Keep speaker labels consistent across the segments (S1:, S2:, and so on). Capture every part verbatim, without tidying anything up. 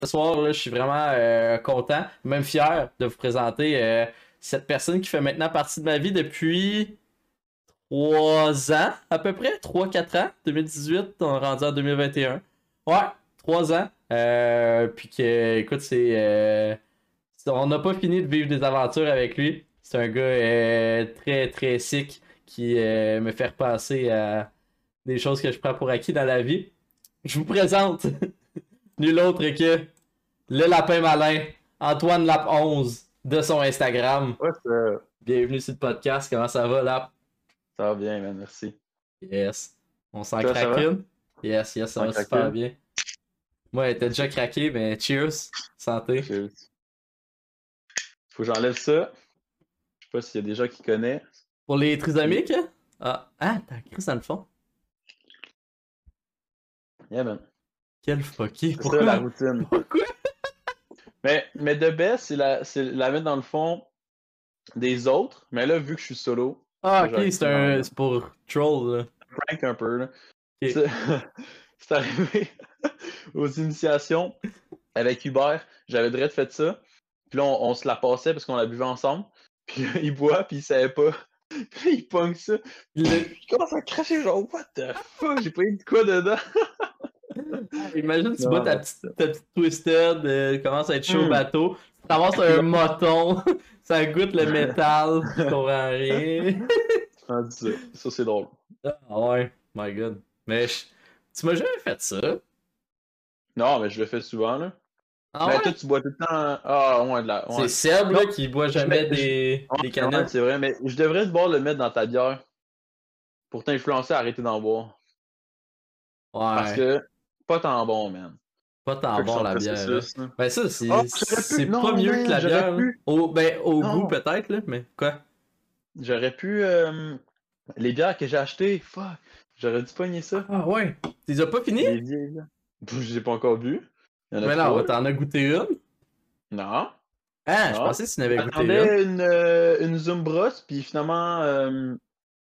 S1: Ce soir, là, je suis vraiment euh, content, même fier de vous présenter euh, cette personne qui fait maintenant partie de ma vie depuis trois ans, à peu près, trois quatre ans, deux mille dix-huit, on est rendu en deux mille vingt et un. Ouais, trois ans. Euh, puis que, écoute, c'est... euh, c'est- on n'a pas fini de vivre des aventures avec lui. C'est un gars euh, très, très sick qui euh, me fait repasser à des choses que je prends pour acquis dans la vie. Je vous présente nul autre que le lapin malin, Antoine Lap onze de son Instagram.
S2: Ouais, ça,
S1: Bienvenue sur le podcast. Comment ça va, Lap?
S2: ça va bien, man, merci.
S1: Yes. On s'en
S2: Toi, ça
S1: craque
S2: va?
S1: une? Yes, yes, ça
S2: Sans
S1: va
S2: craquer
S1: super
S2: une?
S1: bien. Moi, elle était déjà craqué, mais cheers. Santé.
S2: Cheers. Faut que j'enlève ça. Je sais pas s'il y a des gens qui connaissent.
S1: Pour les
S2: Puis,
S1: trisomiques? Ah, ah t'as écrit ça dans le fond.
S2: yeah, man.
S1: Quel fucké.
S2: C'est ça, la
S1: Pourquoi?
S2: routine.
S1: Pourquoi?
S2: Mais, mais de best, c'est la, c'est la mettre dans le fond des autres. Mais là, vu que je suis solo,
S1: Ah,
S2: ça,
S1: ok,
S2: j'ai
S1: c'est
S2: accepté d'en
S1: un...
S2: mettre.
S1: c'est pour troll, là.
S2: Prank un peu, là.
S1: Ok.
S2: C'est c'est arrivé aux initiations avec Hubert. J'avais direct fait ça. Puis là, on, on se la passait parce qu'on la buvait ensemble. Puis là, il boit, puis il savait pas. Puis là, il pogne ça.
S1: Le-
S2: Je commence à cracher, genre, what the fuck, j'ai pas eu de quoi dedans.
S1: Imagine, tu
S2: Non,
S1: bois ta
S2: non.
S1: petite, ta petite twisted, euh, commence à être chaud au
S2: Hmm.
S1: bateau, tu t'avances un moton, ça goûte le métal, tu comprends rien.
S2: Ah, ça, ça c'est drôle.
S1: Ah ouais, my god. Mais je- tu m'as jamais fait ça.
S2: Non, mais je le fais souvent, là.
S1: Ah
S2: Mais toi,
S1: ouais?
S2: tu bois tout le temps. Ah, ouais, de la.
S1: C'est
S2: Ouais.
S1: Seb
S2: Non,
S1: là qui boit
S2: je
S1: jamais
S2: mets. je-
S1: des,
S2: Ouais,
S1: des
S2: ouais,
S1: canettes.
S2: c'est vrai, mais je devrais te boire le mettre dans ta bière pour t'influencer à arrêter d'en boire. Parce
S1: Ouais,
S2: que, pas tant bon, man.
S1: pas tant
S2: Fait que je
S1: bon
S2: suis en
S1: la bière. Hein.
S2: processus, là.
S1: Ben ça,
S2: Oh,
S1: c'est
S2: j'aurais
S1: c'est
S2: pu.
S1: pas
S2: Non,
S1: mieux que
S2: man,
S1: la
S2: j'aurais
S1: bière. Là.
S2: pu.
S1: Au, ben, au goût
S2: Non,
S1: peut-être, là, mais quoi?
S2: j'aurais pu. euh, Les bières que j'ai achetées, fuck. J'aurais dû pogner ça.
S1: Ah ouais, tu les as pas fini?
S2: Les vieilles, là. Je les ai pas encore bu. Il y en a
S1: Mais non,
S2: trois,
S1: mais
S2: là.
S1: t'en as goûté une?
S2: Non.
S1: Ah, je
S2: Non.
S1: pensais que tu en avais goûté une.
S2: J'attendais une, euh, une Zoom brosse, puis finalement, euh,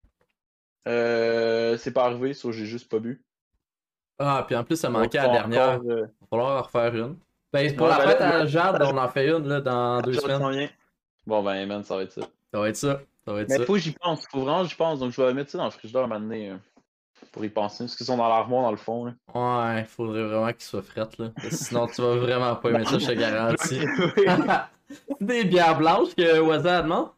S2: euh, c'est pas arrivé, so j'ai juste pas bu.
S1: Ah, puis en plus, ça
S2: Donc,
S1: manquait à
S2: pas
S1: la dernière.
S2: encore. euh,
S1: Il va falloir en refaire une. Ben, pour
S2: Ouais,
S1: la
S2: ben là,
S1: fête à
S2: ben,
S1: Jade, on en fait une là, dans deux
S2: ça
S1: semaines.
S2: s'en vient. Bon, ben, man, ça va être ça.
S1: Ça va être ça. Ça va être
S2: Mais
S1: ça.
S2: faut que j'y pense, faut vraiment que j'y pense, donc je vais mettre ça dans le frigidaire à un moment donné, euh, pour y penser, parce qu'ils sont dans l'armoire dans le fond. Là.
S1: Ouais, il faudrait vraiment qu'il soit fret, là. Parce que sinon, tu vas vraiment pas aimer ça, je te garantis.
S2: Ok, oui.
S1: Des bières blanches que Waza demande?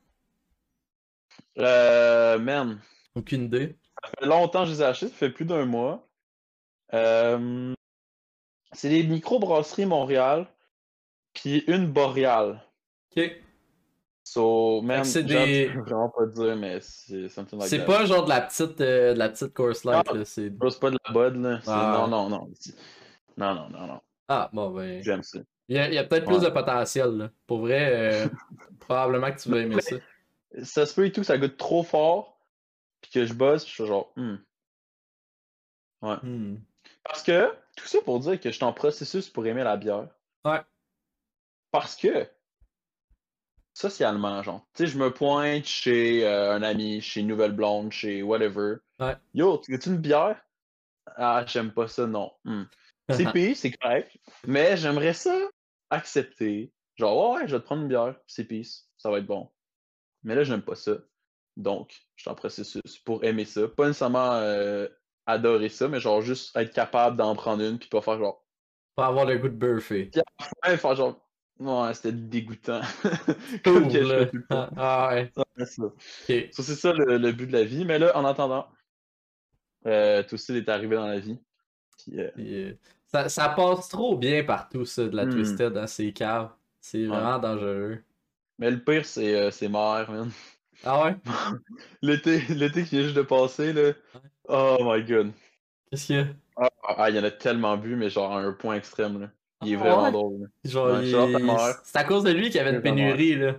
S2: euh, man,
S1: Aucune idée.
S2: ça fait longtemps que je les ai achetés, ça fait plus d'un mois. Euh, c'est des micro-brasseries Montréal, puis une boréale.
S1: Ok.
S2: So,
S1: Fait
S2: man,
S1: que c'est
S2: Jade, je
S1: des.
S2: peux vraiment pas te dire, mais c'est something like
S1: C'est
S2: that.
S1: pas genre de la petite, euh, de la petite course light,
S2: Non,
S1: là. C'est.
S2: bro, c'est pas de la bud, là. C'est-
S1: Ah.
S2: Non, non, non. C'est- Non, non, non, non.
S1: Ah, bon, ben.
S2: J'aime ça.
S1: Il y a, il y a peut-être plus
S2: Ouais.
S1: de potentiel, là. Pour vrai, euh, probablement que tu vas aimer
S2: Mais
S1: ça.
S2: ça se peut et tout, ça goûte trop fort, puis que je bosse, puis je suis genre, hmm. Ouais.
S1: Hmm.
S2: Parce que, tout ça pour dire que je suis en processus pour aimer la bière.
S1: Ouais.
S2: Parce que, socialement, genre, tu sais, je me pointe chez euh, un ami, chez Nouvelle Blonde, chez whatever.
S1: Ouais.
S2: Yo, tu veux-tu une bière? Ah, j'aime pas ça, non. Hmm. C'est pire, c'est correct, mais j'aimerais ça accepter. Genre, ouais, ouais, je vais te prendre une bière, c'est peace, ça va être bon. Mais là, j'aime pas ça. Donc, je suis en processus pour aimer ça. Pas nécessairement euh, adorer ça, mais genre juste être capable d'en prendre une puis pas faire genre.
S1: Pas avoir le goût de Burfé.
S2: Puis à la fin, faire genre. Ouais, c'était dégoûtant. Comme que je
S1: là.
S2: fais tout le temps.
S1: Ah ouais.
S2: Ouais, ça.
S1: Ok.
S2: So, c'est ça le, le but de la vie. Mais là, en attendant, euh, tout ça est arrivé dans la vie. Puis, euh,
S1: Puis, euh, ça, ça passe trop bien partout, ça, de la
S2: Hmm.
S1: Twisted dans ces caves. C'est vraiment dangereux.
S2: Mais le pire, c'est euh, c'est mère, man.
S1: Ah ouais?
S2: L'été, l'été qui vient juste de passer, là. Oh my god.
S1: Qu'est-ce qu'il y a?
S2: Ah, ah, il y en a tellement bu, mais genre à un point extrême, là. Il est
S1: Ah
S2: vraiment
S1: ouais?
S2: drôle, là.
S1: Genre,
S2: Ouais,
S1: il...
S2: shout out ta mère.
S1: c'est à cause de lui qu'il y avait une
S2: Shout out ta mère.
S1: pénurie, là.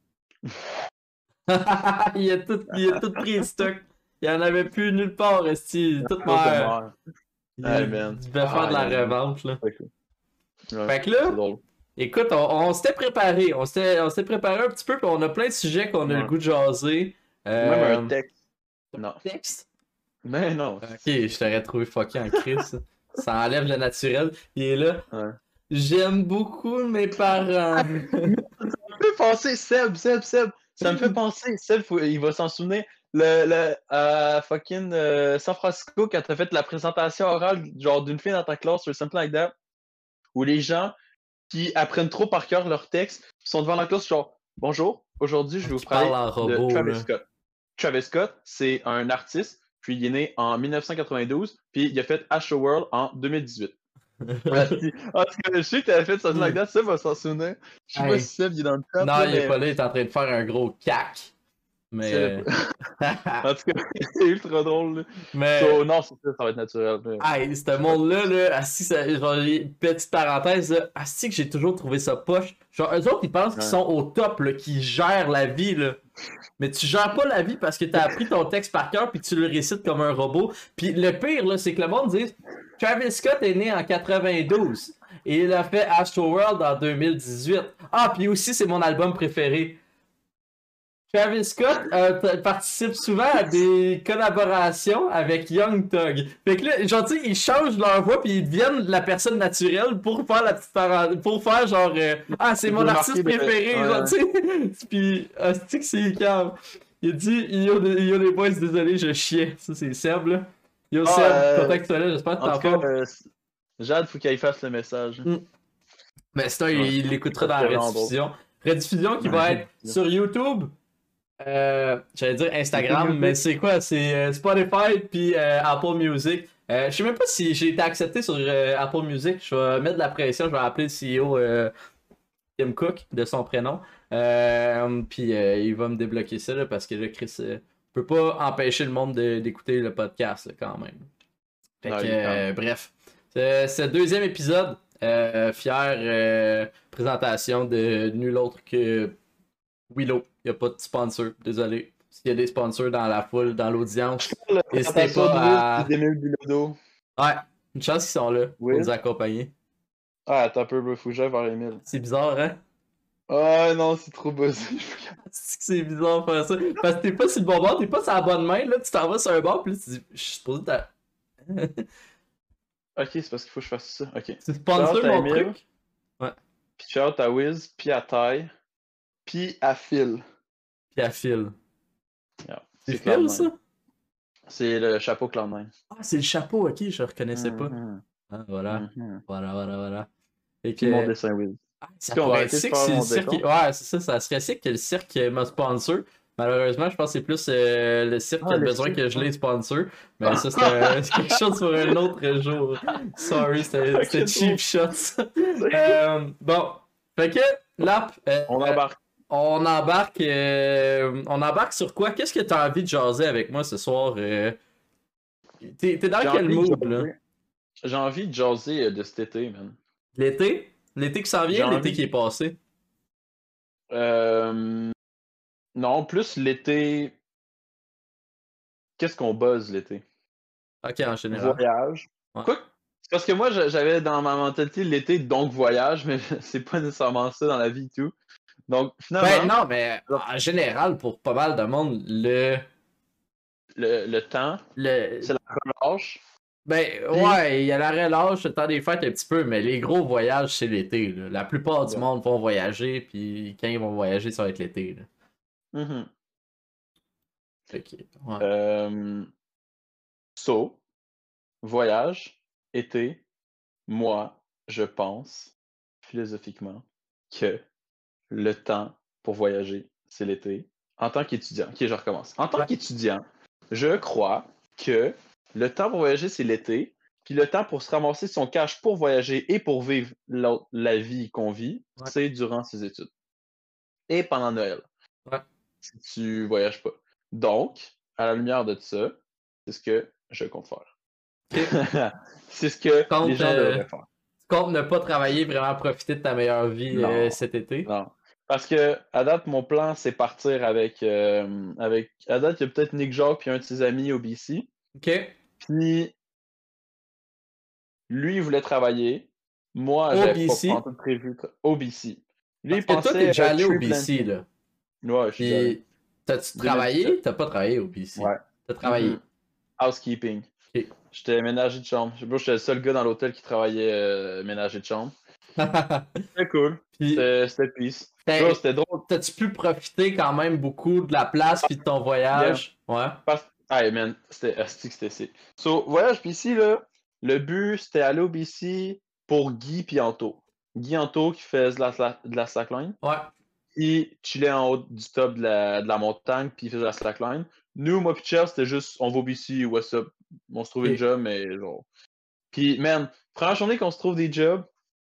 S1: il, a tout, il a tout pris le stock. Il y en avait plus nulle part, esti. Toute
S2: Shout out ta
S1: mère.
S2: mère.
S1: Il,
S2: Hey, man.
S1: il devait faire de la
S2: Ah, il y en a-
S1: revente, là.
S2: Fait que, ouais,
S1: Fait que là,
S2: c'est drôle.
S1: écoute, on, on s'était préparé. On s'était on s'était préparé un petit peu, puis on a plein de sujets qu'on a
S2: Ouais.
S1: le goût de jaser.
S2: Même
S1: Euh,
S2: un texte. Non.
S1: texte?
S2: Mais non.
S1: Ok, je t'aurais trouvé fucké en crise. Ça enlève le naturel. Il est là.
S2: Ouais.
S1: J'aime beaucoup mes parents.
S2: Ça me fait penser, Seb, Seb, Seb. Ça me fait penser, Seb, faut- il va s'en souvenir. Le, le, à fucking euh, San Francisco, quand t'as fait la présentation orale, genre d'une fille dans ta classe, or something like that, où les gens qui apprennent trop par cœur leur texte sont devant la classe, genre, bonjour, aujourd'hui, je vais vous
S1: Qui parle
S2: parler
S1: en
S2: de
S1: robot,
S2: Travis
S1: là.
S2: Scott. Travis Scott, c'est un artiste, puis il est né en dix-neuf cent quatre-vingt-douze, puis il a fait Astroworld en deux mille dix-huit. Ah, si. En tout cas, je sais que t'avais fait something like that, Seb va s'en souvenir. Je sais pas
S1: Hey.
S2: si Seb il est dans le chat,
S1: Non,
S2: là,
S1: il est
S2: mais
S1: pas là, il est en train de faire un gros cac.
S2: Seb.
S1: Mais.
S2: En tout cas, c'est ultra drôle. Là.
S1: Mais.
S2: So, non, c'est ça, ça va être naturel. mais-
S1: Hey, ce monde-là, là, asti, ça, genre, les- petite parenthèse, là, asti que j'ai toujours trouvé ça poche. Genre, eux autres, ils pensent qu'ils
S2: Ouais.
S1: sont au top, là, qu'ils gèrent la vie, là. Mais tu gères pas la vie parce que t'as appris ton texte par cœur puis tu le récites comme un robot. Puis le pire, là, c'est que le monde dit Travis Scott est né en quatre-vingt-douze et il a fait Astroworld en deux mille dix-huit. Ah, puis aussi, c'est mon album préféré. Travis Scott euh, t- participe souvent à des collaborations avec Young Thug. Fait que là, genre, tu sais, ils changent leur voix puis ils deviennent la personne naturelle pour faire la petite parenthèse, pour faire genre, euh, ah, c'est
S2: Tu
S1: mon
S2: peux
S1: artiste
S2: marquer de-
S1: préféré,
S2: ouais,
S1: genre, tu sais. Puis, ah, c'est que c'est calme. Il a dit, yo, yo les boys, désolé, je chiais. Ça, c'est Seb, là. Yo,
S2: Ah,
S1: Seb,
S2: euh,
S1: content que tu sois là, j'espère que
S2: En
S1: t'en
S2: tout cas,
S1: formes.
S2: euh, Jade, faut qu'il fasse le message.
S1: Mm. Mais sinon,
S2: Ouais.
S1: il l'écoutera dans
S2: Ça,
S1: la
S2: c'est vraiment
S1: rediffusion. Rediffusion qui
S2: Ouais,
S1: va être
S2: rediffusion.
S1: sur YouTube. Euh, j'allais dire Instagram,
S2: YouTube.
S1: mais c'est quoi? C'est euh, Spotify puis euh, Apple Music. Euh, je sais même pas si j'ai été accepté sur euh, Apple Music. Je vais mettre de la pression. Je vais appeler le C E O euh, Tim Cook de son prénom. Euh, puis euh, il va me débloquer ça là, parce que là, Chris euh, peut pas empêcher le monde de- d'écouter le podcast là, quand même. Fait
S2: Non,
S1: que,
S2: il est
S1: euh,
S2: calme.
S1: bref. C'est c'est le deuxième épisode. Euh, fière euh, présentation de nul autre que Willow. Il n'y a pas de sponsor, désolé. S'il y a des sponsors dans la foule, dans l'audience,
S2: La
S1: n'hésitez
S2: présentation de Wiz
S1: pas à.
S2: puis d'Emile Bilodeau.
S1: Ouais, une chance qu'ils sont là pour
S2: Wiz?
S1: nous accompagner.
S2: Ah, attends un peu, bro, faut que j'aille vers Emile.
S1: C'est bizarre, hein?
S2: Ah non, c'est trop buzzé.
S1: C'est que c'est bizarre de faire ça. Parce que t'es pas sur le bon bord, t'es pas sur la bonne main, là, tu t'en vas sur un bord, puis là, tu dis, je suis supposé t'as.
S2: Ok, c'est parce qu'il faut que je fasse ça. Ok.
S1: Tu sponsor
S2: Shout out à
S1: mon
S2: Emile.
S1: truc? Ouais.
S2: Puis shout à Wiz, puis à Ty, puis à Phil.
S1: Puis à Phil.
S2: Yeah.
S1: C'est
S2: Cloud
S1: Phil,
S2: nine.
S1: ça?
S2: C'est le chapeau Cloud nine.
S1: Ah, c'est le chapeau, ok, je reconnaissais pas.
S2: Mhm.
S1: Ah, voilà.
S2: Mhm.
S1: Voilà, voilà, voilà. Et
S2: Puis mon dessin Wiz.
S1: Ah, ça
S2: Puis on va
S1: pourrait être
S2: arrêter de
S1: sick
S2: faire
S1: si le
S2: mon
S1: cirque.
S2: décompte.
S1: Ouais, c'est ça, ça serait sick que le cirque me sponsor. Malheureusement, je pense que c'est plus euh, le cirque
S2: Ah,
S1: qui a
S2: le
S1: besoin
S2: cirque,
S1: que je
S2: ouais.
S1: les sponsor. Mais ça, c'est un- c'est quelque chose pour un autre jour. Sorry, c'était
S2: Ok,
S1: c'était
S2: c'est
S1: cheap
S2: bon.
S1: shot. ça. Euh, bon, fait que, Lap, euh,
S2: On embarque.
S1: on embarque. euh, on embarque sur quoi? Qu'est-ce que tu as envie de jaser avec moi ce soir? euh? T'es t'es dans
S2: J'ai
S1: quel
S2: envie de
S1: mood, là?
S2: jaser. J'ai envie de jaser euh, de cet été, man.
S1: L'été? L'été qui s'en
S2: J'ai
S1: vient, l'été
S2: envie-
S1: qui est passé?
S2: Euh... Non, plus l'été. Qu'est-ce qu'on buzz l'été?
S1: Ok, en général.
S2: Voyage.
S1: Ouais.
S2: Quoi? C'est parce que moi, j'a- j'avais dans ma mentalité l'été, donc voyage, mais c'est pas nécessairement ça dans la vie et tout. Donc, finalement,
S1: Ben non, mais en général, pour pas mal de monde, le.
S2: le, le temps,
S1: le
S2: c'est la relâche.
S1: ben
S2: Puis-
S1: ouais, il y a la relâche, le temps des fêtes un petit peu, mais les gros voyages, c'est l'été. là. La plupart du
S2: Ouais.
S1: monde vont voyager, puis quand ils vont voyager, ça va être l'été. là.
S2: Mhm.
S1: Fait que, ouais.
S2: Euh... So, voyage, été, moi, je pense, philosophiquement, que le temps pour voyager, c'est l'été. En tant qu'étudiant, ok, je recommence. En tant
S1: Ouais.
S2: qu'étudiant, je crois que le temps pour voyager, c'est l'été, puis le temps pour se ramasser son cash pour voyager et pour vivre la, la vie qu'on vit,
S1: Ouais.
S2: c'est durant ses études. Et pendant Noël.
S1: Ouais.
S2: Si tu voyages pas. Donc, à la lumière de ça, c'est ce que je compte faire. c'est ce que
S1: Compte,
S2: les gens
S1: euh,
S2: devraient faire.
S1: Tu comptes ne pas travailler, vraiment profiter de ta meilleure vie
S2: Non.
S1: euh, cet été?
S2: Non. Parce que, à date, mon plan, c'est partir avec. euh, avec... À date, il y a peut-être Nick Jacques puis un de ses amis au B C.
S1: Ok.
S2: Puis, lui, il voulait travailler. Moi,
S1: Au
S2: j'avais
S1: B C?
S2: pas tout prévu. tra- Au B C. Lui, il
S1: Parce que toi,
S2: pensait.
S1: t'es déjà
S2: euh,
S1: allé au
S2: tree
S1: B C,
S2: planting.
S1: là.
S2: Ouais, je suis déjà allé.
S1: Puis, t'as-tu
S2: deux mille
S1: travaillé?
S2: dix-sept.
S1: T'as pas travaillé au B C.
S2: Ouais.
S1: T'as travaillé.
S2: Mhm. Housekeeping.
S1: Ok.
S2: J'étais ménager de chambre. Je sais pas, j'étais le seul gars dans l'hôtel qui travaillait euh, ménager de chambre. C'était cool.
S1: Puis,
S2: C'était c'était peace.
S1: t'as-
S2: Bro, c'était drôle.
S1: t'as-tu pu profiter quand même beaucoup de la place puis de ton
S2: Yeah.
S1: voyage? Ouais.
S2: Parce... Hey man, c'était asti que c'était sick. So, voyage B C, là, le but, c'était aller au B C pour Guy puis Anto. Guy Anto qui fait de la, sla- de la slackline.
S1: Ouais.
S2: Il chillait en haut du top de la, de la montagne, puis il faisait la slackline. Nous, moi puis Chell, c'était juste, on va au B C, what's up? On se trouvait
S1: Ok.
S2: une job, mais genre... Puis, man, première journée qu'on se trouve des jobs,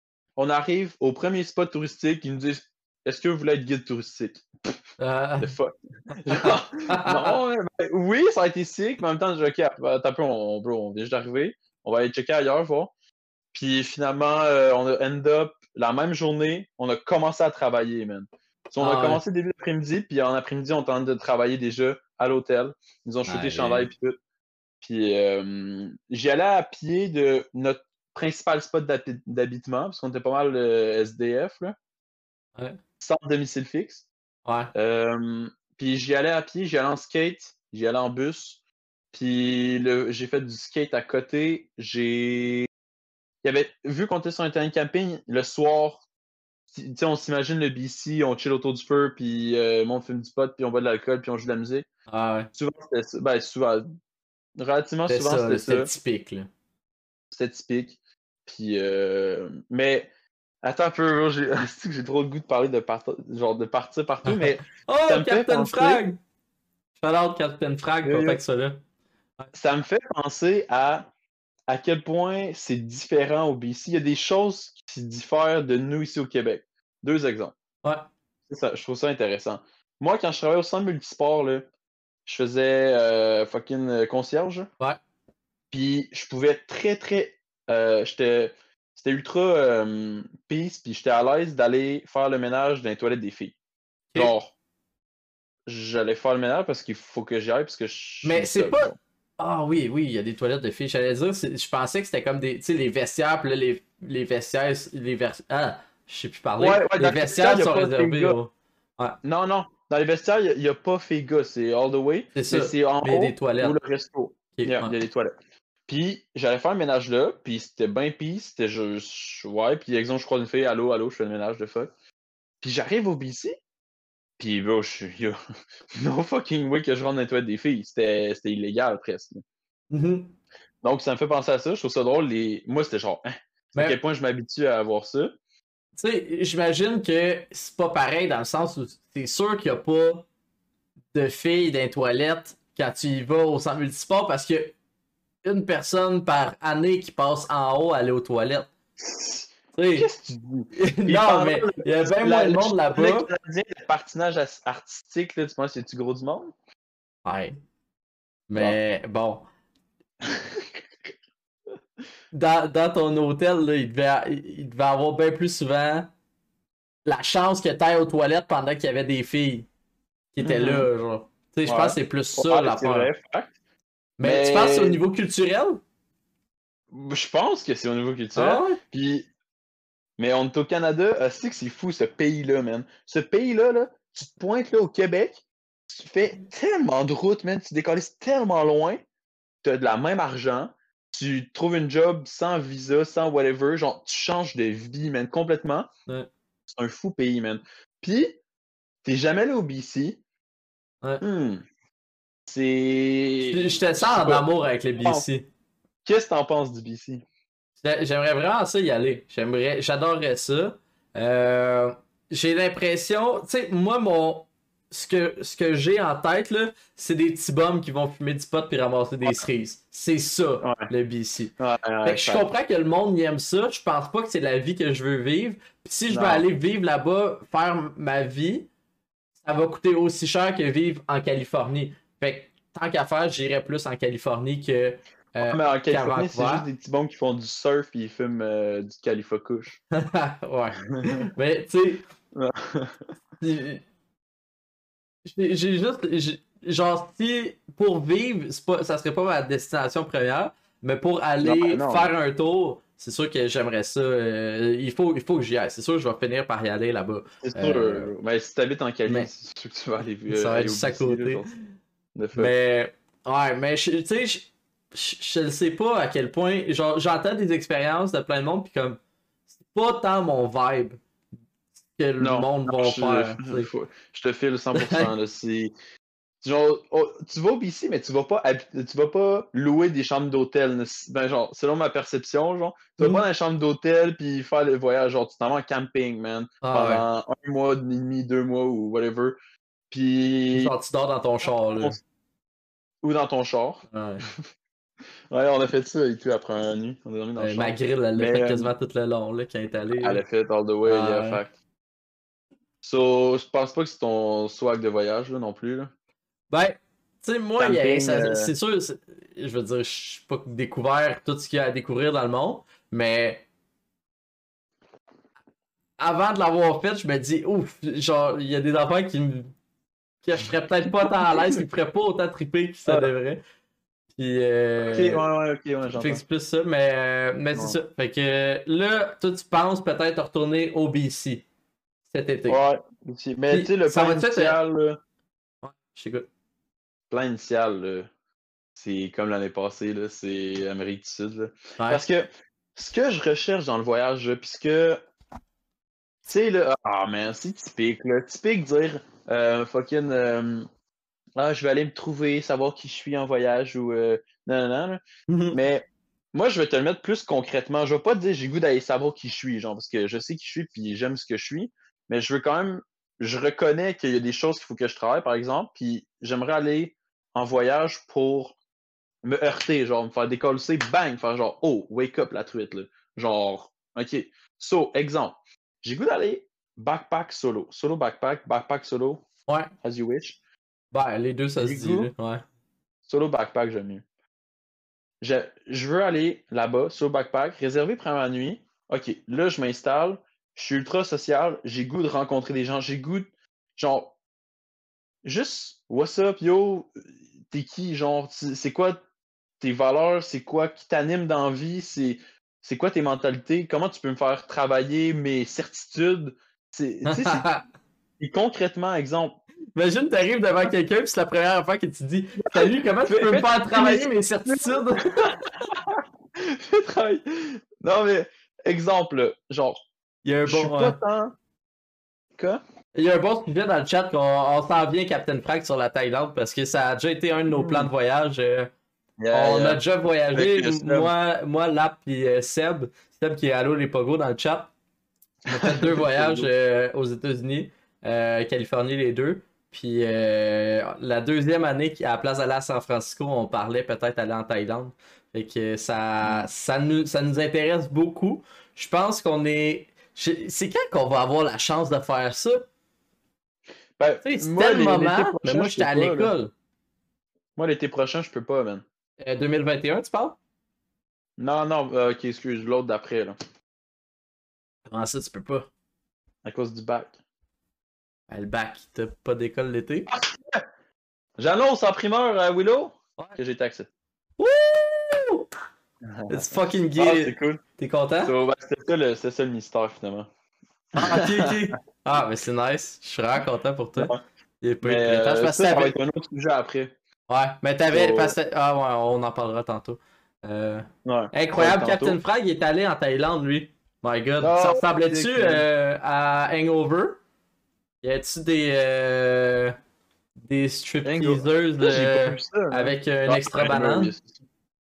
S2: on arrive au premier spot touristique, ils nous disent, est-ce que vous voulez être guide touristique?
S1: Euh,
S2: The fuck? Genre, non, ben, oui, ça a été sick, mais en même temps, j'ai dit, ok, attends un peu, on, bro, on vient juste d'arriver, on va aller checker ailleurs, voir. Puis finalement, euh, on a end up, la même journée, on a commencé à travailler, man. So, on a
S1: Ah ouais.
S2: commencé début d'après-midi, puis en après-midi, on tentait de travailler déjà à l'hôtel. Ils ont shooté chandail
S1: Allez.
S2: puis tout. Puis euh, j'y allais à pied de notre principal spot d'habi- d'habitement, parce qu'on était pas mal euh, S D F, là,
S1: Ouais.
S2: sans domicile fixe.
S1: Ouais.
S2: Euh, puis j'y allais à pied, j'y allais en skate, j'y allais en bus. Puis le, j'ai fait du skate à côté. J'ai. Il y avait, vu qu'on était sur un terrain de camping, le soir, tu sais, on s'imagine le B C, on chill autour du feu, puis euh, on fume du pot, puis on boit de l'alcool, puis on joue de la musique.
S1: Ah ouais.
S2: Souvent, c'était ça. Ben, souvent, relativement
S1: C'était
S2: souvent,
S1: ça, là,
S2: c'était
S1: c'était
S2: ça.
S1: typique, là.
S2: C'était typique. Puis, euh, mais, attends un peu, bro, j'ai c'est que j'ai trop le goût de parler de, partir, genre, de partir partout, mais
S1: Oh,
S2: ça me fait
S1: Captain
S2: penser.
S1: Frag! Shout-out Captain Frag,
S2: Yo,
S1: content
S2: yo.
S1: que ça là.
S2: Ça me fait penser à à quel point c'est différent au B C. Il y a des choses qui diffèrent de nous ici au Québec. Deux exemples.
S1: Ouais.
S2: C'est ça, je trouve ça intéressant. Moi, quand je travaillais au centre multisport, là, je faisais euh, fucking euh, concierge.
S1: Ouais.
S2: Puis je pouvais très, très. euh, j'étais, c'était ultra euh, peace, puis j'étais à l'aise d'aller faire le ménage dans les toilettes des filles.
S1: Ok.
S2: Genre, j'allais faire le ménage parce qu'il faut que j'y aille, parce que je suis
S1: Mais
S2: le
S1: c'est
S2: seul.
S1: pas.
S2: Genre.
S1: Ah oui, oui, il y a des toilettes de filles. J'allais dire, c'est- je pensais que c'était comme des. Tu sais, les vestiaires, puis là, les, les vestiaires. Les vers... Ah, je sais plus parler.
S2: Ouais, ouais,
S1: Les
S2: dans les vestiaires, il
S1: vestiaires
S2: n'y a
S1: sont
S2: pas de
S1: réservés
S2: gars.
S1: au. Ouais,
S2: Non, non. Dans les vestiaires, il n'y a, a pas fait gars, c'est all the way,
S1: c'est
S2: mais
S1: ça.
S2: c'est en
S1: Mais il y a des
S2: haut ou
S1: toilettes.
S2: le resto.
S1: Ok,
S2: Il y a,
S1: ouais.
S2: il y a des toilettes. Puis, j'allais faire le ménage là, puis c'était bien pis, c'était juste. Ouais, puis exemple, je croise une fille, allô, allô, je fais le ménage de fuck. Puis j'arrive au B C, puis bro, je suis. yo, no fucking way que je rentre dans les toilettes des filles. C'était c'était illégal presque.
S1: Mhm.
S2: Donc, ça me fait penser à ça, je trouve ça drôle. Les... Moi, c'était genre, hein, à
S1: Mais
S2: quel point je m'habitue à avoir ça.
S1: tu sais, j'imagine que c'est pas pareil dans le sens où c'est sûr qu'il y a pas de filles dans les toilettes quand tu y vas au centre multisport parce que une personne par année qui passe en haut aller aux toilettes. Tu sais,
S2: Qu'est-ce que tu dis? Puis
S1: non,
S2: pendant
S1: mais
S2: le,
S1: il y a bien moins
S2: la-
S1: de
S2: le
S1: monde
S2: championnat
S1: là-bas.
S2: canadien de patinage as- artistique, là, tu penses que c'est-tu gros du monde?
S1: Ouais.
S2: Bon.
S1: Mais bon, dans, dans ton hôtel, là, il devait, il devait avoir bien plus souvent la chance que t'ailles aux toilettes pendant qu'il y avait des filles qui étaient
S2: Mhm.
S1: là, genre. Tu sais, je pense
S2: Ouais.
S1: que c'est plus ça
S2: Ouais,
S1: la
S2: c'est
S1: peur.
S2: vrai, fact.
S1: Mais tu penses que c'est au
S2: Mais
S1: niveau culturel?
S2: je pense que c'est au niveau
S1: Ah
S2: culturel.
S1: ouais?
S2: Puis, mais on est au Canada, euh, c'est que c'est fou ce pays-là, man. Ce pays-là, là, tu te pointes là au Québec, tu fais tellement de routes, man, tu décolles tellement loin, tu as de la même argent, tu trouves une job sans visa, sans whatever, genre tu changes de vie, man, complètement.
S1: Ouais,
S2: C'est un fou pays, man. Puis, t'es jamais allé au B C.
S1: ouais.
S2: Hmm,
S1: Je je
S2: c'est.
S1: te
S2: Je
S1: sens
S2: sais
S1: en
S2: pas.
S1: amour avec le
S2: Pense.
S1: B C.
S2: Qu'est-ce que t'en penses du B C?
S1: J'ai- J'aimerais vraiment ça y aller. J'aimerais, j'adorerais ça. Euh, j'ai l'impression, tu sais, moi, mon, ce que, ce que j'ai en tête, là, c'est des petits bums qui vont fumer du pot puis ramasser des cerises. C'est ça,
S2: Ouais,
S1: le B C.
S2: ouais,
S1: Fait
S2: ouais,
S1: que je
S2: fact.
S1: comprends que le monde y aime ça. Je pense pas que c'est la vie que je veux vivre. Puis si je veux
S2: Non.
S1: aller vivre là-bas, faire ma vie, ça va coûter aussi cher que vivre en Californie. Fait que tant qu'à faire, j'irais plus en Californie que euh,
S2: Mais en
S1: qu'à
S2: Californie, c'est
S1: Vancouver.
S2: juste des petits bons qui font du surf et ils fument euh, du califocuche.
S1: Ouais. Mais tu sais, j'ai j'ai juste. j'ai- Genre, si pour vivre, c'est pas, ça serait pas ma destination première, mais pour
S2: Non,
S1: aller
S2: non.
S1: faire un tour, c'est sûr que j'aimerais ça. euh, il faut, il faut que j'y aille. C'est sûr que je vais finir par y aller là-bas.
S2: C'est sûr.
S1: Euh,
S2: Mais si t'habites en Cali,
S1: mais
S2: c'est sûr que tu vas aller,
S1: ça
S2: euh,
S1: va être
S2: aller au
S1: juste à
S2: B C, là,
S1: côté.
S2: genre. De fait.
S1: Mais, ouais, mais je- tu sais, je- je je ne sais pas à quel point. Genre, j'entends des expériences de plein de monde, puis comme, pas tant mon vibe que le
S2: Non,
S1: monde
S2: non,
S1: va
S2: je,
S1: faire.
S2: je-
S1: tu sais.
S2: faut- je te file cent pour cent, là, c'est... Genre, oh, tu vas au B C, mais tu vas pas hab- tu vas pas louer des chambres d'hôtel. ne- Ben, genre, selon ma perception, genre, tu vas pas
S1: Mhm.
S2: dans les chambres d'hôtel puis faire le voyage, genre, tu t'en vas en camping, man,
S1: Ah ouais.
S2: pendant un mois et demi, deux mois ou whatever. Puis,
S1: Genre, tu dors dans ton char, là.
S2: ou dans ton char.
S1: Ouais.
S2: Ouais, on a fait ça et tout après un nuit. On est dormi dans le
S1: Euh, ma
S2: char.
S1: grille, elle l'a
S2: Mais
S1: fait
S2: euh,
S1: quasiment tout le long, là, quand elle est allée.
S2: elle
S1: Là.
S2: a fait all the way, yeah,
S1: Ah ouais.
S2: fact. So, je pense pas que c'est ton swag de voyage, là, non plus, là.
S1: Ben, tu sais, moi, il y a-
S2: Camping,
S1: ça-
S2: euh,
S1: c'est sûr, c'est- je veux dire, je suis pas découvert tout ce qu'il y a à découvrir dans le monde, mais avant de l'avoir fait, je me dis, ouf, genre, il y a des enfants qui me. Que je serais peut-être pas tant à l'aise, qui me feraient pas autant triper que ça
S2: ah,
S1: devrait. Puis,
S2: ok, ouais,
S1: euh,
S2: ouais, ok, ouais,
S1: fait que
S2: j'entends.
S1: c'est plus ça, mais, euh, mais c'est
S2: Ouais.
S1: ça. Fait que là, toi, tu penses peut-être retourner au B C cet été.
S2: Ouais, aussi. Mais
S1: Puis,
S2: tu sais, le
S1: ça
S2: plan
S1: va te faire.
S2: initial, là,
S1: Ouais, je t'écoute.
S2: plan initial, là, c'est comme l'année passée, là, c'est Amérique du Sud, là.
S1: Ouais.
S2: Parce que ce que je recherche dans le voyage, là, puisque, tu sais, là, ah, man, c'est typique, là. Typique dire, euh, fucking, euh, ah, je vais aller me trouver, savoir qui je suis en voyage ou, euh, non, non, non, là.
S1: Mhm.
S2: Mais moi, je vais te le mettre plus concrètement. Je vais pas te dire j'ai le goût d'aller savoir qui je suis, genre, parce que je sais qui je suis puis j'aime ce que je suis. Mais je veux quand même. Je reconnais qu'il y a des choses qu'il faut que je travaille, par exemple, puis j'aimerais aller en voyage pour me heurter, genre, me faire décoller, bang, faire genre, oh, wake up la truite, là. Genre, OK. So, exemple, j'ai le goût d'aller backpack solo. Solo backpack, backpack solo,
S1: Ouais.
S2: as you wish.
S1: Ben, les deux, ça
S2: J'ai
S1: se
S2: le
S1: dit,
S2: goût,
S1: là. Ouais.
S2: solo backpack, j'aime mieux. Je, je veux aller là-bas, sur le backpack, réserver première nuit. OK, là, je m'installe. Je suis ultra social. J'ai goût de rencontrer des gens. J'ai goût de, genre, juste, what's up, yo? T'es qui? Genre, tu- c'est quoi tes valeurs? C'est quoi qui t'anime dans la vie? C'est, c'est quoi tes mentalités? Comment tu peux me faire travailler mes certitudes? C'est, tu sais, c'est et concrètement, exemple.
S1: Imagine, t'arrives devant quelqu'un, puis c'est la première affaire que tu dis Salut, comment tu peux me faire travailler mes certitudes?
S2: Fais travailler. Non, mais, exemple, genre,
S1: Il y a un
S2: je suis
S1: bon.
S2: pas
S1: Ouais.
S2: tant. Quoi?
S1: Il y a un bon sujet dans le chat qu'on on s'en vient, Captain Frank, sur la Thaïlande, parce que ça a déjà été un de nos plans de voyage. euh,
S2: Yeah,
S1: on a
S2: yeah.
S1: déjà voyagé,
S2: Avec, euh, Seb.
S1: moi, moi, Lap et euh, Seb. Seb qui est Allo les Pogo dans le chat. On a fait deux voyages euh, aux États-Unis, euh, Californie les deux. Puis euh, la deuxième année, à la place d'aller à San Francisco, on parlait peut-être aller en Thaïlande. Fait que ça, ça, nous, ça nous intéresse beaucoup. Je pense qu'on est. je- C'est quand qu'on va avoir la chance de faire ça?
S2: Ben,
S1: Tu sais, c'était
S2: moi,
S1: le
S2: les- l'été
S1: moment, mais
S2: prochain,
S1: moi
S2: je
S1: j'étais
S2: peux
S1: à
S2: pas, là.
S1: l'école.
S2: Moi, l'été prochain, je peux pas, man.
S1: Euh, deux mille vingt et un, tu parles?
S2: Non, non, euh, ok, excuse, l'autre d'après, là.
S1: Comment ça, tu peux pas?
S2: À cause du bac.
S1: Ben, le bac, t'as pas d'école l'été?
S2: J'annonce en primeur à Willow
S1: Ouais.
S2: que j'ai été accepté.
S1: Wouh! It's fucking
S2: Ah,
S1: gay.
S2: c'est cool.
S1: T'es content?
S2: So, ben, c'était ça, le- c'était ça le mystère, finalement.
S1: Ah, ok, ok. Ah, mais c'est nice. Je suis vraiment content pour toi.
S2: Ouais.
S1: Il est pas eu
S2: Mais
S1: de printemps.
S2: euh,
S1: Parce
S2: ça,
S1: que
S2: ça va
S1: t'avais-
S2: être un autre sujet après.
S1: Ouais, mais t'avais.
S2: So-
S1: parce que- Ah, ouais, on en parlera tantôt. Euh,
S2: Ouais.
S1: Incroyable,
S2: Ça va être
S1: Captain
S2: tantôt.
S1: Frag il est allé en Thaïlande, lui. My god.
S2: Ah,
S1: Ça ressemblait-tu
S2: sick,
S1: euh, à Hangover? Y a-tu des. Euh... Des stripteaseuses
S2: Ça, j'ai pas
S1: euh,
S2: vu ça. man.
S1: avec un
S2: Ah,
S1: extra
S2: ouais,
S1: banane?
S2: oui, c'est ça.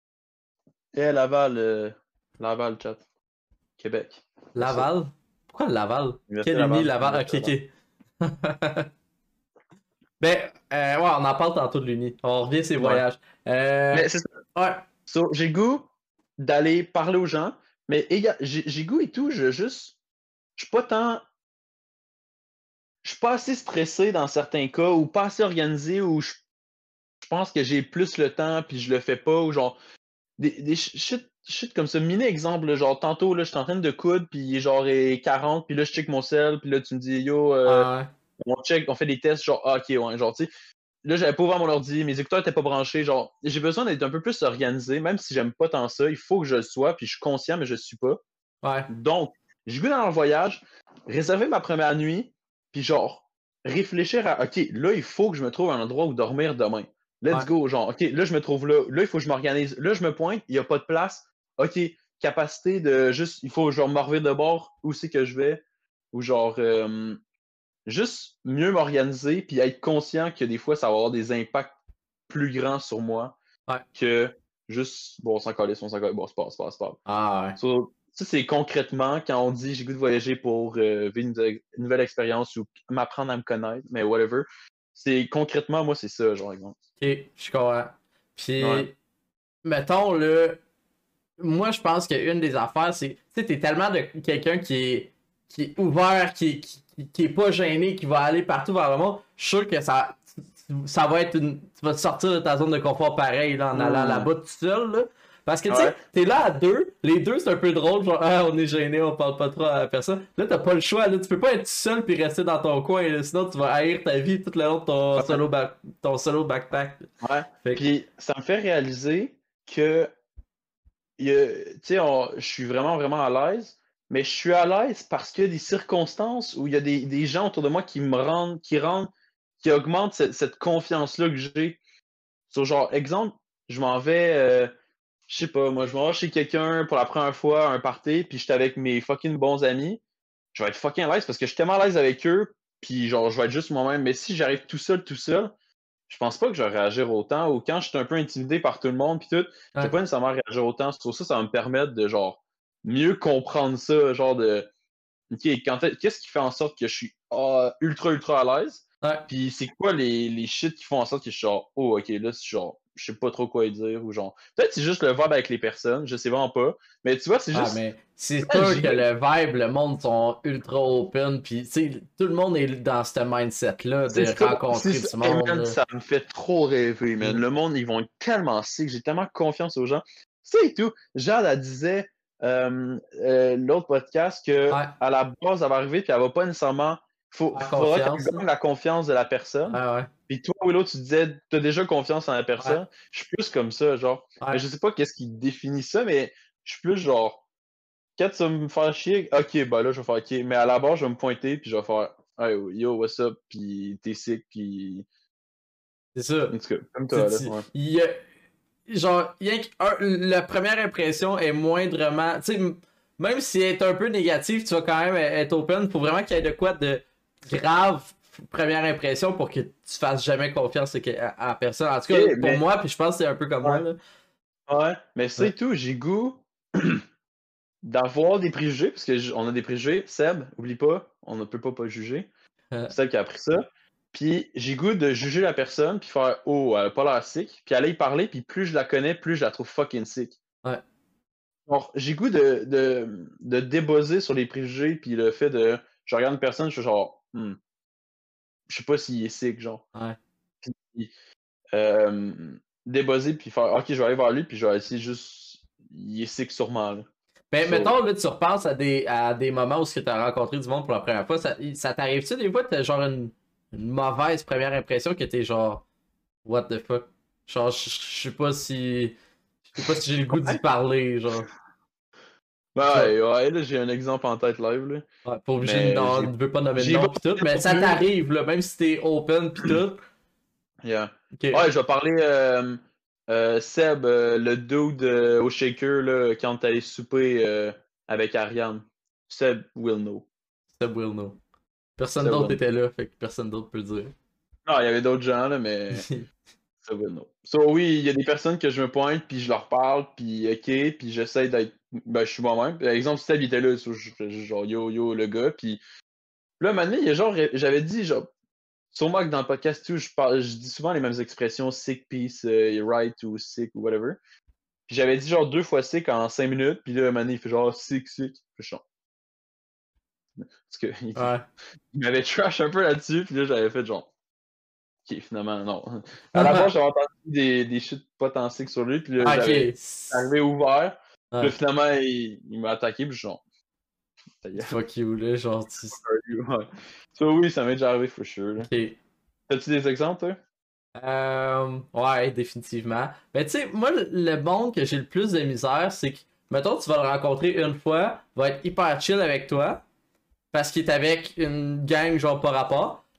S2: Et Laval, euh, Laval, chat. Québec.
S1: Laval? Pourquoi Laval?
S2: Université
S1: Quelle uni
S2: Laval.
S1: Laval? Ok, ok. Ben, euh, ouais, on en parle tantôt de l'uni. On revient sur ses
S2: Ouais.
S1: voyages. Euh,
S2: Mais c'est ça.
S1: ouais.
S2: So, j'ai goût d'aller parler aux gens, mais éga- j'ai j'ai goût et tout, je juste. Je suis pas tant. Je suis pas assez stressé dans certains cas, ou pas assez organisé, ou je, je pense que j'ai plus le temps, puis je le fais pas, ou genre. Des, des sh- shit, shit comme ça. Mini-exemple, là, genre, tantôt, là, je suis en train de coudre, puis il est genre est quarante, puis là, je check mon sel, puis là, tu me dis, yo, euh,
S1: Ah, ouais.
S2: on check, on fait des tests, genre, ah, ok, ouais, genre, tu sais. Là, j'avais pas ouvert mon ordi, mes écouteurs étaient pas branchés, genre, j'ai besoin d'être un peu plus organisé, même si j'aime pas tant ça, il faut que je le sois, puis je suis conscient, mais je le suis pas.
S1: Ouais.
S2: Donc, j'ai goût dans le voyage, réserver ma première nuit, puis genre, réfléchir à, ok, là, il faut que je me trouve un endroit où dormir demain. Let's
S1: Ouais.
S2: go, genre, ok, là, je me trouve là, là, il faut que je m'organise, là, je me pointe, il n'y a pas de place, ok, capacité de juste, il faut genre me revirer de bord, où c'est que je vais, ou genre euh, juste mieux m'organiser, puis être conscient que des fois, ça va avoir des impacts plus grands sur moi
S1: Ouais.
S2: que juste, bon, on s'en calisse, on s'en calisse, bon, c'est pas, c'est pas, c'est pas.
S1: Ah ouais.
S2: So, ça, c'est concrètement quand on dit j'ai goût de voyager pour euh, vivre une, une nouvelle expérience ou m'apprendre à me connaître, mais whatever. C'est concrètement, moi, c'est ça, genre, exemple.
S1: Ok, je comprends. Puis,
S2: Ouais.
S1: mettons, là, moi, je pense qu'une des affaires, c'est, tu sais, t'es tellement de quelqu'un qui est, qui est ouvert, qui, qui, qui est pas gêné, qui va aller partout vers le monde. Je suis sûr que ça, ça va être une, tu vas te sortir de ta zone de confort pareil, là, en allant
S2: Mm.
S1: là-bas tout seul, là. Parce que, tu sais,
S2: Ouais.
S1: t'es là à deux, les deux, c'est un peu drôle, genre, ah, on est gêné, on parle pas trop à la personne. Là, t'as pas le choix, là, tu peux pas être seul puis rester dans ton coin, là, sinon tu vas haïr ta vie tout le long de ton,
S2: Ouais.
S1: solo, back, ton solo backpack.
S2: Ouais.
S1: Fait que,
S2: Puis ça me fait réaliser que il y a- tu sais, on- je suis vraiment, vraiment à l'aise, mais je suis à l'aise parce qu'il y a des circonstances où il y a des, des gens autour de moi qui me rendent, qui rendent, qui augmentent cette, cette confiance-là que j'ai. Sur genre, exemple, je m'en vais, euh, je sais pas, moi, je m'en vais chez quelqu'un pour la première fois à un party, puis j'étais avec mes fucking bons amis. Je vais être fucking à l'aise parce que je suis tellement à l'aise avec eux, puis genre, je vais être juste moi-même. Mais si j'arrive tout seul, tout seul, je pense pas que je vais réagir autant. Ou quand je suis un peu intimidé par tout le monde, puis tout, je vais
S1: ouais,
S2: pas nécessairement réagir autant. Sur ça, ça va me permettre de genre mieux comprendre ça, genre de OK, quand est- qu'est-ce qui fait en sorte que je suis ah, ultra, ultra à l'aise?
S1: ouais.
S2: Puis c'est quoi les, les shit qui font en sorte que je suis genre, oh, ok, là, c'est genre, je sais pas trop quoi dire, ou genre, peut-être c'est juste le vibe avec les personnes, je sais vraiment pas. Mais tu vois, c'est
S1: Ah,
S2: juste,
S1: mais c'est
S2: ah,
S1: sûr
S2: j'ai
S1: que le vibe, le monde sont ultra open, pis tu sais, tout le monde est dans ce mindset-là
S2: c'est
S1: de
S2: ça, c'est
S1: rencontrer
S2: ça.
S1: du
S2: Hey,
S1: monde,
S2: man,
S1: là.
S2: ça me fait trop rêver, man.
S1: Mm.
S2: Le monde, ils vont être tellement sick, j'ai tellement confiance aux gens. C'est tout. Jade, elle disait, euh, euh, l'autre podcast, que
S1: Ouais,
S2: à la base, elle va arriver, puis elle va pas nécessairement, faut,
S1: la
S2: faudra qu'elle
S1: confiance, là.
S2: gagne la confiance de la
S1: Ouais,
S2: personne.
S1: ouais,
S2: Puis toi, Willow, tu disais, t'as déjà confiance en la
S1: ouais,
S2: personne. Je suis plus comme ça, genre. Mais
S1: ouais.
S2: je sais pas qu'est-ce qui définit ça, mais je suis plus genre, quand tu vas me faire chier, ok, bah là, je vais faire ok. Mais à la base, je vais me pointer, puis je vais faire, hey, yo, what's up, puis t'es sick, puis.
S1: C'est ça.
S2: En tout cas, comme
S1: Tu,
S2: toi, là,
S1: tu-
S2: ouais.
S1: il y a, genre, rien que un- la première impression est moindrement, tu sais, m- même si elle est un peu négative, tu vas quand même être open. Faut vraiment qu'il y ait de quoi de grave première impression pour que tu fasses jamais confiance à, à la personne. En tout
S2: Ok,
S1: cas, pour
S2: mais.
S1: moi, puis je pense que c'est un peu comme moi,
S2: Ouais.
S1: là.
S2: Ouais, mais
S1: Ouais.
S2: c'est tout, j'ai goût d'avoir des préjugés, parce qu'on a des préjugés. Seb, oublie pas, on ne peut pas pas juger.
S1: Euh,
S2: C'est Seb qui a appris ça. Puis j'ai goût de juger la personne, puis faire oh, elle a pas l'air sick, puis aller y parler, puis plus je la connais, plus je la trouve fucking sick.
S1: ouais,
S2: Alors, j'ai goût de, de, de débosser sur les préjugés, puis le fait de. Je regarde une personne, je suis genre, hmm, je sais pas s'il est sick, genre.
S1: ouais.
S2: Puis, euh, débosser, puis faire ok, je vais aller voir lui, puis je vais essayer juste. Il est sick sûrement, là.
S1: Ben,
S2: So,
S1: mettons, là, tu repenses à des, à des moments où tu as rencontré du monde pour la première fois. Ça, ça t'arrive-tu des fois, t'as genre une, une mauvaise première impression que t'es genre, what the fuck? Genre, je je sais pas si. Je sais pas si j'ai le goût d'y
S2: ouais.
S1: parler, genre. Genre,
S2: Ouais, ouais, là, j'ai un exemple en tête live, là.
S1: ouais, pas obligé de,
S2: Mais
S1: non,
S2: j'ai
S1: ne veux pas nommer de
S2: j'ai
S1: nom
S2: pas
S1: pis tout,
S2: fait
S1: mais
S2: non
S1: ça
S2: plus.
S1: t'arrive, là, même si t'es open pis tout.
S2: Yeah.
S1: Ok.
S2: Ouais, je vais parler euh, euh, Seb, euh, le dude euh, au shaker, là, quand t'es allé souper euh, avec Ariane. Seb will know.
S1: Seb will know. Personne
S2: Seb will
S1: d'autre
S2: know.
S1: était là, fait que personne d'autre peut le dire.
S2: Non, il y avait d'autres gens, là, mais Seb will know. So oui, il y a des personnes que je me pointe, puis je leur parle, puis ok, puis j'essaie d'être. Ben, je suis moi-même. Par exemple, Seb, il était là, so, je fais genre yo, yo, le gars, puis là, maintenant, il y a genre, j'avais dit, genre, sûrement que dans le podcast, tout, je, parle, je dis souvent les mêmes expressions, sick, peace, euh, right ou sick ou whatever. Puis j'avais dit genre deux fois sick en cinq minutes, puis là, un moment donné, il fait genre sick, sick. Puis je suis genre- Parce que il,
S1: Ouais.
S2: il m'avait trash un peu là-dessus, puis là, j'avais fait genre, ok, finalement, non. À la base, j'avais entendu des, des shit pas tant sick sur lui, puis là,
S1: Ah,
S2: j'avais
S1: ok.
S2: arrivé ouvert, puis là,
S1: Ouais.
S2: finalement, il, il m'a attaqué, puis je suis genre, ta gueule.
S1: Fuck you, là, genre, tu...
S2: Ouais. So oui, ça m'est déjà arrivé, for sure. Là.
S1: Ok.
S2: T'as-tu des exemples, toi?
S1: Euh, ouais, définitivement. Mais tu sais, moi, le le monde que j'ai le plus de misère, c'est que, mettons, tu vas le rencontrer une fois, va être hyper chill avec toi, parce qu'il est avec une gang, genre, par rapport.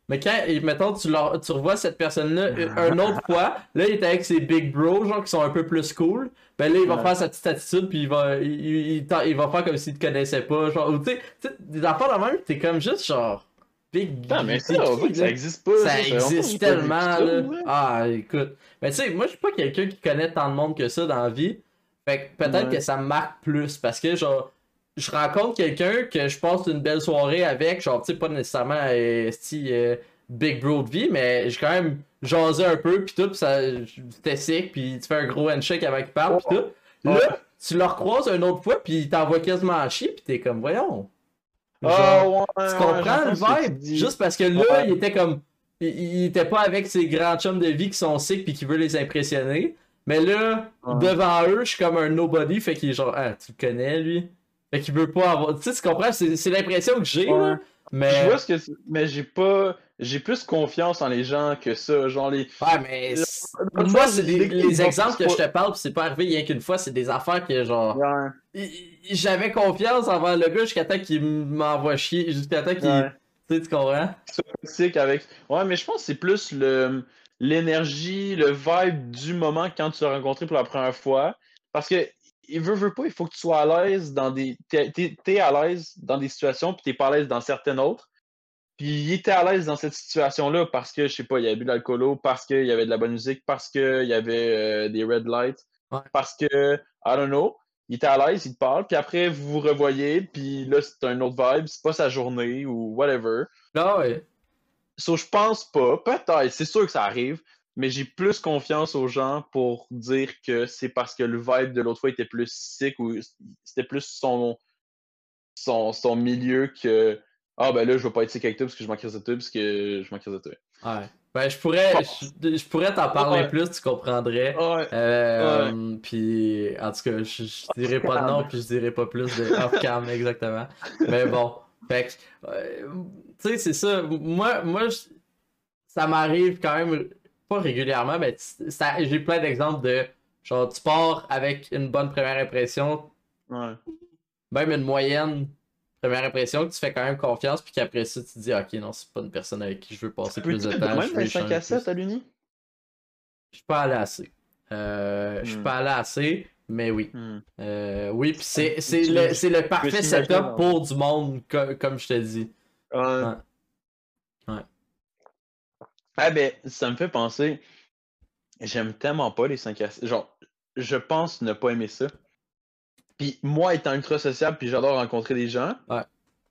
S1: Mais quand, et mettons, tu, leur- tu revois cette personne-là euh, une autre fois, là, il est avec ses big bros, genre, qui sont un peu plus cool. Ben là, il va
S2: Ouais.
S1: faire sa petite attitude, puis il va, il, il, il t'en- il va faire comme s'il te connaissait pas. Genre, ou tu sais, tu sais, des affaires de même, t'es comme juste, genre, big.
S2: Putain, mais
S1: T'es
S2: ça, on voit
S1: qui,
S2: que
S1: là?
S2: ça existe pas,
S1: Ça
S2: ça. Ça fait longtemps que j'ai
S1: existe
S2: pas vécu
S1: tellement,
S2: ça,
S1: là.
S2: ouais.
S1: Ah, écoute. Mais tu sais, moi, je suis pas quelqu'un qui connaît tant de monde que ça dans la vie. Fait que peut-être
S2: Ouais.
S1: que ça me marque plus, parce que, genre, je rencontre quelqu'un que je passe une belle soirée avec, genre, tu sais, pas nécessairement euh, sti, euh, big bro de vie, mais j'ai quand même jasé un peu, pis tout, pis ça, c'était sick, pis tu fais un gros handshake avec qui parle, pis tout.
S2: Ouais.
S1: Là, tu le recroises une autre fois, pis il t'envoie quasiment à chier, pis t'es comme, voyons.
S2: Ah,
S1: Genre,
S2: ouais,
S1: tu
S2: ouais,
S1: comprends
S2: j'entends
S1: le
S2: ce que tu
S1: vibe?
S2: dis.
S1: Juste parce que là,
S2: Ouais.
S1: il était comme. Il, il était pas avec ses grands chums de vie qui sont sick pis qui veut les impressionner. Mais là,
S2: Ouais.
S1: devant eux, je suis comme un nobody, fait qu'il est genre, ah, tu le connais, lui? Fait qu'il veut pas avoir. Tu sais, tu comprends? C'est c'est l'impression que j'ai,
S2: Ouais.
S1: là.
S2: Je
S1: Mais.
S2: vois ce que c'est, mais j'ai pas. J'ai plus confiance en les gens que ça. Genre, les.
S1: Ouais, mais.
S2: Dans
S1: c'est-
S2: le
S1: Moi,
S2: sens,
S1: c'est des...
S2: les gars, ils
S1: les
S2: vont
S1: exemples
S2: plus
S1: que je
S2: pas.
S1: te parle, pis c'est pas arrivé rien qu'une fois, c'est des affaires que, genre.
S2: Ouais.
S1: i- i- J'avais confiance envers le gars jusqu'à temps qu'il m'envoie chier, jusqu'à temps qu'il.
S2: Ouais.
S1: Tu sais, tu comprends?
S2: Toxique avec. Ouais, mais je pense que c'est plus le l'énergie, le vibe du moment quand tu l'as rencontré pour la première fois. Parce que il veut, veut pas, il faut que tu sois à l'aise dans des. T'es, t'es- t'es à l'aise dans des situations, puis t'es pas à l'aise dans certaines autres. Puis il était à l'aise dans cette situation-là parce que, je sais pas, il avait bu de l'alcoolo, parce qu'il y avait de la bonne musique, parce qu'il y avait euh, des red lights,
S1: Ouais.
S2: parce que, I don't know, il était à l'aise, il te parle, puis après, vous vous revoyez, puis là, c'est un autre vibe, c'est pas sa journée ou whatever.
S1: Là, ouais.
S2: So, je pense pas, peut-être, c'est sûr que ça arrive, mais j'ai plus confiance aux gens pour dire que c'est parce que le vibe de l'autre fois était plus sick ou c'était plus son, son, son milieu que ah ben là, je vais pas être sick avec toi parce que je m'en crise de toi parce que je m'en crise de toi.
S1: Ouais. Ben, je
S2: Je
S1: pourrais, je,
S2: pense.
S1: je pourrais t'en parler
S2: Ouais,
S1: plus, tu comprendrais.
S2: ouais, ouais.
S1: Euh, puis, en tout cas, je, je dirais pas de nom,
S2: Calme.
S1: puis je dirais pas plus de off-cam, exactement. Mais bon, fait que, euh, tu sais, c'est ça. Moi, moi je- ça m'arrive quand même, pas régulièrement, mais t- ça, j'ai plein d'exemples de, genre, tu pars avec une bonne première impression,
S2: Ouais.
S1: même une moyenne première impression, que tu fais quand même confiance, puis qu'après ça, tu te dis, ok, non, c'est pas une personne avec qui je veux passer
S2: Ça
S1: plus
S2: peut-tu
S1: de
S2: être de
S1: temps,
S2: même
S1: je
S2: dans
S1: veux
S2: les cinq
S1: échanger
S2: à sept
S1: plus.
S2: à l'Uni?
S1: Je suis pas allé assez. Euh, Je suis
S2: Hmm.
S1: pas allé assez, mais oui.
S2: Hmm.
S1: Euh, oui, puis c'est c'est
S2: Tu-
S1: le, c'est le
S2: Je peux
S1: parfait
S2: s'imaginer
S1: setup
S2: dans-
S1: pour du monde, co- comme je te dis.
S2: Ouais.
S1: Ouais. Ouais.
S2: Ah ben, ça me fait penser, j'aime tellement pas les cinq à sept. Genre, je pense ne pas aimer ça. Puis moi, étant ultra sociable, puis j'adore rencontrer des gens,
S1: Ouais.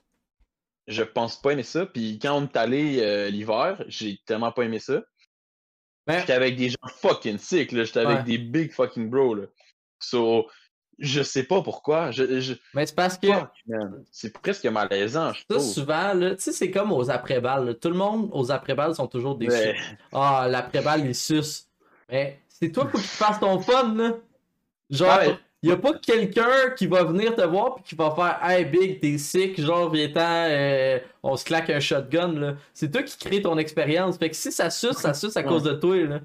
S2: je pense pas aimer ça. Puis quand on est allé euh, l'hiver, j'ai tellement pas aimé ça.
S1: Mais,
S2: J'étais avec des gens fucking sick, là. J'étais avec
S1: ouais.
S2: des big fucking bros, là. So, je sais pas pourquoi. Je, je...
S1: Mais c'est parce que
S2: Fuck, man. C'est presque malaisant, je
S1: ça,
S2: trouve.
S1: souvent, là, tu sais, c'est comme aux après-balles. là. Tout le monde aux après-balles sont toujours déçus.
S2: Mais...
S1: Ah, l'après-balle, il suce. Mais c'est toi, faut que tu fasses ton fun, là. Genre,
S2: Ah, mais...
S1: y a pas quelqu'un qui va venir te voir pis qui va faire Hey Big, t'es sick, genre viens-t'en, euh, on se claque un shotgun là. C'est toi qui crée ton expérience. Fait que si ça suce, ça suce à cause de toi là.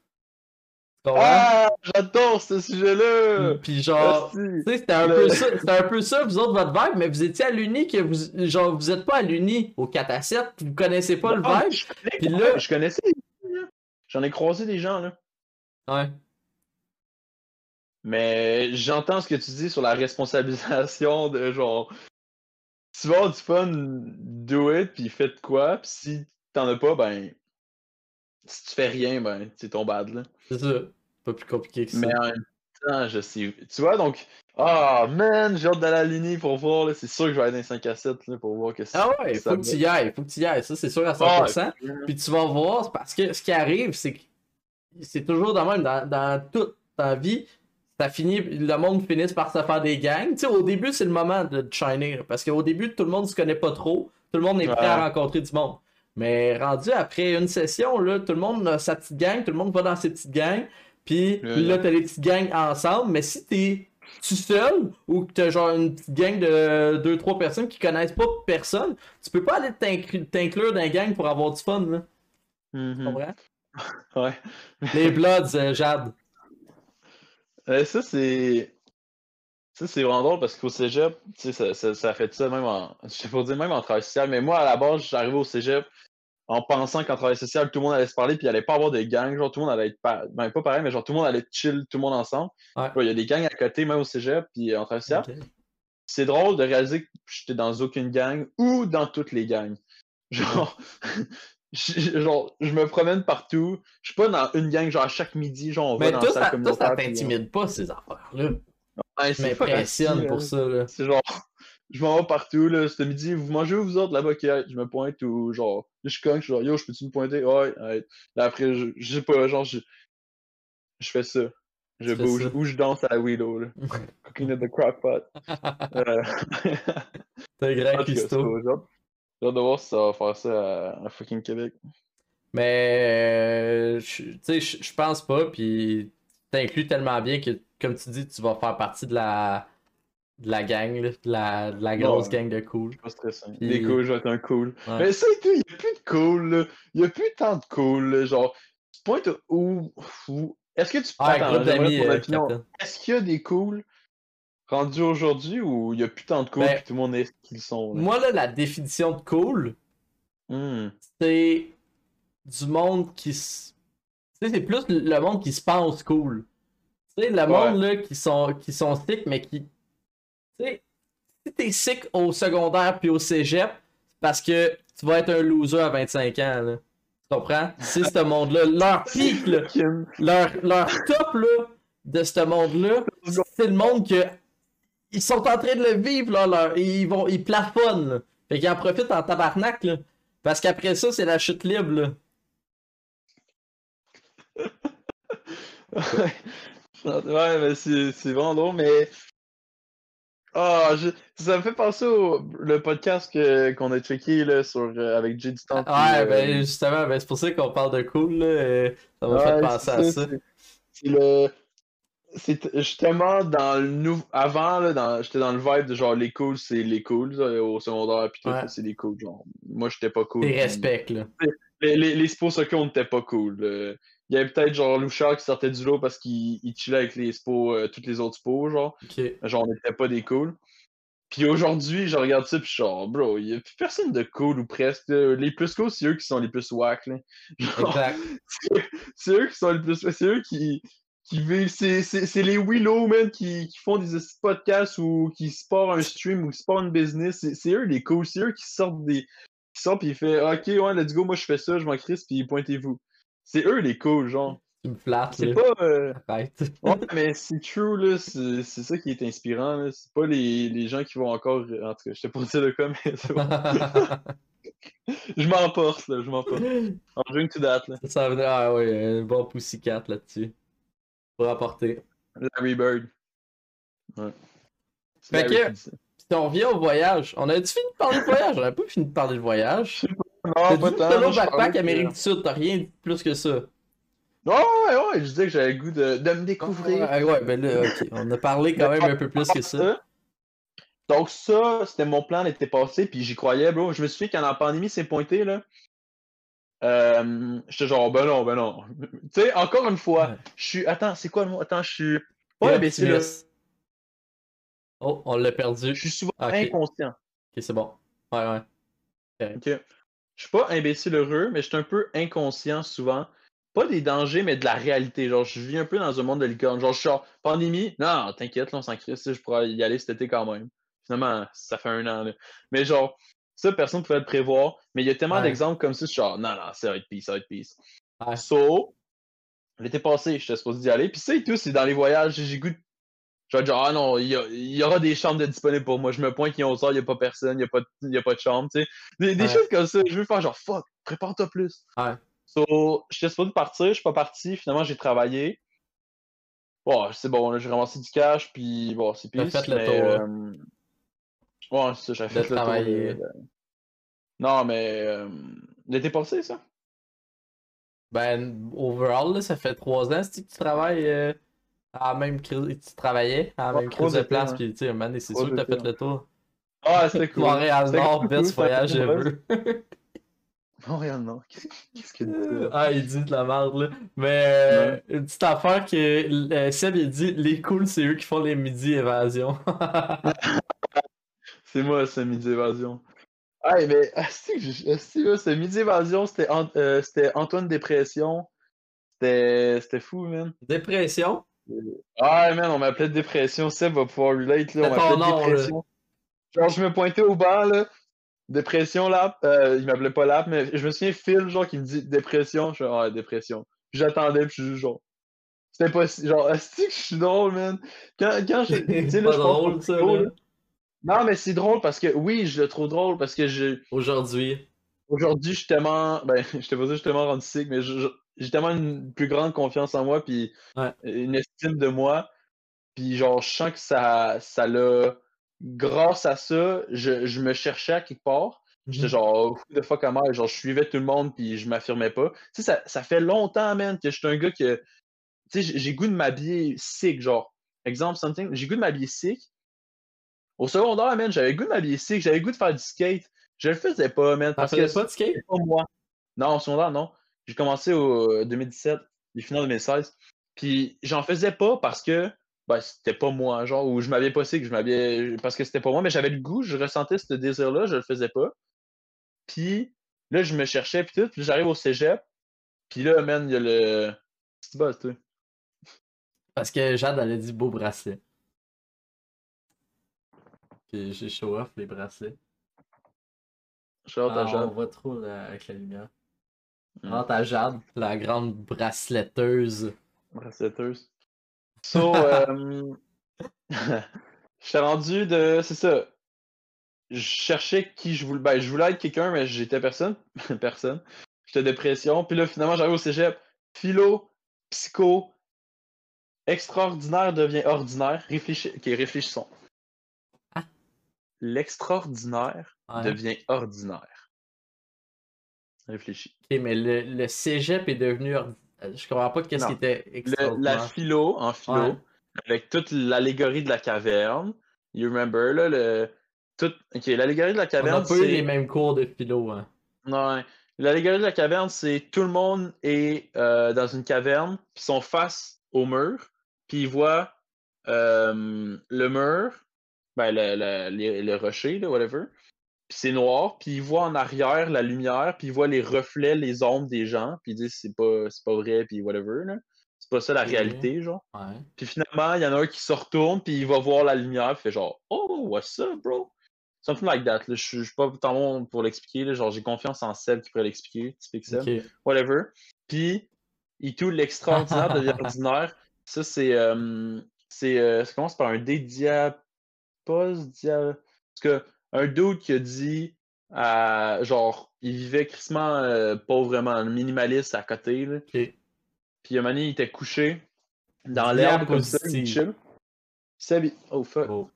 S1: Tu comprends?
S2: Ah, j'adore ce sujet-là!
S1: Pis genre,
S2: Asti.
S1: tu sais, c'était un
S2: Le-
S1: peu ça, c'était un peu ça, vous autres, votre vibe, mais vous étiez à l'Uni que vous, genre, vous êtes pas à l'Uni au quatre à sept, vous connaissez pas le
S2: Non, mais
S1: vibe.
S2: je connais
S1: Pis
S2: quand
S1: là,
S2: même, je connaissais les gens, là. J'en ai croisé des gens, là.
S1: ouais,
S2: Mais j'entends ce que tu dis sur la responsabilisation de genre, si tu vas avoir du fun, do it, puis faites quoi, puis si t'en as pas, ben, si tu fais rien, ben, c'est ton bad, là.
S1: c'est ça. Pas plus compliqué que ça.
S2: Mais en même temps, je sais. Tu vois, donc, ah, man, j'ai hâte d'aller à l'Uni pour voir, là. C'est sûr que je vais aller dans les cinq à sept, là, pour voir que
S1: Ah
S2: ça
S1: ouais,
S2: ça
S1: faut que tu y ailles, faut que tu y ailles, ça c'est sûr à cent
S2: Ah,
S1: pour cent. Puis tu vas voir, c'est parce que ce qui arrive, c'est que c'est toujours de même dans, dans toute ta vie, ça finit, le monde finit par se faire des gangs. Tu sais, au début, c'est le moment de shiner, là, parce qu'au début, tout le monde se connaît pas trop, tout le monde est prêt à
S2: Ouais.
S1: rencontrer du monde. Mais rendu après une session, là, tout le monde a sa petite gang, tout le monde va dans ses petites gangs, puis
S2: Ouais,
S1: là,
S2: ouais.
S1: t'as les petites gangs ensemble, mais si t'es tout seul ou que t'as genre une petite gang de deux trois personnes qui connaissent pas personne, tu peux pas aller t'inclure t'inclure dans une gang pour avoir du fun, là. Tu
S2: Mhm.
S1: comprends?
S2: Ouais.
S1: Les Bloods, euh, Jade.
S2: Euh, ça, c'est. Ça, c'est vraiment drôle parce qu'au cégep, tu sais, ça, ça, ça fait ça même en. Je sais pas dire même en travail social, mais moi, à la base, j'arrivais au cégep, en pensant qu'en travail social, tout le monde allait se parler, puis il allait pas avoir de gang, genre tout le monde allait être pas, ben, pas pareil, mais genre tout le monde allait chill, tout le monde ensemble.
S1: Ouais.
S2: Il y a des gangs à côté, même au cégep, puis en travail social.
S1: Ok.
S2: C'est drôle de réaliser que j'étais dans aucune gang ou dans toutes les gangs. Genre, je, genre, je me promène partout. Je suis pas dans une gang, genre à chaque midi, genre on va
S1: Mais
S2: dans
S1: toi,
S2: la salle
S1: ça, toi, ça
S2: communautaire. puis,
S1: t'intimide pas, ces affaires-là.
S2: ouais,
S1: Je
S2: c'est fuck
S1: m'impressionne
S2: assis,
S1: pour
S2: là.
S1: ça, là.
S2: C'est genre, je m'en vais partout, là. Ce midi, vous mangez où vous autres là-bas? Ok, je me pointe ou genre, là, je cogne, je suis genre, yo, je peux-tu me pointer? Ouais, ouais. Là, après, je, je sais pas, genre, je, je fais ça. Je
S1: Tu fais
S2: bouge.
S1: ça.
S2: Ou je danse à la Willow, là. Cooking at the crockpot. Euh...
S1: T'es un grand
S2: en tout cas, c'est
S1: cuistot.
S2: pas genre. J'ai hâte de voir si ça va faire ça à, à fucking Québec.
S1: Mais, euh, je- tu sais, je je pense pas, puis t'inclus tellement bien que, comme tu dis, tu vas faire partie de la, de la gang, là, de la, de la grosse
S2: Non,
S1: gang de cool.
S2: je suis pas stressant. Des
S1: Puis,
S2: cool, je vais être un cool.
S1: ouais.
S2: Mais ça et tout, il n'y a plus de cool, là. Il n'y a plus tant de cool, là. Genre, tu pointes où. où... Est-ce que tu.
S1: Ouais,
S2: Attends,
S1: groupe
S2: j'aimerais
S1: d'amis,
S2: ton
S1: euh,
S2: opinion.
S1: Captain.
S2: Est-ce qu'il y a des cools rendus aujourd'hui ou il n'y a plus tant de cool
S1: Ben,
S2: puis tout le monde est ce qu'ils sont, là?
S1: moi, là, la définition de cool,
S2: Hmm.
S1: c'est du monde qui se. Tu sais, c'est plus le monde qui se pense cool. Tu sais, le
S2: Ouais.
S1: monde, là, qui sont, qui sont sick, mais qui. Tu sais, si t'es sick au secondaire puis au cégep, c'est parce que tu vas être un loser à vingt-cinq ans, là. Tu comprends? C'est ce monde-là. Leur pic, là,
S2: Kim.
S1: leur, leur top, là, de ce monde-là, c'est le monde que. Ils sont en train de le vivre, là. Leur, ils, vont, ils plafonnent, là. Fait qu'ils en profitent en tabarnak, là. Parce qu'après ça, c'est la chute libre, là.
S2: Ouais, ouais, mais c'est c'est vraiment drôle, mais. Ah, je- ça me fait penser au le podcast que- qu'on a checké là, sur, euh, avec Jay du Temps. puis,
S1: Ouais,
S2: euh,
S1: ben justement, ben, c'est pour ça qu'on parle de cool, là. euh, ça m'a fait
S2: ouais,
S1: penser
S2: c'est
S1: à
S2: ça.
S1: ça.
S2: C'est c'est le. C'est justement dans le nouveau. Avant, là, dans... j'étais dans le vibe de genre les cools, c'est les cools là, au secondaire, puis tout,
S1: Ouais.
S2: là, c'est les cools. Genre, moi, j'étais pas cool.
S1: T'es
S2: Puis...
S1: respect, là.
S2: Les, les, les spos soccer, on n'était pas cool. euh. Il y avait peut-être genre Louchard qui sortait du lot parce qu'il il chillait avec les spos, euh, toutes les autres spos, genre.
S1: Ok.
S2: Genre, on n'était pas des cools. Puis aujourd'hui, je regarde ça, puis je suis genre, bro, il y a plus personne de cool ou presque. là. Les plus cool, c'est eux qui sont les plus whack. Là. Genre,
S1: Exact.
S2: c'est c'est eux qui sont les plus. C'est eux qui, qui vivent. C'est c'est- c'est les Willow, man, qui, qui font des podcasts ou qui sportent un stream ou qui sportent une business. C'est c'est eux les cool. C'est eux qui sortent des. Qui sortent, puis ils font, ok, ouais, let's go, moi je fais ça, je m'en crisse, puis pointez-vous. C'est eux les cool, genre.
S1: Tu me flattes,
S2: C'est
S1: là.
S2: pas. euh,
S1: Arrête.
S2: Ouais, mais c'est true, là. C'est c'est ça qui est inspirant, là. C'est pas les, les gens qui vont encore. En tout cas, je t'ai pas dit le cas, mais c'est bon. Je m'emporte, là. Je m'emporte. En drink to that, là.
S1: Ça venait, ah ouais, un bon pussycat là-dessus. Pour apporter.
S2: Larry Bird. Ouais. C'est
S1: Fait
S2: Larry
S1: que,
S2: qui dit ça.
S1: si on revient au voyage, on a-tu fini de parler de voyage? On a pas fini de parler de voyage.
S2: Non,
S1: T'as
S2: pas
S1: dit
S2: tant.
S1: solo
S2: Moi, je
S1: backpack
S2: parlais que-
S1: Amérique du Sud, t'as rien de plus que ça.
S2: Ouais, ouais, ouais. Je disais que j'avais le goût de, de me découvrir.
S1: Ah, ouais, ben là, ok. On a parlé quand même un peu plus que ça.
S2: Donc ça, c'était mon plan l'été passé, puis j'y croyais, bro. Je me suis dit quand la pandémie s'est pointée, là, euh, j'étais genre, ben non, ben non. Tu sais, encore une fois,
S1: Ouais.
S2: je suis... Attends, c'est quoi le mot? Attends, je suis...
S1: T'es
S2: Ouais, mais c'est le...
S1: optimiste. Oh, on l'a perdu.
S2: Je suis souvent
S1: Ok.
S2: inconscient.
S1: Ok, c'est bon. Ouais, ouais.
S2: Ok. Je suis pas imbécile heureux, mais je suis un peu inconscient souvent. Pas des dangers, mais de la réalité. Genre, je vis un peu dans un monde de licorne. Genre, je suis genre, pandémie, non, t'inquiète, là, on s'en crisse, je pourrais y aller cet été quand même. Finalement, ça fait un an, là. Mais genre, ça, personne ne pouvait le prévoir. Mais il y a tellement
S1: Ouais.
S2: d'exemples comme ça, je suis genre, non, non, ça va être peace, ça va être peace.
S1: Ouais.
S2: So, l'été passé, j'étais supposé d'y aller. Puis ça et tout, c'est dans les voyages, j'ai goût de... Je vais dire, ah non, il y, a- il y aura des chambres de disponibles pour moi. Je me pointe, il y a onze heures, il n'y a pas personne, il n'y a, pas de- il y a pas de chambre, tu sais. Des, des
S1: Ouais.
S2: choses comme ça, je veux faire genre, fuck, prépare-toi plus.
S1: Ouais.
S2: So, j'étais supposé partir, je suis pas parti. Finalement, j'ai travaillé. Bon, c'est bon, là, j'ai ramassé du cash, puis bon, c'est
S1: T'as
S2: pisse,
S1: fait le
S2: mais...
S1: tour, là.
S2: euh, Ouais, c'est ça, j'avais
S1: De
S2: fait le tour.
S1: travailler.
S2: de- de- Non, mais... euh, L'été passé, ça?
S1: Ben, overall, là, ça fait trois ans c'est que tu travailles euh, à la même crise, tu travaillais à la
S2: Ouais,
S1: même
S2: trois
S1: crise de
S2: étés,
S1: place,
S2: ouais.
S1: puis tu sais, man, c'est
S2: Trois
S1: sûr que t'as
S2: étés,
S1: fait le tour.
S2: Ah, c'était cool.
S1: Montréal-Nord,
S2: C'était
S1: best
S2: cool,
S1: voyage
S2: c'était cool,
S1: ever.
S2: Montréal, non. Qu'est-ce qu'il dit, là?
S1: Ah, il dit de la merde, là. Mais, euh, une petite affaire que euh, Seb, il dit, les cools, c'est eux qui font les midi évasion.
S2: C'est moi, c'est Midi Évasion. Ah, mais asti, que je- asti, là, ce Midi Évasion, c'était Ant- euh, c'était Antoine Dépression. C'était c'était fou, man.
S1: Dépression?
S2: Ah, man, on m'appelait Dépression. Seb va pouvoir relate, là. On
S1: C'est ton
S2: m'appelait
S1: nom, là.
S2: Dépression. Genre, je me pointais au banc, là. Dépression, là. Euh, il m'appelait pas Lap, mais je me souviens, Phil, genre, qui me dit Dépression. Je fais, ah, Dépression. Puis j'attendais, puis je suis juste genre. C'était pas si. Genre, asti que je suis drôle, man. Quand, quand je. Tu sais,
S1: C'est
S2: là,
S1: pas
S2: je pense au
S1: drôle, ça,
S2: psycho,
S1: là.
S2: là. Non, mais c'est drôle parce que, oui, je le trouve drôle parce que je.
S1: Aujourd'hui.
S2: Aujourd'hui, je suis tellement. Ben, je te pas dire, je suis tellement rendu sick, mais je- je- j'ai tellement une plus grande confiance en moi, puis
S1: Ouais.
S2: une estime de moi. Puis genre, je sens que ça, ça l'a. Grâce à ça, je, je me cherchais à quelque part. J'étais
S1: Mhm.
S2: genre, who the fuck am I? Genre, je suivais tout le monde, puis je m'affirmais pas. Tu sais, ça, ça fait longtemps, man, que je suis un gars que. Tu sais, j'ai j'ai goût de m'habiller sick, genre. Exemple, something, j'ai goût de m'habiller sick. Au secondaire, man, j'avais goût de m'habiller sick, j'avais goût de faire du skate. Je le faisais pas, man,
S1: T'en
S2: parce que
S1: faisais pas
S2: c'était
S1: de skate?
S2: pas moi. Non, au secondaire, non. J'ai commencé au euh, deux mille dix-sept, les finales deux mille seize. Puis j'en faisais pas parce que ben, c'était pas moi, genre, ou je m'habillais pas sick, je m'habillais parce que c'était pas moi, mais j'avais le goût, je ressentais ce désir-là, je le faisais pas. Puis là, je me cherchais, puis tout, puis j'arrive au cégep, puis là, man, il y a le. C'est buzz, toi.
S1: Parce que Jade, elle a dit beau bracelet. Puis j'ai show off les bracelets.
S2: Shout à
S1: Ah, on
S2: Jade.
S1: voit trop là, avec la lumière.
S2: Hmm.
S1: Ah, t'as Jade, la grande braceletteuse.
S2: Bracetteuse. So, euh, j'étais rendu de. C'est ça. Je cherchais qui je voulais. Ben, je voulais être quelqu'un, mais j'étais personne. Personne. J'étais dépression. Puis là, finalement, j'arrive au cégep. Philo, psycho, extraordinaire devient ordinaire. Réfléchis. Ok, réfléchissons.
S1: Ah,
S2: L'extraordinaire
S1: ouais.
S2: devient ordinaire. Réfléchis.
S1: Ok, mais le, le cégep est devenu. ordi- Je comprends pas qu'est-ce qui
S2: Non.
S1: était
S2: Le- la
S1: extraordinaire.
S2: philo, en
S1: Ouais.
S2: philo, avec toute l'allégorie de la caverne. You remember, là, le. Tout... Ok, l'allégorie de la
S1: On n'a
S2: caverne,
S1: pas eu les
S2: c'est.
S1: mêmes cours de philo, hein.
S2: Ouais. L'allégorie de la caverne, c'est tout le monde est euh, dans une caverne, puis sont face au mur, puis ils voient euh, le mur, ben, le, le, les- le rocher, là, whatever, puis c'est noir, puis ils voient en arrière la lumière, puis ils voient les reflets, les ombres des gens, puis ils disent c'est pas, c'est pas vrai, puis whatever, là. C'est pas ça la
S1: Ok.
S2: réalité, genre.
S1: Ouais.
S2: Puis finalement, il y en a un qui se retourne, puis il va voir la lumière, puis fait genre oh, what's up, bro? Something like that. Là. Je suis je suis pas tant bon pour l'expliquer. là. Genre, j'ai confiance en Seb qui pourrait l'expliquer. Typique Seb.
S1: Ok.
S2: Whatever. Puis, et tout l'extraordinaire devient ordinaire. Ça, c'est. Euh, c'est euh, ça commence par un D diapose. Dia... Parce que un dude qui a dit. À, genre, il vivait crissement euh, pauvrement, minimaliste à côté. Là.
S1: Ok.
S2: Puis, un moment donné, il était couché dans l'herbe comme ça, il
S1: Diapositive.
S2: chill. Seb, il- oh fuck.
S1: Oh.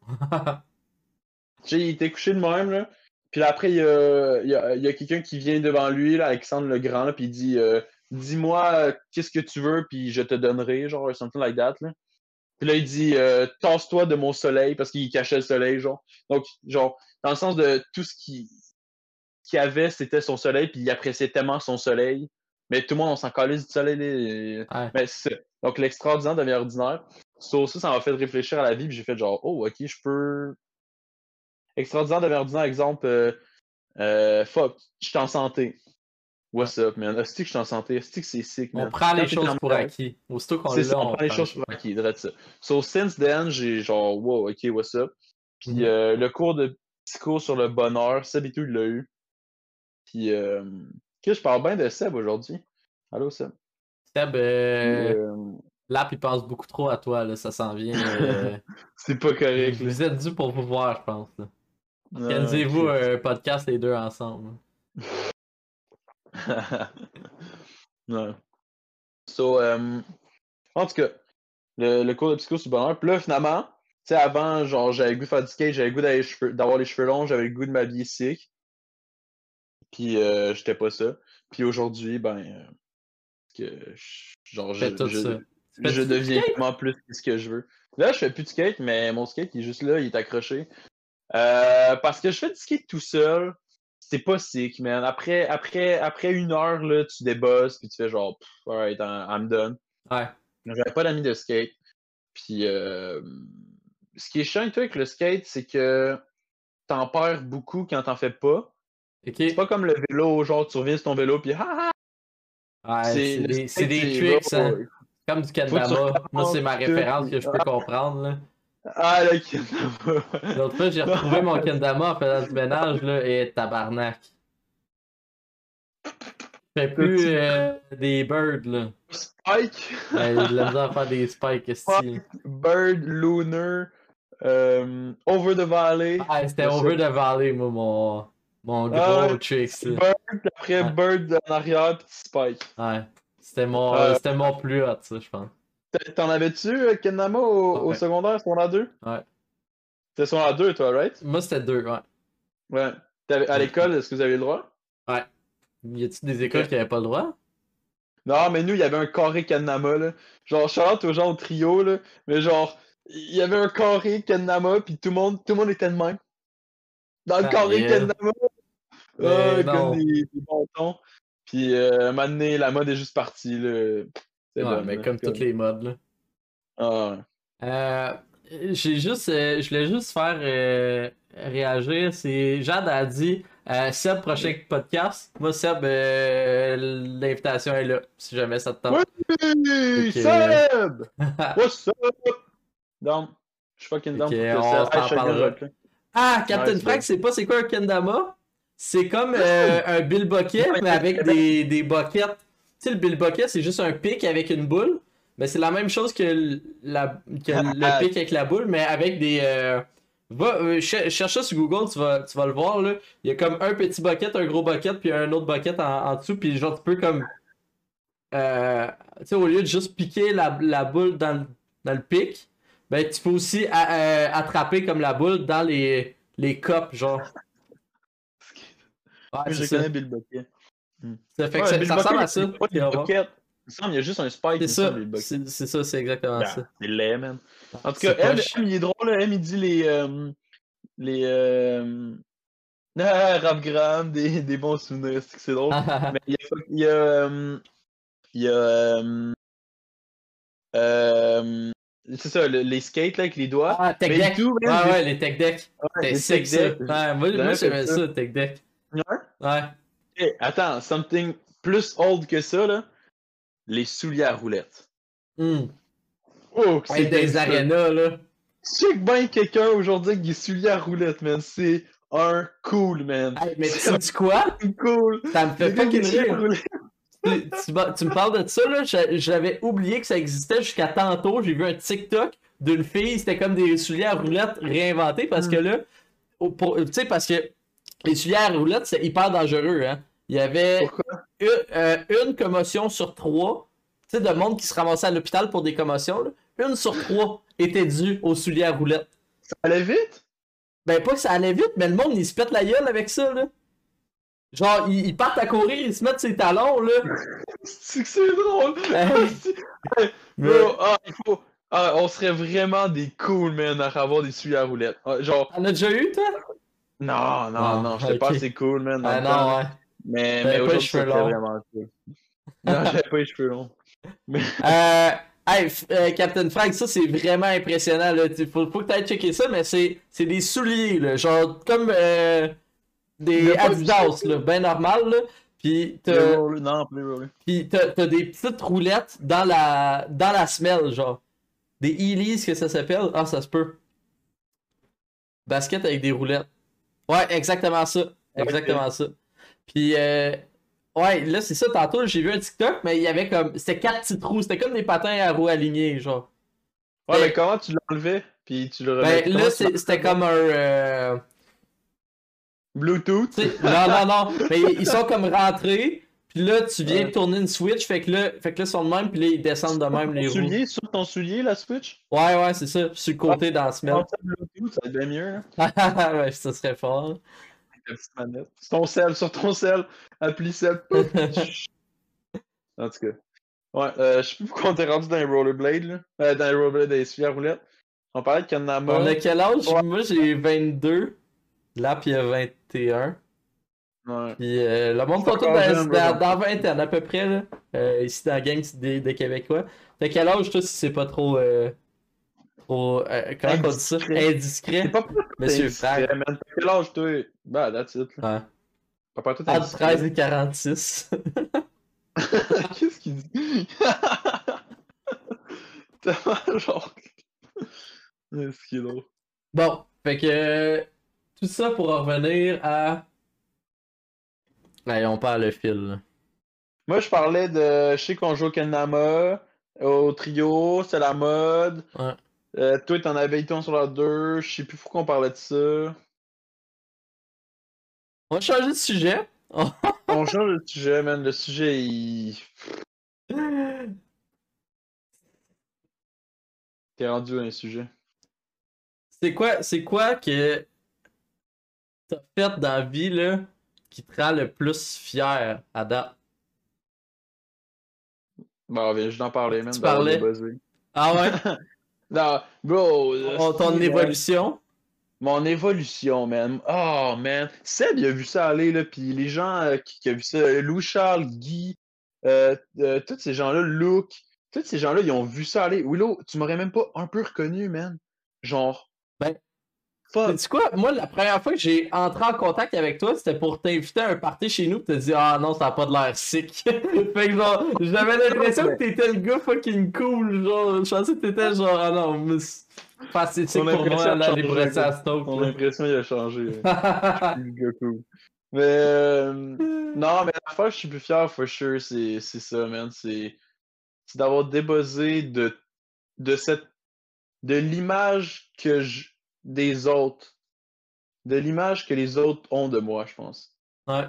S2: Tu sais, il était couché de même, là. Puis là, après, il y a, il y a, il y a quelqu'un qui vient devant lui, là, Alexandre le Grand, là, puis il dit euh, dis-moi euh, qu'est-ce que tu veux, puis je te donnerai, genre, something like that, là. Puis là, il dit euh, tasse-toi de mon soleil, parce qu'il cachait le soleil, genre. Donc, genre, dans le sens de tout ce qu'il qu'il avait, c'était son soleil, puis il appréciait tellement son soleil. Mais tout le monde, on s'en calisse du soleil, là.
S1: Ouais.
S2: Mais c'est ça. Donc, l'extraordinaire devient ordinaire. Sur ça, ça m'a fait réfléchir à la vie, puis j'ai fait genre, oh, ok, je peux. Extraordinaire devient ordinaire, exemple. euh, Euh, fuck, je suis en santé.
S1: Ouais.
S2: What's up, man? Est-ce que je suis en santé? Est-ce que c'est sick,
S1: On
S2: man?
S1: prend
S2: Quand
S1: les
S2: t'es
S1: choses
S2: en
S1: pour
S2: malaise,
S1: acquis. Aussitôt qu'on
S2: c'est ça,
S1: l'a,
S2: on
S1: on
S2: prend les
S1: prend les
S2: choses
S1: choses
S2: pour
S1: pour acquis.
S2: acquis, drette ça. So, since then, j'ai genre, wow, ok, what's up? Puis
S1: Mhm.
S2: euh, le cours de psycho sur le bonheur, Seb et tout, il l'a eu. Puis, euh, ok, je parle bien de Seb aujourd'hui. Allô, Seb?
S1: Seb,
S2: Puis,
S1: euh,
S2: euh...
S1: l'app, il pense beaucoup trop à toi, là. Ça s'en vient. euh,
S2: c'est pas
S1: Vous,
S2: correct, là.
S1: vous êtes dû pour vous voir, je pense, là.
S2: Non,
S1: Organisez-vous
S2: Chris.
S1: un podcast les deux ensemble.
S2: non. So, euh, en tout cas, le, le cours de psycho sur le bonheur. Puis là, finalement, tu sais, avant, genre, j'avais le goût de faire du skate, j'avais le goût d'aller les cheveux- d'avoir les cheveux longs, j'avais le goût de m'habiller sick. Puis euh, j'étais pas ça. Puis aujourd'hui, ben, euh, que, je- genre,
S1: Fais
S2: je,
S1: tout
S2: je,
S1: ça.
S2: je
S1: Fais-tu du
S2: deviens
S1: skate?
S2: vraiment plus ce que je veux. Là, je fais plus de skate, mais mon skate, il est juste là, il est accroché. Euh, parce que je fais du skate tout seul, c'est pas sick, man. Après, après, après une heure, là, tu débosses, puis tu fais genre, pff, alright, I'm I'm done.
S1: Ouais.
S2: J'avais pas d'amis de skate. Puis, euh, ce qui est chiant, toi, avec le skate, c'est que t'en perds beaucoup quand t'en fais pas.
S1: Ok.
S2: C'est pas comme le vélo, genre tu reviens sur ton vélo pis ha ha!
S1: Ouais,
S2: C'est
S1: c'est
S2: le
S1: des, c'est
S2: skate,
S1: des
S2: c'est
S1: tricks,
S2: là,
S1: hein.
S2: ouais.
S1: Comme du
S2: Faut que tu
S1: kendama. Moi, c'est
S2: recommences
S1: ma
S2: pis tout,
S1: référence
S2: pis
S1: que je peux comprendre, là.
S2: ah le kendama!
S1: L'autre fois, j'ai retrouvé mon kendama en faisant du ménage, là, et tabarnak. Je fais plus
S2: T'as-tu
S1: euh, des birds, là.
S2: Spike?
S1: Ouais, j'ai de la misère à faire des spikes, style.
S2: Spike, Bird, Lunar, euh, Over the Valley.
S1: Ah, c'était
S2: Je sais
S1: over the valley, moi, mon, mon
S2: Ah
S1: gros
S2: ouais,
S1: tricks,
S2: c'est
S1: là.
S2: Bird, puis après
S1: Ouais,
S2: Bird en arrière, puis Spike.
S1: ouais. C'était mon,
S2: Euh,
S1: c'était mon plus hot, ça, je pense.
S2: t- T'en avais-tu, euh, Kendama, au, au
S1: Ouais,
S2: secondaire, secondaire deux?
S1: ouais.
S2: C'était secondaire deux, toi, right?
S1: Moi, c'était deux, ouais.
S2: Ouais. T'avais- À
S1: Ouais,
S2: l'école, est-ce que vous avez eu le droit?
S1: ouais. Y a-tu des écoles
S2: Ok.
S1: qui avaient pas le droit?
S2: Non, mais nous, il y avait un carré Kendama, là. Genre, shout-out aux gens au trio, là. Mais genre, il y avait un carré Kendama, puis tout le monde, tout le monde était de même. Dans le carré
S1: Sérieux?
S2: Kendama, ah,
S1: Mais
S2: comme
S1: non.
S2: des, des bâtons. Puis, euh, un moment donné, la mode est juste partie, là. C'est
S1: Ouais,
S2: done,
S1: mais
S2: là.
S1: comme toutes
S2: Comme...
S1: les modes, là.
S2: Ah, ouais.
S1: Euh, j'ai juste, euh, je voulais juste faire euh, réagir. C'est Jade a dit euh, Seb, prochain podcast. Moi, Seb, euh, l'invitation est là, si jamais ça te tente. Fait
S2: Oui!
S1: que,
S2: Seb! What's up? Down. Je suis fucking
S1: fait
S2: down pour
S1: que
S2: te
S1: on
S2: Seb. Hey,
S1: s'en
S2: Shotgun
S1: parlera.
S2: Rock, là.
S1: Ah, Captain
S2: Nice,
S1: Frank,
S2: bro.
S1: c'est pas c'est quoi un kendama? C'est comme euh, un Bill Bucket, mais avec des, des buckets. Tu sais, le Bill Bucket, c'est juste un pic avec une boule. Mais c'est la même chose que, le- la, que le pic avec la boule, mais avec des. Euh, va, euh, ch- cherche ça sur Google, tu vas, tu vas le voir, là. Il y a comme un petit bucket, un gros bucket, puis un autre bucket en, en dessous, puis genre, tu peux comme. Euh, tu sais, au lieu de juste piquer la, la boule dans, le- dans le pic, ben, tu peux aussi a- euh, attraper comme la boule dans les, les cups, genre. Ouais,
S2: Oui,
S1: c'est
S2: je
S1: ça.
S2: connais Bill Bucket. Hmm.
S1: Ça fait que
S2: Ouais,
S1: ça,
S2: Bill
S1: ça ressemble
S2: Bucket,
S1: à
S2: il
S1: ça.
S2: n'y a pas
S1: Tu
S2: de
S1: vas voir.
S2: bucket. Il me semble qu'il y a juste un spike,
S1: C'est
S2: il me semble,
S1: ça.
S2: Bill Bucket.
S1: C'est c'est ça, c'est exactement
S2: Ben,
S1: ça.
S2: c'est laid, man. En tout cas,
S1: C'est
S2: M,
S1: poche.
S2: M, il est drôle, là. M, il dit les. Euh, les. Euh... Ah, Rapgram, des, des bons souvenirs, c'est que c'est drôle. Mais il y a. Il y a. euh, il y a euh, euh, c'est ça, le- les skates là, avec les doigts.
S1: Ah, tech
S2: Mais le
S1: deck.
S2: tout,
S1: Ouais,
S2: man, j'ai
S1: ouais, les tech decks.
S2: ouais,
S1: C'est
S2: les
S1: sick
S2: tech
S1: ça.
S2: decks. J'ai
S1: Ouais, moi, moi
S2: jamais fait
S1: j'aimais
S2: ça.
S1: ça, tech deck.
S2: Ouais.
S1: Ouais.
S2: Ok, attends, something plus old que ça, là. Les souliers à roulettes.
S1: Hmm.
S2: Oh, que
S1: Hey,
S2: c'est
S1: dans les
S2: gangster.
S1: arénas, là.
S2: Check bien quelqu'un aujourd'hui avec des souliers à roulettes, man. C'est un cool, man.
S1: Hey, mais tu
S2: C'est
S1: sais quoi?
S2: un cool.
S1: Ça me fait
S2: Le gars avec
S1: fucking
S2: des souliers à
S1: rire.
S2: roulettes.
S1: Tu, tu, m'as- tu me parles de ça, là, j'a- j'avais oublié que ça existait jusqu'à tantôt. J'ai vu un TikTok d'une fille, c'était comme des souliers à roulettes réinventés parce que là, au- pour- tu sais, parce que les souliers à roulettes, c'est hyper dangereux, hein. Il y avait
S2: Pourquoi?
S1: une, euh, une commotion sur trois, tu sais, de monde qui se ramassait à l'hôpital pour des commotions, là. Une sur trois était due aux souliers à roulettes.
S2: Ça allait vite?
S1: Ben, pas que ça allait vite, mais le monde, il se pète la gueule avec ça, là. Genre, ils, ils partent à courir, ils se mettent ses talons, là.
S2: C'est que c'est drôle.
S1: Hey.
S2: Hey,
S1: Mais-
S2: bro, ah, il faut... ah, on serait vraiment des cool, man, à avoir des souliers à roulettes. Ah, genre,
S1: T'en as déjà eu, toi?
S2: non, non,
S1: Ah,
S2: non, j'étais
S1: ok.
S2: pas assez cool, man, dans
S1: Ah
S2: le temps.
S1: non, ouais.
S2: Mais,
S1: T'avais
S2: mais
S1: pas les
S2: aujourd'hui,
S1: cheveux
S2: ça serait
S1: longs.
S2: vraiment cool. Non, j'avais pas les cheveux longs. Mais...
S1: Euh, hey, f- euh, Captain Frank, ça c'est vraiment impressionnant. Là. Tu- Faut, faut que tu ailles checker ça, mais c'est c'est des souliers, là, genre comme euh,
S2: Il
S1: des
S2: y a pas vu ça,
S1: Adidas, là, ben normal. Là. Puis t'as
S2: Playroll, non, Playroll.
S1: puis t'as- t'as des petites roulettes dans la dans la semelle, genre. Des Heelys que ça s'appelle. Ah, ça se peut. Basket avec des roulettes. Ouais, exactement ça. Exactement ça. Puis, euh, ouais, là, c'est ça. Tantôt, j'ai vu un TikTok, mais il y avait comme. C'était quatre petits trous. C'était comme des patins à roues alignées, genre.
S2: Ouais,
S1: Ben-
S2: mais comment tu l'enlevais? Puis tu le remettais?
S1: Ben,
S2: Comment
S1: là,
S2: tu
S1: c'est-
S2: l'enlevais?
S1: c'était comme un. euh,
S2: Bluetooth?
S1: tu sais, non, non, non. Mais ils sont comme rentrés. Puis là, tu viens
S2: Ouais.
S1: de tourner une switch. Fait que là, fait que là, ils sont de même. Puis là, ils descendent de même, les
S2: Ton
S1: roues.
S2: soulier, sur ton soulier, la Switch?
S1: Ouais, ouais, c'est ça. Puis sur le côté dans la semelle.
S2: Quand tu as Bluetooth, ça devient mieux, là.
S1: Ouais, ça serait fort.
S2: Avec la petite manette. Sur ton sel, sur ton sel. Appli sel. Pouf! En tout cas. Ouais, euh, je sais plus pourquoi on t'est rendu dans les rollerblades, là. Euh, dans les rollerblades des souliers à roulettes. On parlait de Kanama.
S1: On a quel âge?
S2: Ouais.
S1: Moi, j'ai vingt-deux. Là, puis il y a vingt et un.
S2: Ouais.
S1: Puis euh, le monde
S2: C'est
S1: sont tous
S2: encore
S1: dans,
S2: jeune,
S1: dans,
S2: bro.
S1: dans vingtaine à peu près, là. Euh, ici dans la gang des, des Québécois. T'as quel âge, toi, si c'est pas trop. Euh, trop euh, comment on dit ça?
S2: Indiscret.
S1: Indiscret.
S2: C'est pas
S1: Monsieur
S2: indiscret,
S1: Frank.
S2: man. T'as quel âge, toi? Bah, that's it, là.
S1: Ouais.
S2: Papa, toi, t'es
S1: Entre treize
S2: indiscret.
S1: et quarante-six.
S2: Qu'est-ce qu'il dit? Tellement genre. C'est ce qui est drôle.
S1: Bon, fait que tout ça pour en revenir à. Allez, on perd le fil. Là.
S2: Moi, je parlais de. Je sais qu'on joue au Kendama, au trio, c'est la mode.
S1: Ouais.
S2: Euh, toi, t'en avais été sur la deux. Je sais plus pourquoi on parlait de ça.
S1: On va changer de sujet.
S2: On change de sujet, man. Le sujet, il. T'es rendu à un sujet.
S1: C'est quoi, c'est quoi que t'as fait dans la vie là, qui te rend le plus fier à date?
S2: Bon, viens juste d'en parler, man,
S1: Tu
S2: d'avoir
S1: parlais.
S2: débuzzé.
S1: Ah ouais?
S2: Non, bro,
S1: Ton, ton
S2: hostie, man.
S1: évolution?
S2: Mon évolution, man. Oh, man. Seb, il a vu ça aller, là, puis les gens euh, qui, qui ont vu ça, euh, Louis-Charles, Guy, euh, euh, tous ces gens-là, Luke, tous ces gens-là, ils ont vu ça aller. Willow, tu m'aurais même pas un peu reconnu, man. Genre,
S1: Ben,
S2: fuck.
S1: sais-tu quoi? Moi, la première fois que j'ai entré en contact avec toi, c'était pour t'inviter à un party chez nous, pis t'as dit, ah non, ça a pas de l'air sick. Fait que genre, j'avais l'impression que t'étais le gars fucking cool, genre, je pensais que t'étais genre, ah non, mais c'est pas assez
S2: Mon
S1: sick pour moi,
S2: impression a
S1: aller aller
S2: changé,
S1: brosser
S2: bro.
S1: à Stoke,
S2: Mon
S1: là.
S2: impression, il a changé. Là. Je suis plus le gars cool. Mais, euh, non, mais la fois que je suis plus fier, for sure, c'est c'est ça, man. C'est c'est d'avoir débuzzé de, de cette de l'image que je, des autres, de l'image que les autres ont de moi, je pense.
S1: Ouais.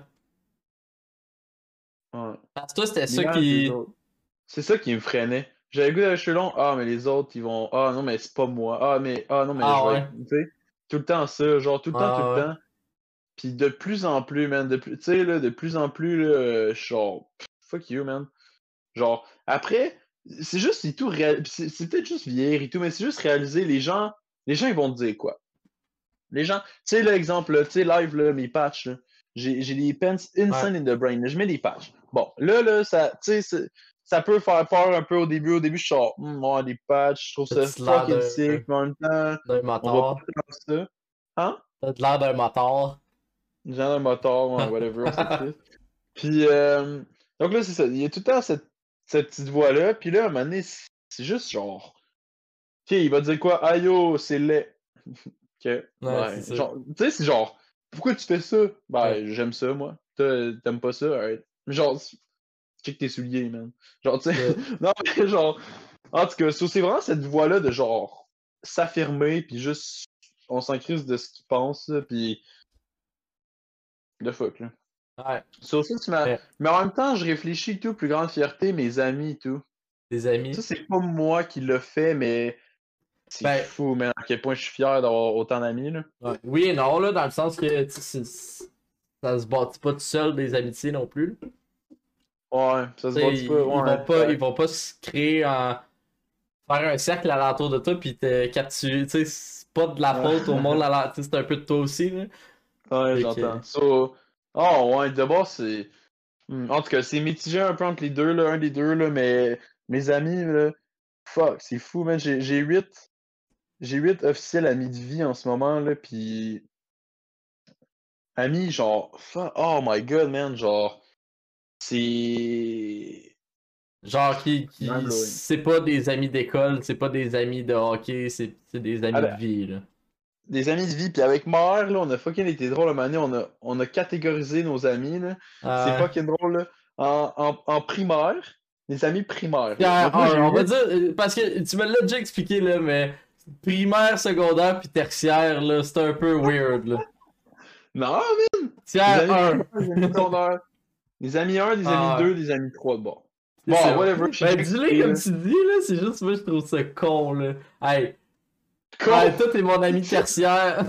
S2: Ouais.
S1: Parce que toi, c'était ça
S2: L'image des
S1: qui.
S2: autres. C'est ça qui me freinait. J'avais le goût d'aller cheveux longs. Ah, mais les autres, ils vont. Ah, non, mais c'est pas moi. Ah, mais. Ah, non, mais je
S1: Ah
S2: vais
S1: ouais.
S2: être. Tu sais, tout le temps ça. Genre, tout le temps, tout le
S1: Ah ouais.
S2: temps. Puis de plus en plus, man. De plus, tu sais, là, de plus en plus, là, euh, je suis genre. pff, Fuck you, man. Genre, après, c'est juste, c'est tout. réal- C'est c'est peut-être juste vieillir et tout, mais c'est juste réaliser, les gens. Les gens, ils vont te dire quoi? Les gens, tu sais, l'exemple, tu sais, live, là, mes patchs, là, j'ai j'ai des pens
S1: Ouais.
S2: insane in the brain. Là, je mets des patchs. Bon, là, là, ça, tu sais, c'est- ça peut faire peur un peu au début. Au début, je suis genre, Hum, ouais, des patchs, je trouve
S1: T'as
S2: ça
S1: de l'air
S2: fucking
S1: d'un
S2: sick, mais en même temps,
S1: d'un
S2: on va pas
S1: motard.
S2: faire ça. Hein?
S1: T'as de l'air d'un motard.
S2: Genre un moteur, ouais, whatever, on s'en fout. Puis, euh, donc là, c'est ça. Il y a tout le temps cette, cette petite voix-là. Puis là, à un moment donné, c'est c'est juste genre, OK, il va dire quoi? Ah yo, c'est laid. OK,
S1: Ouais, c'est
S2: ouais.
S1: ça.
S2: Genre, tu sais, c'est genre, pourquoi tu fais ça?
S1: Ouais.
S2: Ben, j'aime ça, moi. Toi, t'aimes pas ça? Alright. Mais genre, check tes souliers, man. Genre, tu sais,
S1: Ça.
S2: non, mais genre, en tout cas, so, c'est vraiment cette voix-là de genre, s'affirmer, puis juste, on s'en crisse de ce qu'il pense, là, puis de fuck, là.
S1: Ouais.
S2: So, ça, tu m'as...
S1: Mais
S2: Mais en même temps, je réfléchis et tout, plus grande fierté, mes amis et tout.
S1: des
S2: Ça,
S1: amis.
S2: c'est pas moi qui l'a fait, mais c'est
S1: Ben,
S2: fou, man, à quel point je suis fier d'avoir autant d'amis, là.
S1: ouais. Oui et non, là, dans le sens que tu sais, c'est- ça se bâtit pas tout seul des amitiés non plus. Tu
S2: Ouais, ça se
S1: sais,
S2: bâtit pas,
S1: ils, ils vont
S2: ouais,
S1: pas, ils
S2: fact.
S1: vont pas se créer en faire un cercle alentour de toi puis te capturer. Tu sais, c'est pas de la faute au monde alentour. Tu sais, c'est un peu de toi aussi, là.
S2: Ouais,
S1: Fait que,
S2: j'entends. So, oh, ouais, d'abord, c'est. Hmm, En tout cas, c'est mitigé un peu entre les deux, là, un des deux, là, mais mes amis, là, fuck, c'est fou, man. J'ai j'ai huit, j'ai huit officiels amis de vie en ce moment, là, puis amis, genre, fuck, oh my god, man, genre, c'est
S1: genre, qui, qui,
S2: mind-blowing.
S1: c'est pas des amis d'école, c'est pas des amis de hockey, c'est c'est des
S2: Ah
S1: amis
S2: ben,
S1: de vie, là.
S2: des amis de vie, puis avec Mare, là, on a fucking été drôle, à un moment donné, on a, on a catégorisé nos amis, là. C'est
S1: Euh,
S2: fucking drôle, là. En, en, en primaire, les amis primaires, là.
S1: Tiers
S2: Donc moi, j'ai
S1: un, on va
S2: huit.
S1: dire, euh, parce que tu me l'as déjà expliqué, là, mais primaire, secondaire, puis tertiaire, là, c'est un peu weird, là.
S2: Non, des
S1: Tiers
S2: amis
S1: un.
S2: primaires, des amis secondaires. Des amis un, des amis
S1: Ah,
S2: deux, des amis trois de bord.
S1: c'est
S2: Bon,
S1: ça.
S2: whatever, je t'ai
S1: Ben,
S2: déjà
S1: dis-le
S2: expliqué,
S1: comme
S2: là.
S1: tu dis, là, c'est juste, moi, je trouve ça con, là. Hey,
S2: Con!
S1: hey, toi, t'es mon ami tertiaire.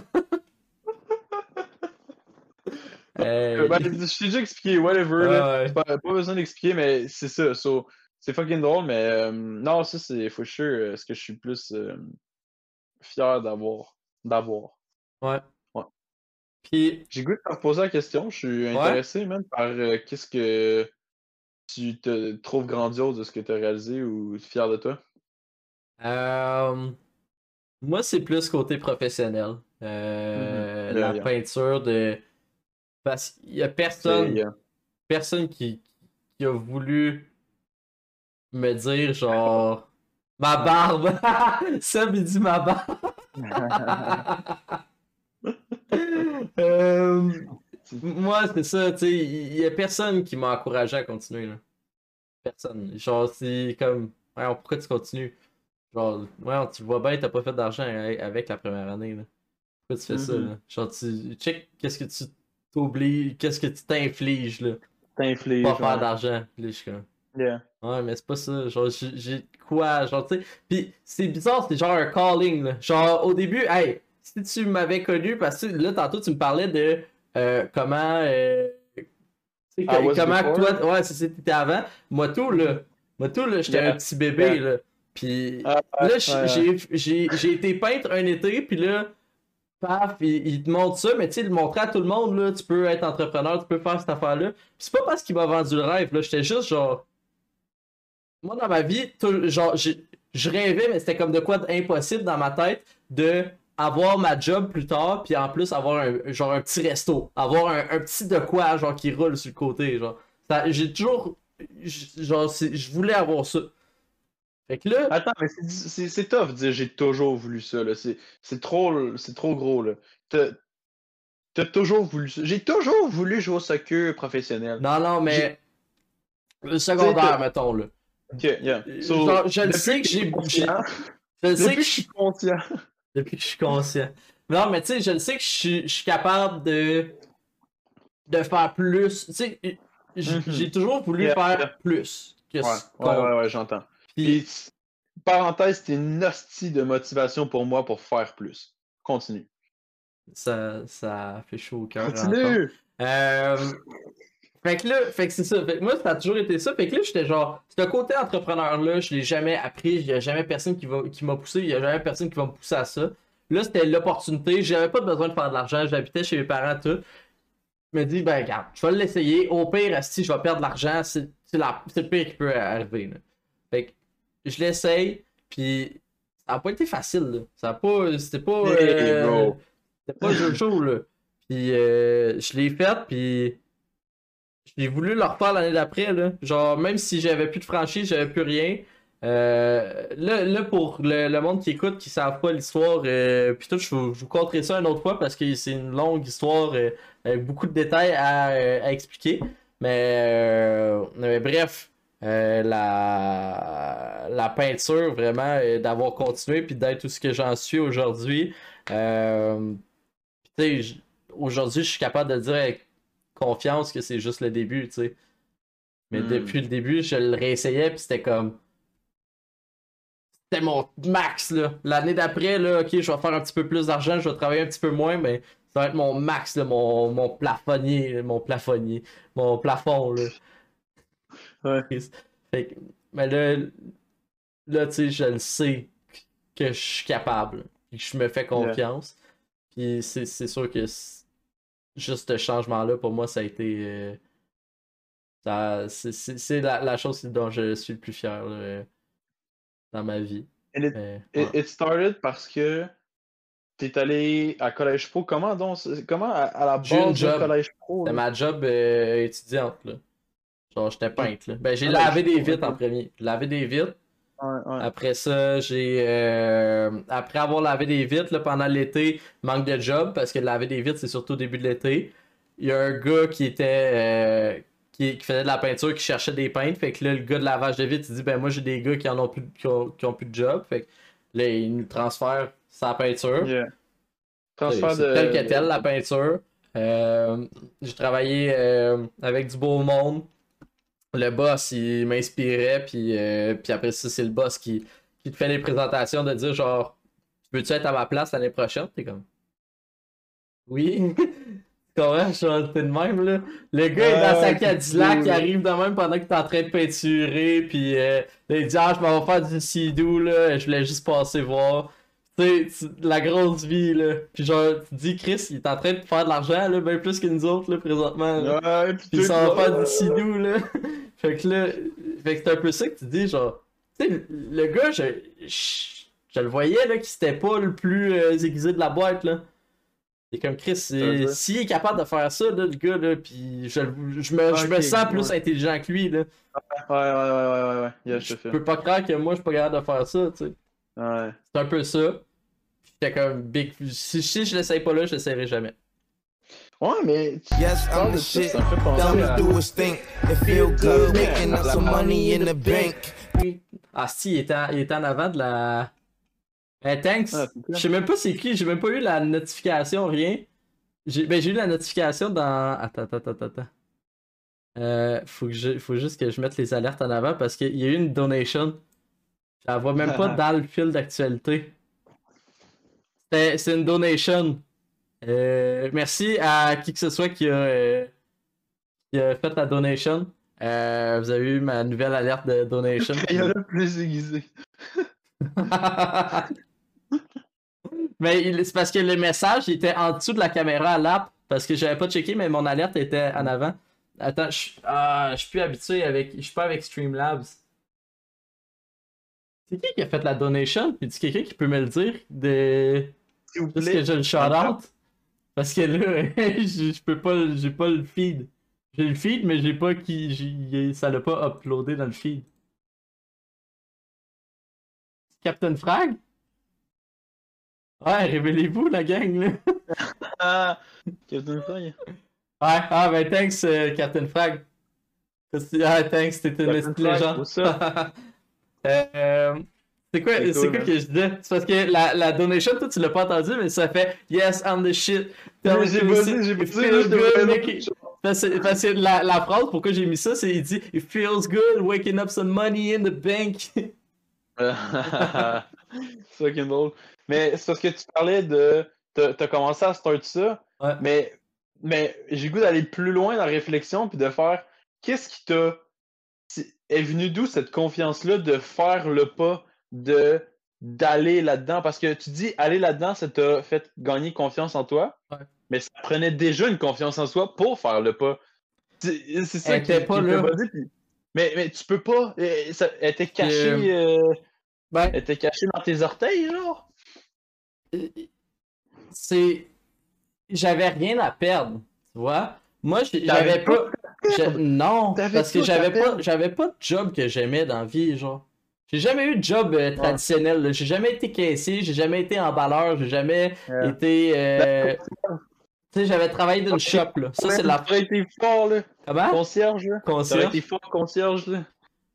S2: Euh, Ben,
S1: Hey.
S2: je t'ai déjà expliqué, whatever, là.
S1: Ah
S2: C'est
S1: ouais.
S2: pas, pas besoin d'expliquer, mais c'est ça. So, c'est fucking drôle, mais euh, non, ça, c'est for sure euh, ce que je suis le plus euh, fier d'avoir. D'avoir.
S1: Ouais.
S2: Ouais.
S1: Puis,
S2: J'ai goût de te reposer la question. Je suis
S1: ouais.
S2: intéressé, même, par euh, qu'est-ce que tu te trouves grandiose de ce que tu as réalisé ou fier de toi.
S1: Euh, moi, c'est plus côté professionnel.
S2: Mhm.
S1: Euh,
S2: Yeah,
S1: la
S2: yeah.
S1: peinture de Parce qu'il y a
S2: C'est,
S1: personne,
S2: euh,
S1: personne qui, qui a voulu me dire genre ma barbe. Ça me dit ma barbe. Euh, moi, c'est ça, tu sais, il y a personne qui m'a encouragé à continuer, là. Personne. Genre, c'est comme, ouais, pourquoi tu continues? Genre, ouais, tu vois bien, t'as pas fait d'argent avec avec la première année, là. Pourquoi tu fais ça,
S2: Mhm.
S1: là? Genre, tu check qu'est-ce que tu t'oublies, qu'est-ce que tu t'infliges, là. Pas
S2: T'infliges,
S1: faire
S2: ouais.
S1: d'argent. Puis là, je suis comme,
S2: Yeah.
S1: ouais, mais c'est pas ça. Genre, j'ai j'ai quoi? Genre, tu sais. Puis c'est bizarre, c'est genre un calling, là. Genre, au début, hey, si tu m'avais connu, parce que là, tantôt, tu me parlais de euh, comment. euh, tu sais,
S2: I
S1: que-
S2: was
S1: comment que
S2: before.
S1: toi. Ouais, c'est ça, t'étais avant. Moi, tout, là.
S2: Mhm.
S1: Moi, tout, là, j'étais un
S2: Yeah.
S1: petit bébé,
S2: Yeah.
S1: là. Puis
S2: Ah, ouais,
S1: là,
S2: ouais,
S1: j-
S2: ouais.
S1: j'ai j'ai- j'ai été peintre un été, puis là. Paf, il, il te montre ça, mais tu sais, il le montrait à tout le monde, là, tu peux être entrepreneur, tu peux faire cette affaire-là. Puis c'est pas parce qu'il m'a vendu le rêve, là, j'étais juste genre, moi dans ma vie, tout- genre, j'ai- je rêvais, mais c'était comme de quoi d'impossible dans ma tête de avoir ma job plus tard, puis en plus avoir un, genre un petit resto, avoir un, un petit de quoi, genre, qui roule sur le côté, genre. Ça, j'ai toujours, j- genre, c'est- je voulais avoir ça. Fait que là,
S2: Attends, mais c'est c'est- c'est tough de dire j'ai toujours voulu ça, là. C'est c'est trop, c'est trop gros, là. T'as t'as toujours voulu ça. J'ai toujours voulu jouer au soccer professionnel.
S1: non, non,
S2: J'ai,
S1: mais le
S2: tu sais,
S1: secondaire,
S2: t'as-
S1: mettons, là.
S2: ok, yeah.
S1: Genre,
S2: So,
S1: je le
S2: depuis
S1: sais
S2: que
S1: que
S2: je suis
S1: j'ai,
S2: conscient,
S1: j'ai, je le sais
S2: depuis
S1: que
S2: que je suis
S1: je
S2: conscient.
S1: depuis que je suis conscient. Non, mais tu sais, je le sais que je suis, je suis capable de, de faire plus. Tu sais, j-
S2: Mhm.
S1: j'ai toujours voulu
S2: Yeah, yeah.
S1: faire plus que
S2: Ouais,
S1: ce
S2: ouais, ouais,
S1: qu'on.
S2: ouais, j'entends. Puis,
S1: Puis
S2: c- parenthèse, c'est une hostie de motivation pour moi pour faire plus. Continue.
S1: ça, ça fait chaud au cœur à entendre.
S2: Continue!
S1: Euh, fait que là, fait que c'est ça. Fait que moi, ça a toujours été ça. Fait que là, j'étais genre, ce côté entrepreneur-là, je l'ai jamais appris. Il n'y a jamais personne qui va, qui m'a poussé. Il n'y a jamais personne qui va me pousser à ça. Là, c'était l'opportunité. J'avais pas besoin de faire de l'argent. J'habitais chez mes parents, tout. Je me dis, ben regarde, je vais l'essayer. Au pire, si je vais perdre de l'argent, c'est c'est la- c'est le pire qui peut arriver, là. Fait que je l'essaye, puis ça n'a pas été facile, là. Ça a pas. C'était pas.
S2: Hey,
S1: Euh,
S2: bro!
S1: c'était pas Jojo, là. Puis euh, je l'ai fait, puis j'ai voulu le refaire l'année d'après, là. Genre, même si j'avais plus de franchise, j'avais plus rien. Euh, là, là, pour le, le monde qui écoute, qui ne savent pas l'histoire, euh, puis tout, je vous, je vous conterai ça une autre fois parce que c'est une longue histoire euh, avec beaucoup de détails à, euh, à expliquer. Mais, euh, mais bref, euh, la, la peinture, vraiment, euh, d'avoir continué puis d'être tout ce que j'en suis aujourd'hui. Euh, tu sais, j- aujourd'hui, je suis capable de dire avec confiance que c'est juste le début, tu sais. Mais
S2: Hmm.
S1: depuis le début, je le réessayais, puis c'était comme. C'était mon max, là. L'année d'après, là, ok, je vais faire un petit peu plus d'argent, je vais travailler un petit peu moins, mais ça va être mon max, là, mon, mon plafonnier, mon plafonnier, mon plafond, là.
S2: Ouais,
S1: Fait que- mais là, là, tu sais, je le sais que je suis capable, puis que je me fais
S2: yeah.
S1: confiance. Puis c'est c'est sûr que c- juste ce changement-là, pour moi, ça a été. euh, ça- c'est c'est- c'est la, la chose dont je suis le plus fier, là, euh, dans ma vie.
S2: And it,
S1: Mais, ouais.
S2: it, it started parce que t'es allé à Collège Pro. Comment donc? c'est- Comment à, à la
S1: J'ai eu une
S2: base d'un
S1: job.
S2: Collège Pro,
S1: C'était
S2: là?
S1: ma job euh, étudiante, là. Genre, j'étais
S2: Un
S1: peintre, là. Ben, j'ai lavé
S2: Collège
S1: des
S2: Pro, ok.
S1: vitres en premier. Lavé des vitres.
S2: Ouais, ouais.
S1: Après ça, j'ai. euh, Après avoir lavé des vitres, là, pendant l'été, manque de job, parce que laver des vitres, c'est surtout au début de l'été. Il y a un gars qui était. euh, Qui, qui faisait de la peinture, qui cherchait des peintres. Fait que là, le gars de lavage de vitres, il dit, ben, moi, j'ai des gars qui en ont plus, qui ont, qui ont plus de job. Fait que là, il nous transfère sa peinture.
S2: Yeah.
S1: C'est
S2: Transfert
S1: c'est tel que
S2: de,
S1: tel,
S2: de-
S1: la peinture. Euh, j'ai travaillé euh, avec du beau monde. Le boss, il m'inspirait, puis, euh, puis après ça, c'est le boss qui, qui te fait les présentations de dire genre, veux-tu être à ma place l'année prochaine? T'es comme, oui. Tu comprends? Je suis en- t'es de même, là. Le gars est dans sa
S2: Ouais, c'est
S1: Cadillac, il
S2: cool.
S1: arrive de même pendant que t'es en train de peinturer, puis euh, là, il dit, ah, je m'en vais faire du sidou, là, je voulais juste passer voir. Tu sais, tu- la grosse vie, là. Puis genre, tu te dis, Chris, il est en train de faire de l'argent, là, bien plus que nous autres, là, présentement, là.
S2: Ouais, pis
S1: Puis il
S2: tout,
S1: s'en va faire du
S2: là.
S1: sidou, là. Fait que là, fait que c'est un peu ça que tu dis, genre. Tu sais, le gars, je, je, je le voyais, là, qu'il c'était pas le plus euh, aiguisé de la boîte, là. C'est comme Chris,
S2: Ça veut
S1: c'est-
S2: dire?
S1: s'il est capable de faire ça, là, le gars, là, puis je, je me, je me
S2: Ok,
S1: sens plus
S2: ouais.
S1: intelligent que lui, là.
S2: Ouais, ouais, ouais, ouais, ouais, ouais. Yeah, je
S1: Je
S2: te fais.
S1: peux pas croire que moi, je suis pas capable de faire ça, tu sais.
S2: Ouais.
S1: C'est un peu ça. J'étais comme big. Si, si je l'essaye pas là, je l'essayerai jamais.
S2: Ouais, mais tu,
S3: Yes,
S2: tu
S3: I'm
S2: parles
S3: the
S2: de ça,
S3: shit.
S2: ça me fait
S3: All
S2: penser
S3: we
S2: à...
S3: do is think and feel good, making up some money in the bank.
S1: Ah, si, il était, en, il était en avant de la. Eh, thanks.
S2: Ah, c'est
S1: Je
S2: ça.
S1: sais même pas c'est qui, j'ai même pas eu la notification, rien. J'ai ben, j'ai eu la notification dans. Attends, attends, attends, attends. Euh, faut, que je... faut juste que je mette les alertes en avant parce qu'il y a eu une donation. Je la vois même pas dans le fil d'actualité. C'est c'est une donation. Euh, merci à qui que ce soit qui a, euh, qui a fait la donation. Euh, vous avez eu ma nouvelle alerte de donation.
S2: Il y en a plus aiguisé.
S1: Mais il- c'est parce que le message il était en dessous de la caméra à l'app. Parce que j'avais pas checké, mais mon alerte était en avant. Attends, je ah, je suis plus habitué avec. Je suis pas avec Streamlabs. C'est qui qui a fait la donation? Puis c'est quelqu'un qui peut me le dire de.
S2: S'il vous
S1: Juste
S2: plaît.
S1: que je le shout-out. Parce que là, je je peux pas. J'ai pas le feed. J'ai le feed, mais j'ai pas qui. j'ai- Ça l'a pas uploadé dans le feed. Captain Frag? Ouais, révélez-vous la gang là.
S2: Ah, Captain Frog.
S1: Ouais, ah ben thanks euh, Captain Frag. Ah thanks, t'es une
S2: Captain
S1: petite
S2: Frag,
S1: légende.
S2: what's up?
S1: Euh, c'est quoi,
S2: C'est
S1: c'est
S2: cool,
S1: quoi
S2: man.
S1: que je disais? C'est parce que la, la donation, toi tu l'as pas entendu, mais ça fait Yes, I'm the shit.
S2: Mais j'ai pas dit, j'ai pas
S1: It
S2: dit,
S1: feels
S2: là, je
S1: good
S2: devrais
S1: making- Parce que, parce que la, la phrase, pourquoi j'ai mis ça, c'est il dit It feels good waking up some money in the bank.
S2: C'est fucking drôle. Mais c'est parce que tu parlais de. T'as t'as commencé à start ça,
S1: Ouais.
S2: mais, mais j'ai le goût d'aller plus loin dans la réflexion puis de faire qu'est-ce qui t'a. c'est- Est venu d'où cette confiance-là de faire le pas, de d'aller là-dedans? Parce que tu dis aller là-dedans, ça t'a fait gagner confiance en toi,
S1: Ouais.
S2: mais ça prenait déjà une confiance en soi pour faire le pas. C'est c'est ça
S1: Elle
S2: qui,
S1: était
S2: qui
S1: pas
S2: me fait
S1: là.
S2: buzzer, puis- Mais, mais tu peux pas. euh, ça- elle était
S1: Euh,
S2: cachée. euh,
S1: Ben,
S2: Elle était cachée dans tes orteils, genre?
S1: c'est. J'avais rien à perdre, tu vois. Moi, j'ai-
S2: T'avais
S1: j'avais pas. je- Non,
S2: T'avais
S1: parce que
S2: tout à
S1: j'avais pas,
S2: perdre.
S1: j'avais pas de job que j'aimais dans la vie, genre. J'ai jamais eu de job euh, traditionnel, là. J'ai jamais été caissier, j'ai jamais été emballeur, j'ai jamais
S2: Ouais.
S1: été. euh, Tu sais, j'avais travaillé d'une shop, là. Ça, c'est la.
S2: T'aurais été fort, là.
S1: Comment?
S2: Concierge, là. T'aurais
S1: Concierge.
S2: été fort concierge, là.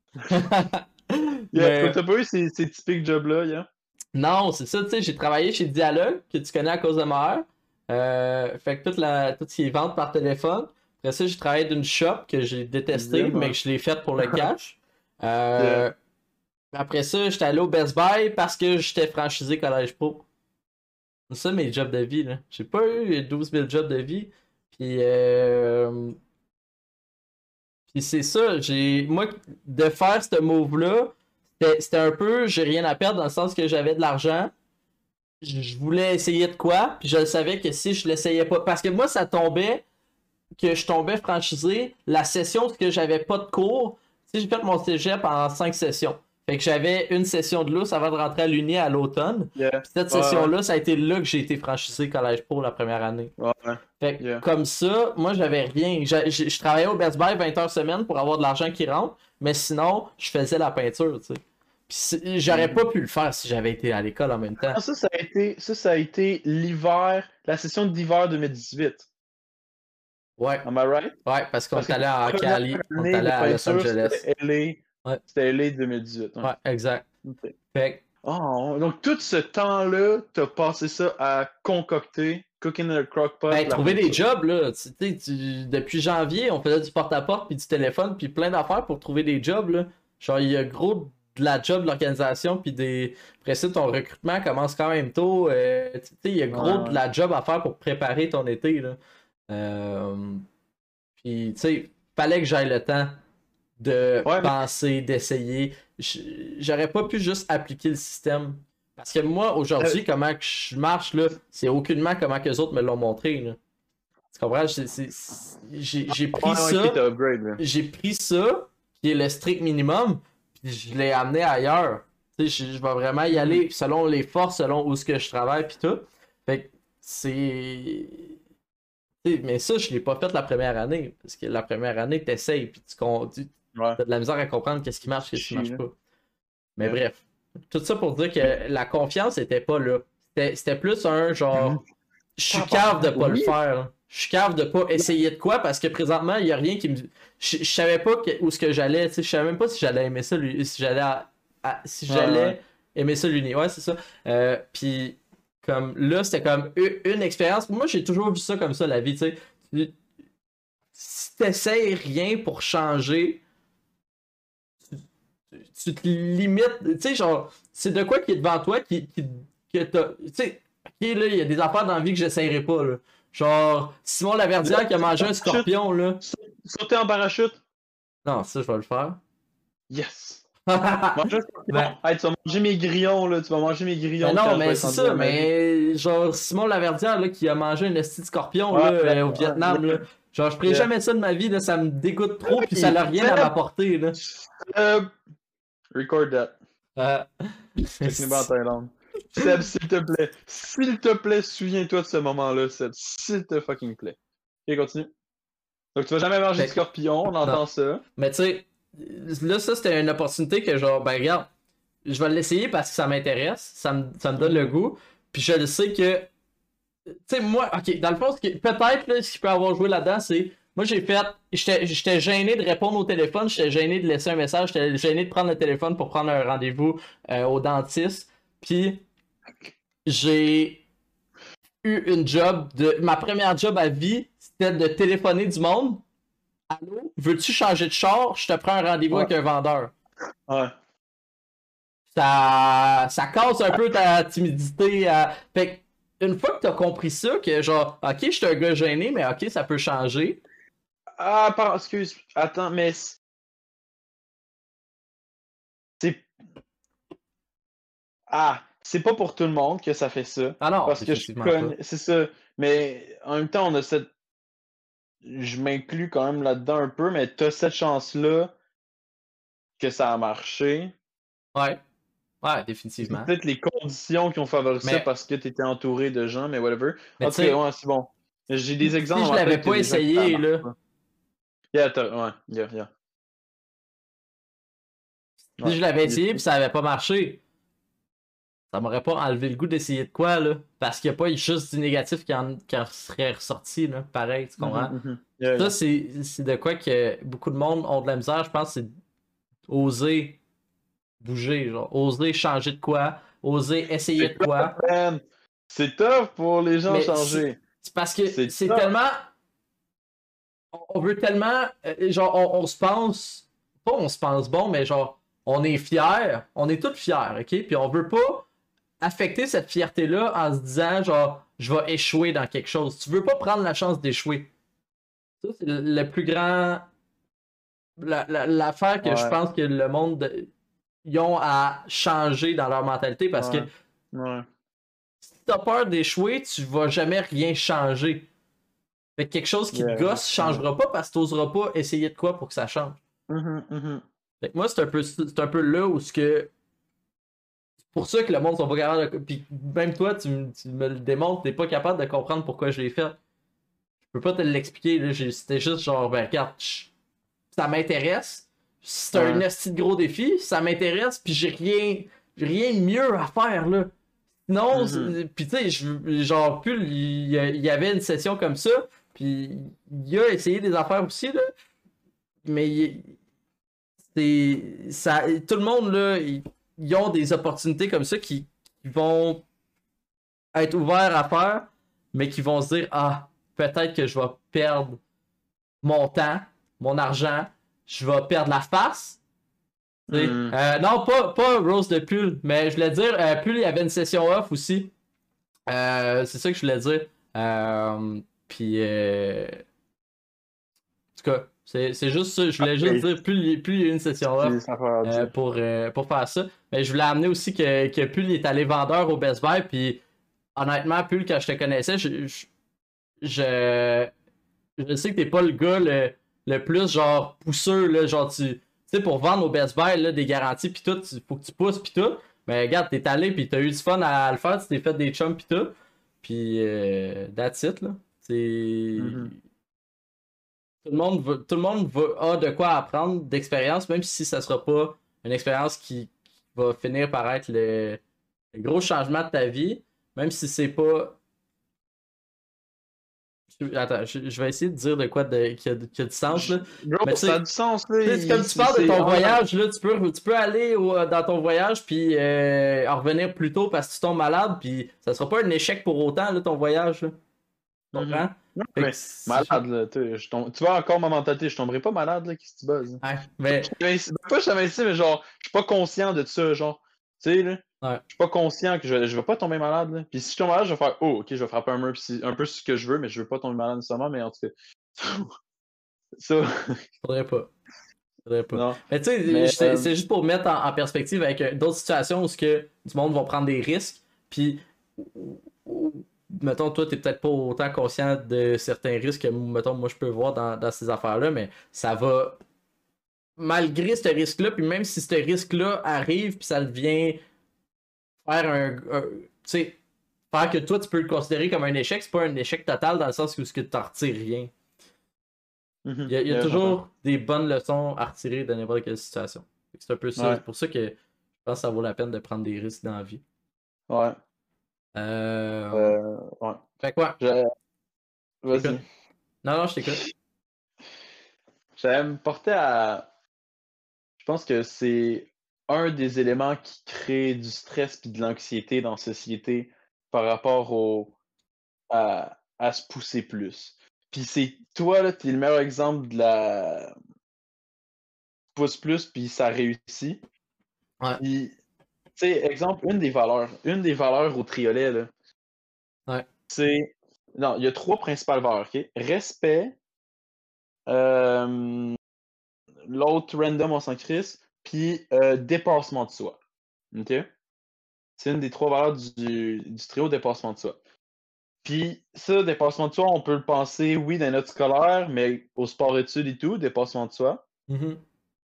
S1: Mais-
S2: Yeah, T'as pas eu ces, ces typiques jobs-là, yeah?
S1: Non, c'est ça, tu sais, j'ai travaillé chez Dialogue, que tu connais à cause de ma mère. Euh, fait que toute la, tout ce qui est vente par téléphone. Après ça, j'ai travaillé d'une shop que j'ai détesté,
S2: Vraiment.
S1: mais que je l'ai faite pour le cash. Euh, Après ça, j'étais allé au Best Buy parce que j'étais franchisé Collège Pro. C'est ça mes jobs de vie, là. J'ai pas eu douze mille jobs de vie. Puis, euh... Puis c'est ça, j'ai. Moi, de faire ce move-là, c'était c'était un peu, j'ai rien à perdre dans le sens que j'avais de l'argent. Je je voulais essayer de quoi, puis je savais que si je l'essayais pas. Parce que moi, ça tombait, que je tombais franchisé, la session parce que j'avais pas de cours. Tu sais, j'ai fait mon cégep en cinq sessions. Fait que j'avais une session de lousse avant de rentrer à l'Uni à l'automne.
S2: Yeah.
S1: Puis cette
S2: Ouais,
S1: session-là, ça a été là que j'ai été franchisé Collège Pro la première année.
S2: Ouais, ouais.
S1: Fait que
S2: Yeah.
S1: comme ça, moi j'avais rien. J'a- j'ai- Je travaillais au Best Buy vingt heures semaine pour avoir de l'argent qui rentre, mais sinon, je faisais la peinture, tu sais. Puis c'est- j'aurais pas pu le faire si j'avais été à l'école en même temps.
S2: Ah, ça, ça a été, ça, ça a été l'hiver, la session d'hiver deux mille dix-huit.
S1: Ouais,
S2: Am I right?
S1: ouais, parce qu'on
S2: Parce
S1: est
S2: que
S1: allé en
S2: première
S1: Cali, on
S2: année
S1: est allé
S2: de
S1: à Los
S2: peinture,
S1: Angeles.
S2: C'était L A.
S1: Ouais.
S2: C'était L A deux mille dix-huit. ouais.
S1: Ouais, exact.
S2: Ok.
S1: Fait que,
S2: Oh, donc tout ce temps-là, t'as passé ça à concocter, cooking in a crock-pot.
S1: ben,
S2: la
S1: trouver des
S2: peinture.
S1: jobs, là. Tu sais, tu- depuis janvier, on faisait du porte-à-porte, puis du téléphone, puis plein d'affaires pour trouver des jobs, là. Genre, il y a gros de la job de l'organisation, puis des. Après ça, ton recrutement commence quand même tôt. euh, tu sais, il y a gros
S2: Ouais, ouais.
S1: de la job à faire pour préparer ton été, là. Euh, Puis, tu sais, fallait que j'aille le temps de
S2: Ouais, mais-
S1: penser, d'essayer. J- J'aurais pas pu juste appliquer le système. Parce que moi,
S2: Euh,
S1: aujourd'hui, comment que je marche, là, c'est aucunement comment que les autres me l'ont montré, là. Tu comprends? C'est- c'est- c'est- J'ai j'ai pris
S2: Ouais, ouais,
S1: ça,
S2: ok, t'as upgrade, là.
S1: j'ai pris ça, qui est le strict minimum, puis je l'ai amené ailleurs. Tu sais, je, je vais vraiment y aller selon les forces, selon où ce que je travaille, puis tout. Fait que c'est... T'sais, mais ça, je l'ai pas fait la première année. Parce que la première année, t'essayes, puis tu, con- tu
S2: Ouais.
S1: as de la misère à comprendre qu'est-ce qui marche, qu'est-ce qui
S2: Chier,
S1: marche
S2: là.
S1: pas. Mais
S2: Ouais.
S1: bref. Tout ça pour dire que la confiance était pas là. C'était, c'était plus un genre... Je suis cave de pas le
S2: Oui.
S1: faire. Je suis cave de pas essayer de quoi parce que présentement, il y a rien qui me... Je, je savais pas que- où ce que j'allais. Tu sais, je savais même pas si j'allais aimer ça, lui- si j'allais à- à- si
S2: Ouais,
S1: j'allais
S2: ouais.
S1: aimer ça l'uni. Ouais, c'est ça. Euh, puis comme là, c'était comme une, une expérience. Moi, j'ai toujours vu ça comme ça, la vie, tu sais. Tu- Si t'essayes rien pour changer, tu, tu te limites. Tu sais, genre, c'est de quoi qui est devant toi qui, qui que t'as. Tu sais, ok, là, il y a des affaires dans la vie que j'essayerai pas, là. Genre, Simon Laverdière qui a mangé un scorpion, là.
S2: Sauter en parachute.
S1: Non, ça, je vais le faire.
S2: Yes. Manger un scorpion.
S1: Ben-
S2: Hey, tu vas manger mes grillons, là. Tu vas manger mes grillons.
S1: Mais
S2: quand
S1: non,
S2: je vais
S1: mais
S2: être
S1: c'est
S2: rendu
S1: ça,
S2: dans ma vie.
S1: mais genre Simon Laverdière là, qui a mangé un esti de scorpion
S2: Ouais,
S1: là,
S2: ouais,
S1: euh, au
S2: ouais,
S1: Vietnam,
S2: ouais.
S1: là. Genre je ferais
S2: Yeah.
S1: jamais ça de ma vie, là, ça me dégoûte trop,
S2: Oui,
S1: puis ça n'a rien à
S2: Seb.
S1: m'apporter, là.
S2: Euh, record that.
S1: Euh,
S2: Check-nous bien en Thaïlande. Seb, s'il te plaît. S'il te plaît, souviens-toi de ce moment-là, Seb. S'il te fucking plaît. Ok, continue. Donc, tu vas jamais manger de
S1: Fait-
S2: scorpion, on entend
S1: Non.
S2: ça.
S1: Mais tu sais, là, ça c'était une opportunité que genre, ben regarde, je vais l'essayer parce que ça m'intéresse, ça me, ça me donne le goût, puis je le sais que, tu sais, moi, ok, dans le fond, ce que- peut-être, là, ce qu'il peut avoir joué là-dedans, c'est, moi j'ai fait, j'étais j'étais gêné de répondre au téléphone, j'étais gêné de laisser un message, j'étais gêné de prendre le téléphone pour prendre un rendez-vous euh, au dentiste, puis j'ai eu une job, de ma première job à vie, c'était de téléphoner du monde. Allô, veux-tu changer de char? Je te prends un rendez-vous
S2: Ouais.
S1: avec un vendeur.
S2: Ouais.
S1: Ça, ça casse un peu ta timidité. À... Fait que, une fois que t'as compris ça, que genre, ok, je suis un gars gêné, mais ok, ça peut changer.
S2: Ah, pardon, excuse. Attends, mais. c- C'est. Ah, c'est pas pour tout le monde que ça fait ça.
S1: Ah non,
S2: Parce que je
S1: définitivement
S2: connais.
S1: pas.
S2: C'est ça. Mais en même temps, on a cette. Je m'inclus quand même là-dedans un peu, mais t'as cette chance-là que ça a marché.
S1: Ouais. Ouais,
S2: C'est
S1: définitivement.
S2: peut-être les conditions qui ont favorisé ça
S1: Mais-
S2: parce que t'étais entouré de gens, mais whatever.
S1: Mais
S2: En tout
S1: tu sais,
S2: cas, ouais, c'est bon. J'ai des exemples.
S1: si je
S2: dans ma
S1: l'avais
S2: tête, il y a
S1: pas
S2: des gens qui
S1: essayé,
S2: ça marche
S1: là,
S2: pas. Yeah, t'as- ouais, yeah, yeah.
S1: si
S2: Ouais.
S1: je l'avais
S2: Il-
S1: essayé puis ça avait pas marché, ça m'aurait pas enlevé le goût d'essayer de quoi, là. Parce qu'il n'y a pas juste du négatif qui en, qui en serait ressorti, là. Pareil, tu comprends?
S2: Mhm, mhm. Yeah,
S1: Ça,
S2: yeah.
S1: c'est c'est de quoi que beaucoup de monde ont de la misère, je pense, c'est oser bouger, genre, oser changer de quoi, oser essayer de quoi.
S2: Man, c'est tough pour les gens
S1: Mais
S2: changer.
S1: C'est parce que
S2: C'est
S1: c'est
S2: ça.
S1: tellement. on- On veut tellement. euh, Genre, on, on se pense. Pas on se pense bon, mais genre, on est fiers. On est tous fiers, ok? Puis on veut pas affecter cette fierté-là en se disant, genre, je vais échouer dans quelque chose. Tu veux pas prendre la chance d'échouer. Ça, c'est le, le plus grand. la- la- L'affaire que je
S2: Ouais.
S1: pense que le monde. de- Ils ont à changer dans leur mentalité parce
S2: Ouais.
S1: que
S2: Ouais.
S1: si t'as peur d'échouer, tu vas jamais rien changer. Fait que quelque chose qui
S2: Yeah,
S1: te gosse changera pas parce que t'oseras pas essayer de quoi pour que ça change.
S2: Mhm, mhm.
S1: Fait que moi, c'est un peu, c'est un peu là où ce que. C'est pour ça que le monde sont pas capables de. Puis même toi, tu, me- tu me le démontres, t'es pas capable de comprendre pourquoi je l'ai fait. Je peux pas te l'expliquer, là. J'ai- C'était juste genre, ben regarde, chut, ça m'intéresse. C'est un
S2: Ouais.
S1: esti de gros défi, ça m'intéresse, puis j'ai rien, j'ai rien de mieux à faire, là. Sinon,
S2: Mhm.
S1: c'est- puis tu sais, je- genre, Pull, il y, a- il y avait une session comme ça, puis il a essayé des affaires aussi, là. Mais il- c'est. Ça, tout le monde, là, ils, ils ont des opportunités comme ça qui, qui vont être ouverts à faire, mais qui vont se dire, ah, peut-être que je vais perdre mon temps, mon argent, je vais perdre la face. Tu sais.
S2: Mhm.
S1: Euh, non, pas, pas Rose de Pull, mais je voulais dire, euh, Pull, il y avait une session off aussi. Euh, c'est ça que je voulais dire. Euh, puis, euh, en tout cas, c'est c'est juste ça. Je voulais
S2: Ok.
S1: juste dire, plus, il- plus il y a eu une session off
S2: C'est- ça fait à
S1: euh,
S2: dire.
S1: pour, euh, pour faire ça. Mais je voulais amener aussi que, que Pull il est allé vendeur au Best Buy. Puis, honnêtement, Pull, quand je te connaissais, je, je, je, je sais que t'es pas le gars le, le plus genre pousseux. Là, genre, tu tu sais, pour vendre au Best Buy là, des garanties, puis tout, il faut que tu pousses, puis tout. Mais regarde, t'es allé, puis t'as eu du fun à le faire, tu t'es fait des chums, puis tout. Puis, euh, that's it, là. C'est...
S2: Mhm.
S1: Tout le monde, va, tout le monde va, a de quoi apprendre d'expérience, même si ça sera pas une expérience qui, qui va finir par être le, le gros changement de ta vie, même si c'est pas... Attends, je, je vais essayer de dire de quoi de, qui, a, qui a du sens, là.
S2: Bro,
S1: Mais tu
S2: ça a
S1: sais,
S2: du sens, là.
S1: tu sais,
S2: il-
S1: comme tu
S2: c'est-
S1: parles de
S2: c'est-
S1: ton
S2: ah,
S1: voyage, là, tu peux, tu peux aller au- dans ton voyage puis euh, en revenir plus tôt parce que tu tombes malade, puis ça sera pas un échec pour autant, là, ton voyage. Là. Tu
S2: mhm.
S1: comprends?
S2: Non,
S1: Fait
S2: mais
S1: que c'est-
S2: malade, là. Tu je tombe- tu vois encore ma mentalité, je tomberai pas malade, là, qui se buzz.
S1: Ouais, mais...
S2: Je pas je savais ici, mais genre, je suis pas conscient de ça, genre. Tu sais, là.
S1: Ouais.
S2: Je suis pas conscient que je, je vais pas tomber malade, là. Puis si je tombe malade, je vais faire, oh, ok, je vais frapper un mur, puis c'est un peu ce que je veux, mais je veux pas tomber malade nécessairement, mais en tout cas. Ça,
S1: Faudrait pas. Faudrait pas.
S2: non.
S1: Mais tu sais,
S2: Mais,
S1: c'est
S2: euh,
S1: c'est juste pour mettre en, en perspective avec euh, d'autres situations où ce que du monde va prendre des risques, puis mettons, toi, t'es peut-être pas autant conscient de certains risques que, mettons, moi, je peux voir dans, dans ces affaires-là, mais ça va, malgré ce risque-là, puis même si ce risque-là arrive, puis ça devient faire un, un tu sais, faire que toi, tu peux le considérer comme un échec, c'est pas un échec total dans le sens où tu t'en retires rien.
S2: mhm,
S1: Il y a, il y a
S2: yeah,
S1: toujours des bonnes leçons à retirer de n'importe quelle situation. C'est un peu ça.
S2: Ouais.
S1: C'est pour ça que je pense que ça vaut la peine de prendre des risques dans la vie.
S2: j'entends. Ouais.
S1: Euh...
S2: Euh, ouais.
S1: Fait quoi?
S2: Je- Vas-y.
S1: Écoute. Non, non, je t'écoute.
S2: J'allais me porter à. Je pense que c'est un des éléments qui crée du stress puis de l'anxiété dans la société par rapport au à, à se pousser plus. Puis c'est toi, là, t'es le meilleur exemple de la pousse plus, puis ça réussit.
S1: Ouais.
S2: Puis, tu sais, exemple, une des valeurs, une des valeurs au triolet, là,
S1: Ouais.
S2: c'est. Non, il y a trois principales valeurs, OK? Respect, euh, l'autre random, on s'en crisse, puis euh, dépassement de soi. OK? C'est une des trois valeurs du, du trio dépassement de soi. Puis ça, dépassement de soi, on peut le penser, oui, dans notre scolaire, mais au sport-études et tout, dépassement de soi.
S1: Mm-hmm.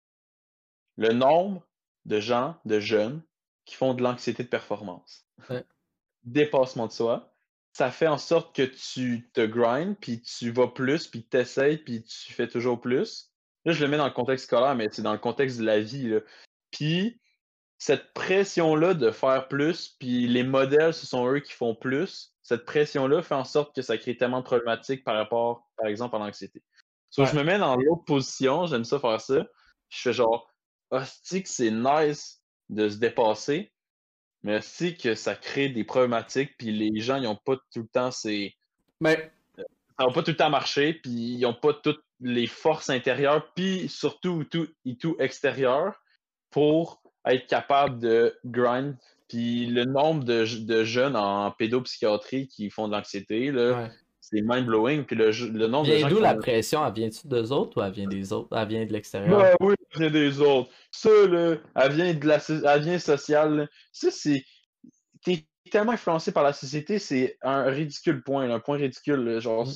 S2: Le nombre de gens, de jeunes, qui font de l'anxiété de performance.
S1: Ouais.
S2: Dépassement de soi. Ça fait en sorte que tu te grindes, puis tu vas plus, puis tu essayes, puis tu fais toujours plus. Là, je le mets dans le contexte scolaire, mais c'est dans le contexte de la vie. Là. Puis cette pression-là de faire plus, puis les modèles, ce sont eux qui font plus, cette pression-là fait en sorte que ça crée tellement de problématiques par rapport, par exemple, à l'anxiété. So,
S1: Ouais.
S2: je me mets dans l'autre position, j'aime ça faire ça. Je fais genre, hostie que c'est nice de se dépasser, mais hostie que ça crée des problématiques, puis les gens, ils n'ont pas tout le temps ces...
S1: Mais,
S2: Ça va pas tout le temps marcher, puis ils n'ont pas toutes les forces intérieures, puis surtout tout, et tout extérieures pour être capable de grind. Puis le nombre de, de jeunes en pédopsychiatrie qui font de l'anxiété, là,
S1: ouais.
S2: c'est mind-blowing. Puis le, le nombre de
S1: Vient
S2: gens
S1: d'où
S2: qui
S1: la
S2: font...
S1: pression? Elle vient-tu d'eux autres ou elle vient des autres? Elle vient de l'extérieur?
S2: Ben oui, elle vient des autres. Ça, là, elle vient de la so- elle vient sociale. Là. Ça, c'est... T'es tellement influencé par la société, c'est un ridicule point, un point ridicule. Là, genre,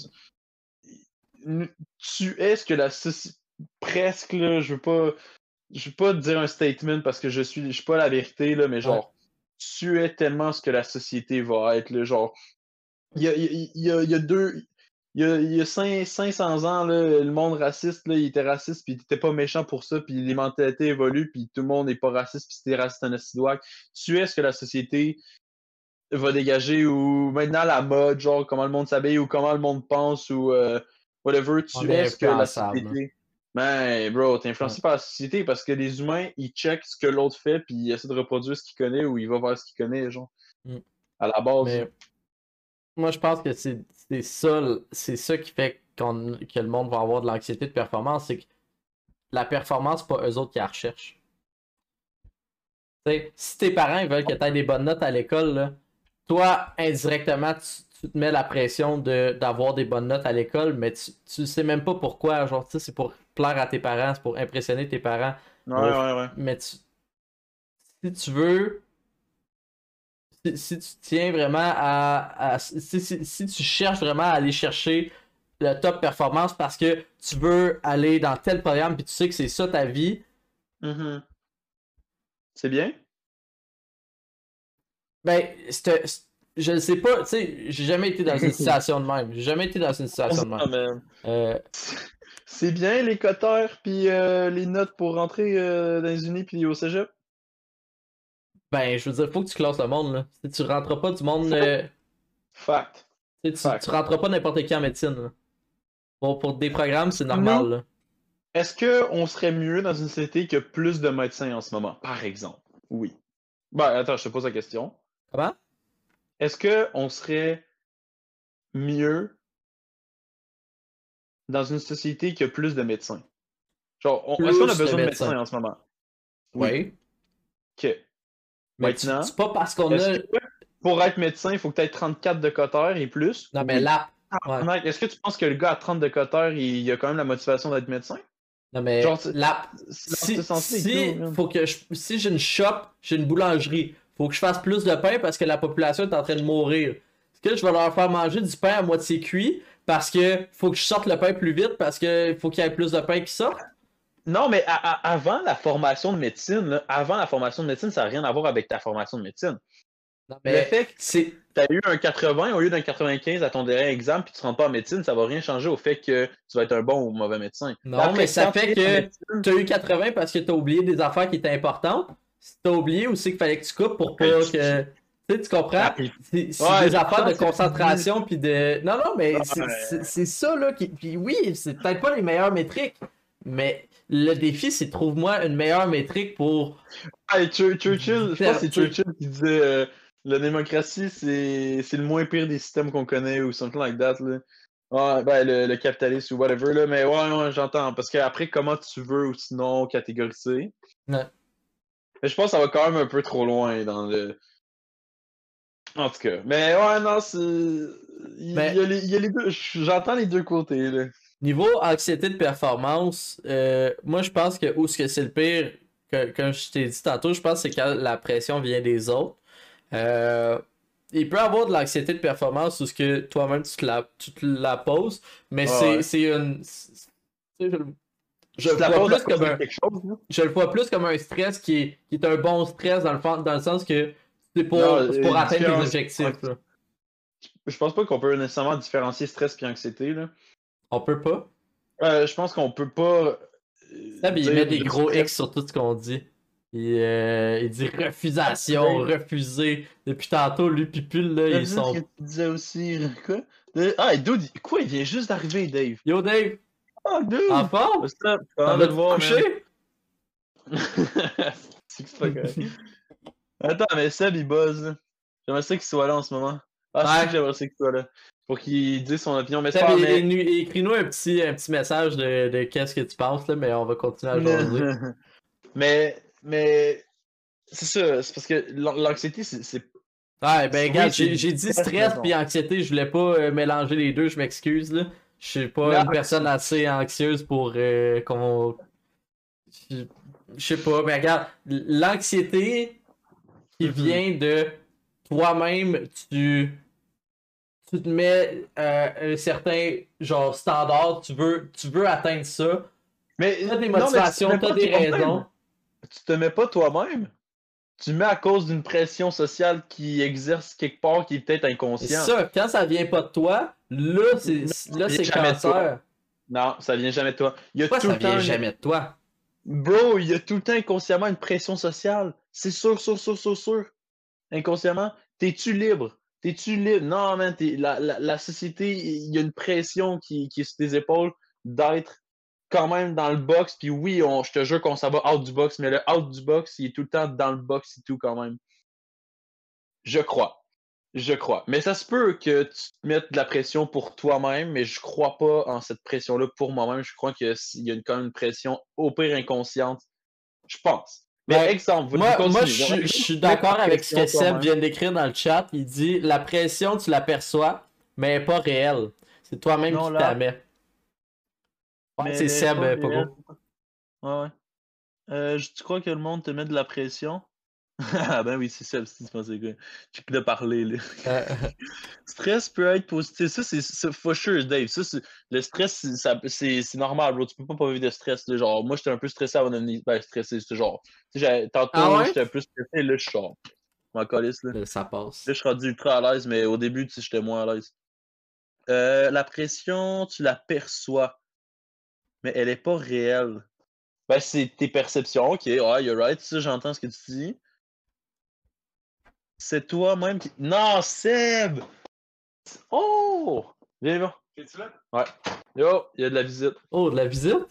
S1: Mm.
S2: tu es ce que la société... Presque, là, je veux pas... Je veux pas te dire un statement parce que je suis, je suis pas la vérité, là, mais genre, tu es tellement ce que la société va être, là, genre, il y a, il y a, il y a deux, il y a, il y a cinq cents ans, là, le monde raciste, là, il était raciste, puis il était pas méchant pour ça, puis les mentalités évoluent, puis tout le monde n'est pas raciste, puis si t'es raciste, un assidoac. Tu es ce que la société va dégager, ou maintenant la mode, genre, comment le monde s'habille, ou comment le monde pense, ou euh, whatever,
S1: On
S2: tu
S1: est
S2: es ce que la
S1: influençable.
S2: société... Ben, bro, t'es influencé
S1: Ouais.
S2: par la société parce que les humains, ils checkent ce que l'autre fait puis ils essaient de reproduire ce qu'il connaît ou il va voir ce qu'il connaît, genre.
S1: Mm.
S2: À la base.
S1: Mais moi, je pense que c'est c'est ça, c'est ça qui fait qu'on- que le monde va avoir de l'anxiété de performance, c'est que la performance, c'est pas eux autres qui la recherchent. T'sais, si tes parents ils veulent que tu aies des bonnes notes à l'école, là, toi, indirectement, tu, tu te mets la pression de, d'avoir des bonnes notes à l'école, mais tu, tu sais même pas pourquoi. Genre, tu sais, c'est pour plaire à tes parents, c'est pour impressionner tes parents.
S2: Ouais,
S1: Bon,
S2: ouais, ouais.
S1: Mais tu, si tu veux, si, si tu tiens vraiment à, à- si, si- si tu cherches vraiment à aller chercher le top performance parce que tu veux aller dans tel programme puis tu sais que c'est ça ta vie,
S2: Mhm. C'est bien?
S1: ben, c'est je sais pas, tu sais, j'ai jamais été dans une situation de même. J'ai jamais été dans une situation de
S2: Ah,
S1: même.
S2: mais
S1: Euh,
S2: c'est bien les coteurs puis euh, les notes pour rentrer euh, dans les unis puis au cégep?
S1: ben, je veux dire, faut que tu classes le monde, là. Tu sais, tu rentres pas du monde.
S2: Fact.
S1: euh,
S2: Fact.
S1: tu, sais, tu, tu
S2: Fact.
S1: rentres pas n'importe qui en médecine, là. Bon, pour des programmes, c'est
S2: Nous,
S1: normal, là.
S2: est-ce qu'on serait mieux dans une société qui a plus de médecins en ce moment, par exemple? Oui. Ben, attends, je te pose la question.
S1: Comment?
S2: Est-ce qu'on serait mieux dans une société qui a plus de médecins? Genre, on- est-ce qu'on a
S1: Plus de
S2: besoin de
S1: médecins.
S2: médecins en ce moment? Oui.
S1: Oui.
S2: OK.
S1: Mais tu-
S2: Maintenant,
S1: c'est pas parce qu'on
S2: est-ce
S1: a.
S2: que pour être médecin, il faut que tu aies trente-quatre de coteurs et plus?
S1: Non, mais
S2: Oui.
S1: là. Ouais.
S2: Mec, est-ce que tu penses que le gars à trente de coteurs, il, il a quand même la motivation d'être médecin?
S1: Non, mais
S2: Genre, c'est
S1: là.
S2: c'est dans ce
S1: Si,
S2: sens-là et
S1: si,
S2: tout, man.
S1: faut que je, si j'ai une shop, j'ai une boulangerie, faut que je fasse plus de pain parce que la population est en train de mourir. Est-ce que je vais leur faire manger du pain à moitié cuit parce que faut que je sorte le pain plus vite parce que faut qu'il y ait plus de pain qui sorte?
S2: Non, mais à- à- avant la formation de médecine, là, avant la formation de médecine, ça n'a rien à voir avec ta formation de médecine.
S1: Non,
S2: Le
S1: mais
S2: fait que
S1: c'est.
S2: tu as eu un quatre-vingts au lieu d'un quatre-vingt-quinze à ton dernier examen puis tu ne rentres pas en médecine, ça va rien changer au fait que tu vas être un bon ou mauvais médecin.
S1: Non,
S2: Après,
S1: mais ça
S2: quand
S1: fait
S2: tu es en
S1: que
S2: médecine,
S1: t'as eu quatre-vingts parce que t'as oublié des affaires qui étaient importantes. Si t'as oublié aussi qu'il fallait que tu coupes pour pas
S2: Ouais,
S1: que. Tu sais, tu comprends?
S2: ah, puis-
S1: C'est c'est
S2: ouais,
S1: des affaires de
S2: c'est-
S1: concentration puis de. Non, non, mais
S2: Ouais.
S1: c'est- c'est c'est ça là qui. Puis oui, c'est peut-être pas les meilleures métriques, mais le défi, c'est trouve-moi une meilleure métrique pour.
S2: Hey, Chur- Churchill, je pense que c'est
S1: T'sais-
S2: Churchill qui disait euh, la démocratie, c'est c'est le moins pire des systèmes qu'on connaît ou something like that. Là. Ouais, ben, le, le capitalisme ou whatever, là, mais ouais, ouais, j'entends. Parce qu'après, comment tu veux ou sinon catégoriser?
S1: Ouais.
S2: Mais je pense que ça va quand même un peu trop loin dans le. En tout cas. Mais ouais, non, c'est. Il
S1: Mais-
S2: y, a les, il y a les deux. J'entends les deux côtés, là.
S1: Niveau anxiété de performance, euh, moi je pense que où ce que c'est le pire, que, comme je t'ai dit tantôt, je pense que c'est quand la pression vient des autres. Euh, il peut y avoir de l'anxiété de performance où ce que toi-même tu te la, tu te la poses, mais
S2: Ouais,
S1: c'est
S2: ouais.
S1: c'est une. c'est- Je, je
S2: Tu
S1: le
S2: te la
S1: vois
S2: poses à
S1: plus
S2: cause
S1: comme
S2: de
S1: un,
S2: quelque chose, là?
S1: je le vois plus comme un stress qui est, qui est un bon stress dans le, fond- dans le sens que c'est pour,
S2: Non,
S1: c'est pour
S2: euh,
S1: atteindre tes
S2: différence-
S1: objectifs. là.
S2: Je pense pas qu'on peut nécessairement différencier stress et anxiété, là.
S1: On peut pas.
S2: Euh, je pense qu'on peut pas. euh,
S1: Sab, il
S2: dire
S1: met des
S2: le
S1: gros
S2: stress-
S1: X sur tout ce qu'on dit. Il, euh, il dit refusation, refuser. Depuis tantôt, lui pis Pull, là,
S2: T'as
S1: ils
S2: vu
S1: sont.
S2: ce que tu disais aussi, quoi? De- Ah, et dude, il- quoi, il vient juste d'arriver, Dave.
S1: Yo Dave,
S2: Ah, dude!
S1: en forme?
S2: What's up?
S1: T'en
S2: Comment de
S1: vas
S2: le
S1: te
S2: voir, man?
S1: coucher?
S2: C'est que c'est pas correct. Attends, mais Seb, il buzz, là. J'aimerais ça qu'il soit là en ce moment. Ah, je sais
S1: Ouais.
S2: que j'aimerais ça qu'il soit là. Pour qu'il dise son opinion. Mais c'est
S1: Sab,
S2: pas
S1: il-
S2: mais...
S1: il- il- écris-nous un petit, un petit message de, de qu'est-ce que tu penses, là, mais on va continuer à jaser.
S2: mais, mais, c'est ça, c'est parce que l'an- l'anxiété, c'est, c'est-
S1: Ouais, ben
S2: Oui,
S1: regarde,
S2: c'est
S1: j'ai j'ai dit
S2: stress,
S1: stress
S2: mais
S1: puis
S2: non.
S1: anxiété, je voulais pas euh, mélanger les deux, je m'excuse, là. Je suis pas
S2: Mais
S1: une
S2: ah,
S1: personne assez anxieuse pour euh, qu'on. Je je sais pas, mais regarde, l'anxiété qui
S2: Mhm.
S1: vient de toi-même, tu, tu te mets euh, un certain genre standard, tu veux, tu veux atteindre ça.
S2: mais,
S1: T'as des
S2: non, mais tu te
S1: motivations,
S2: mets
S1: t'as
S2: pas
S1: des
S2: toi-même.
S1: raisons.
S2: Tu te mets pas toi-même. Tu mets à cause d'une pression sociale qui exerce quelque part qui est peut-être
S1: C'est
S2: inconsciente.
S1: ça, quand ça vient pas de toi, là c'est
S2: Non,
S1: là
S2: ça vient
S1: c'est
S2: jamais de toi.
S1: cancer.
S2: Non, ça vient jamais de toi. Il y a
S1: Pourquoi
S2: tout
S1: ça
S2: le temps
S1: vient
S2: une-
S1: jamais de toi?
S2: Bro, il y a tout le temps inconsciemment une pression sociale. C'est sûr, sûr, sûr, sûr, sûr. Inconsciemment, t'es-tu libre? T'es-tu libre? Non, man, t'es- la, la, la société, il y a une pression qui, qui est sur tes épaules d'être quand même dans le box. Puis oui, on, je te jure qu'on s'en va out du box, mais le out du box, il est tout le temps dans le box et tout quand même. Je crois. Je crois. Mais ça se peut que tu te mettes de la pression pour toi-même, mais je crois pas en cette pression-là pour moi-même. Je crois qu'il y a une- quand même une pression au pire inconsciente. Je pense. Mais
S1: Ben,
S2: exemple,
S1: Moi,
S2: vas-y,
S1: moi
S2: continue.
S1: je,
S2: Donc,
S1: je suis
S2: mets ta
S1: d'accord avec ce que
S2: pression
S1: Seb
S2: toi-même.
S1: vient d'écrire dans le chat. Il dit la pression, tu l'aperçois, mais elle n'est pas réelle. C'est toi-même
S2: Non,
S1: qui
S2: là.
S1: t'en mets. Ouais,
S2: Mais
S1: c'est Seb,
S2: pas
S1: euh,
S2: réel.
S1: Pogo.
S2: Ouais, ouais. Euh, je- tu crois que le monde te met de la pression? Ah ben oui, c'est Seb, si tu pensais que tu de parler, là.
S1: Euh,
S2: Stress peut être positif. Ça, c'est ça, for sure, Dave. Ça, c'est- le stress, c'est- ça- c'est c'est normal, bro. Tu peux pas pas vivre de stress. Là. Genre, moi, j'étais un peu stressé avant de devenir ben, stressé. C'était genre, tu sais, j'ai- tantôt,
S1: Ah ouais?
S2: j'étais un peu stressé, là, je suis genre. m'en calisse, là.
S1: Là, ça passe.
S2: Là, je suis rendu ultra à l'aise, mais au début, tu sais, j'étais moins à l'aise. Euh, la pression, tu la perçois, mais elle est pas réelle. Ben, c'est tes perceptions, ok, ouais, you're right, ça, j'entends ce que tu dis. C'est toi-même qui... Non, Seb! Oh! Viens, viens.
S4: Es-tu là?
S2: Ouais. Yo, il y a de la visite.
S1: Oh, de la visite?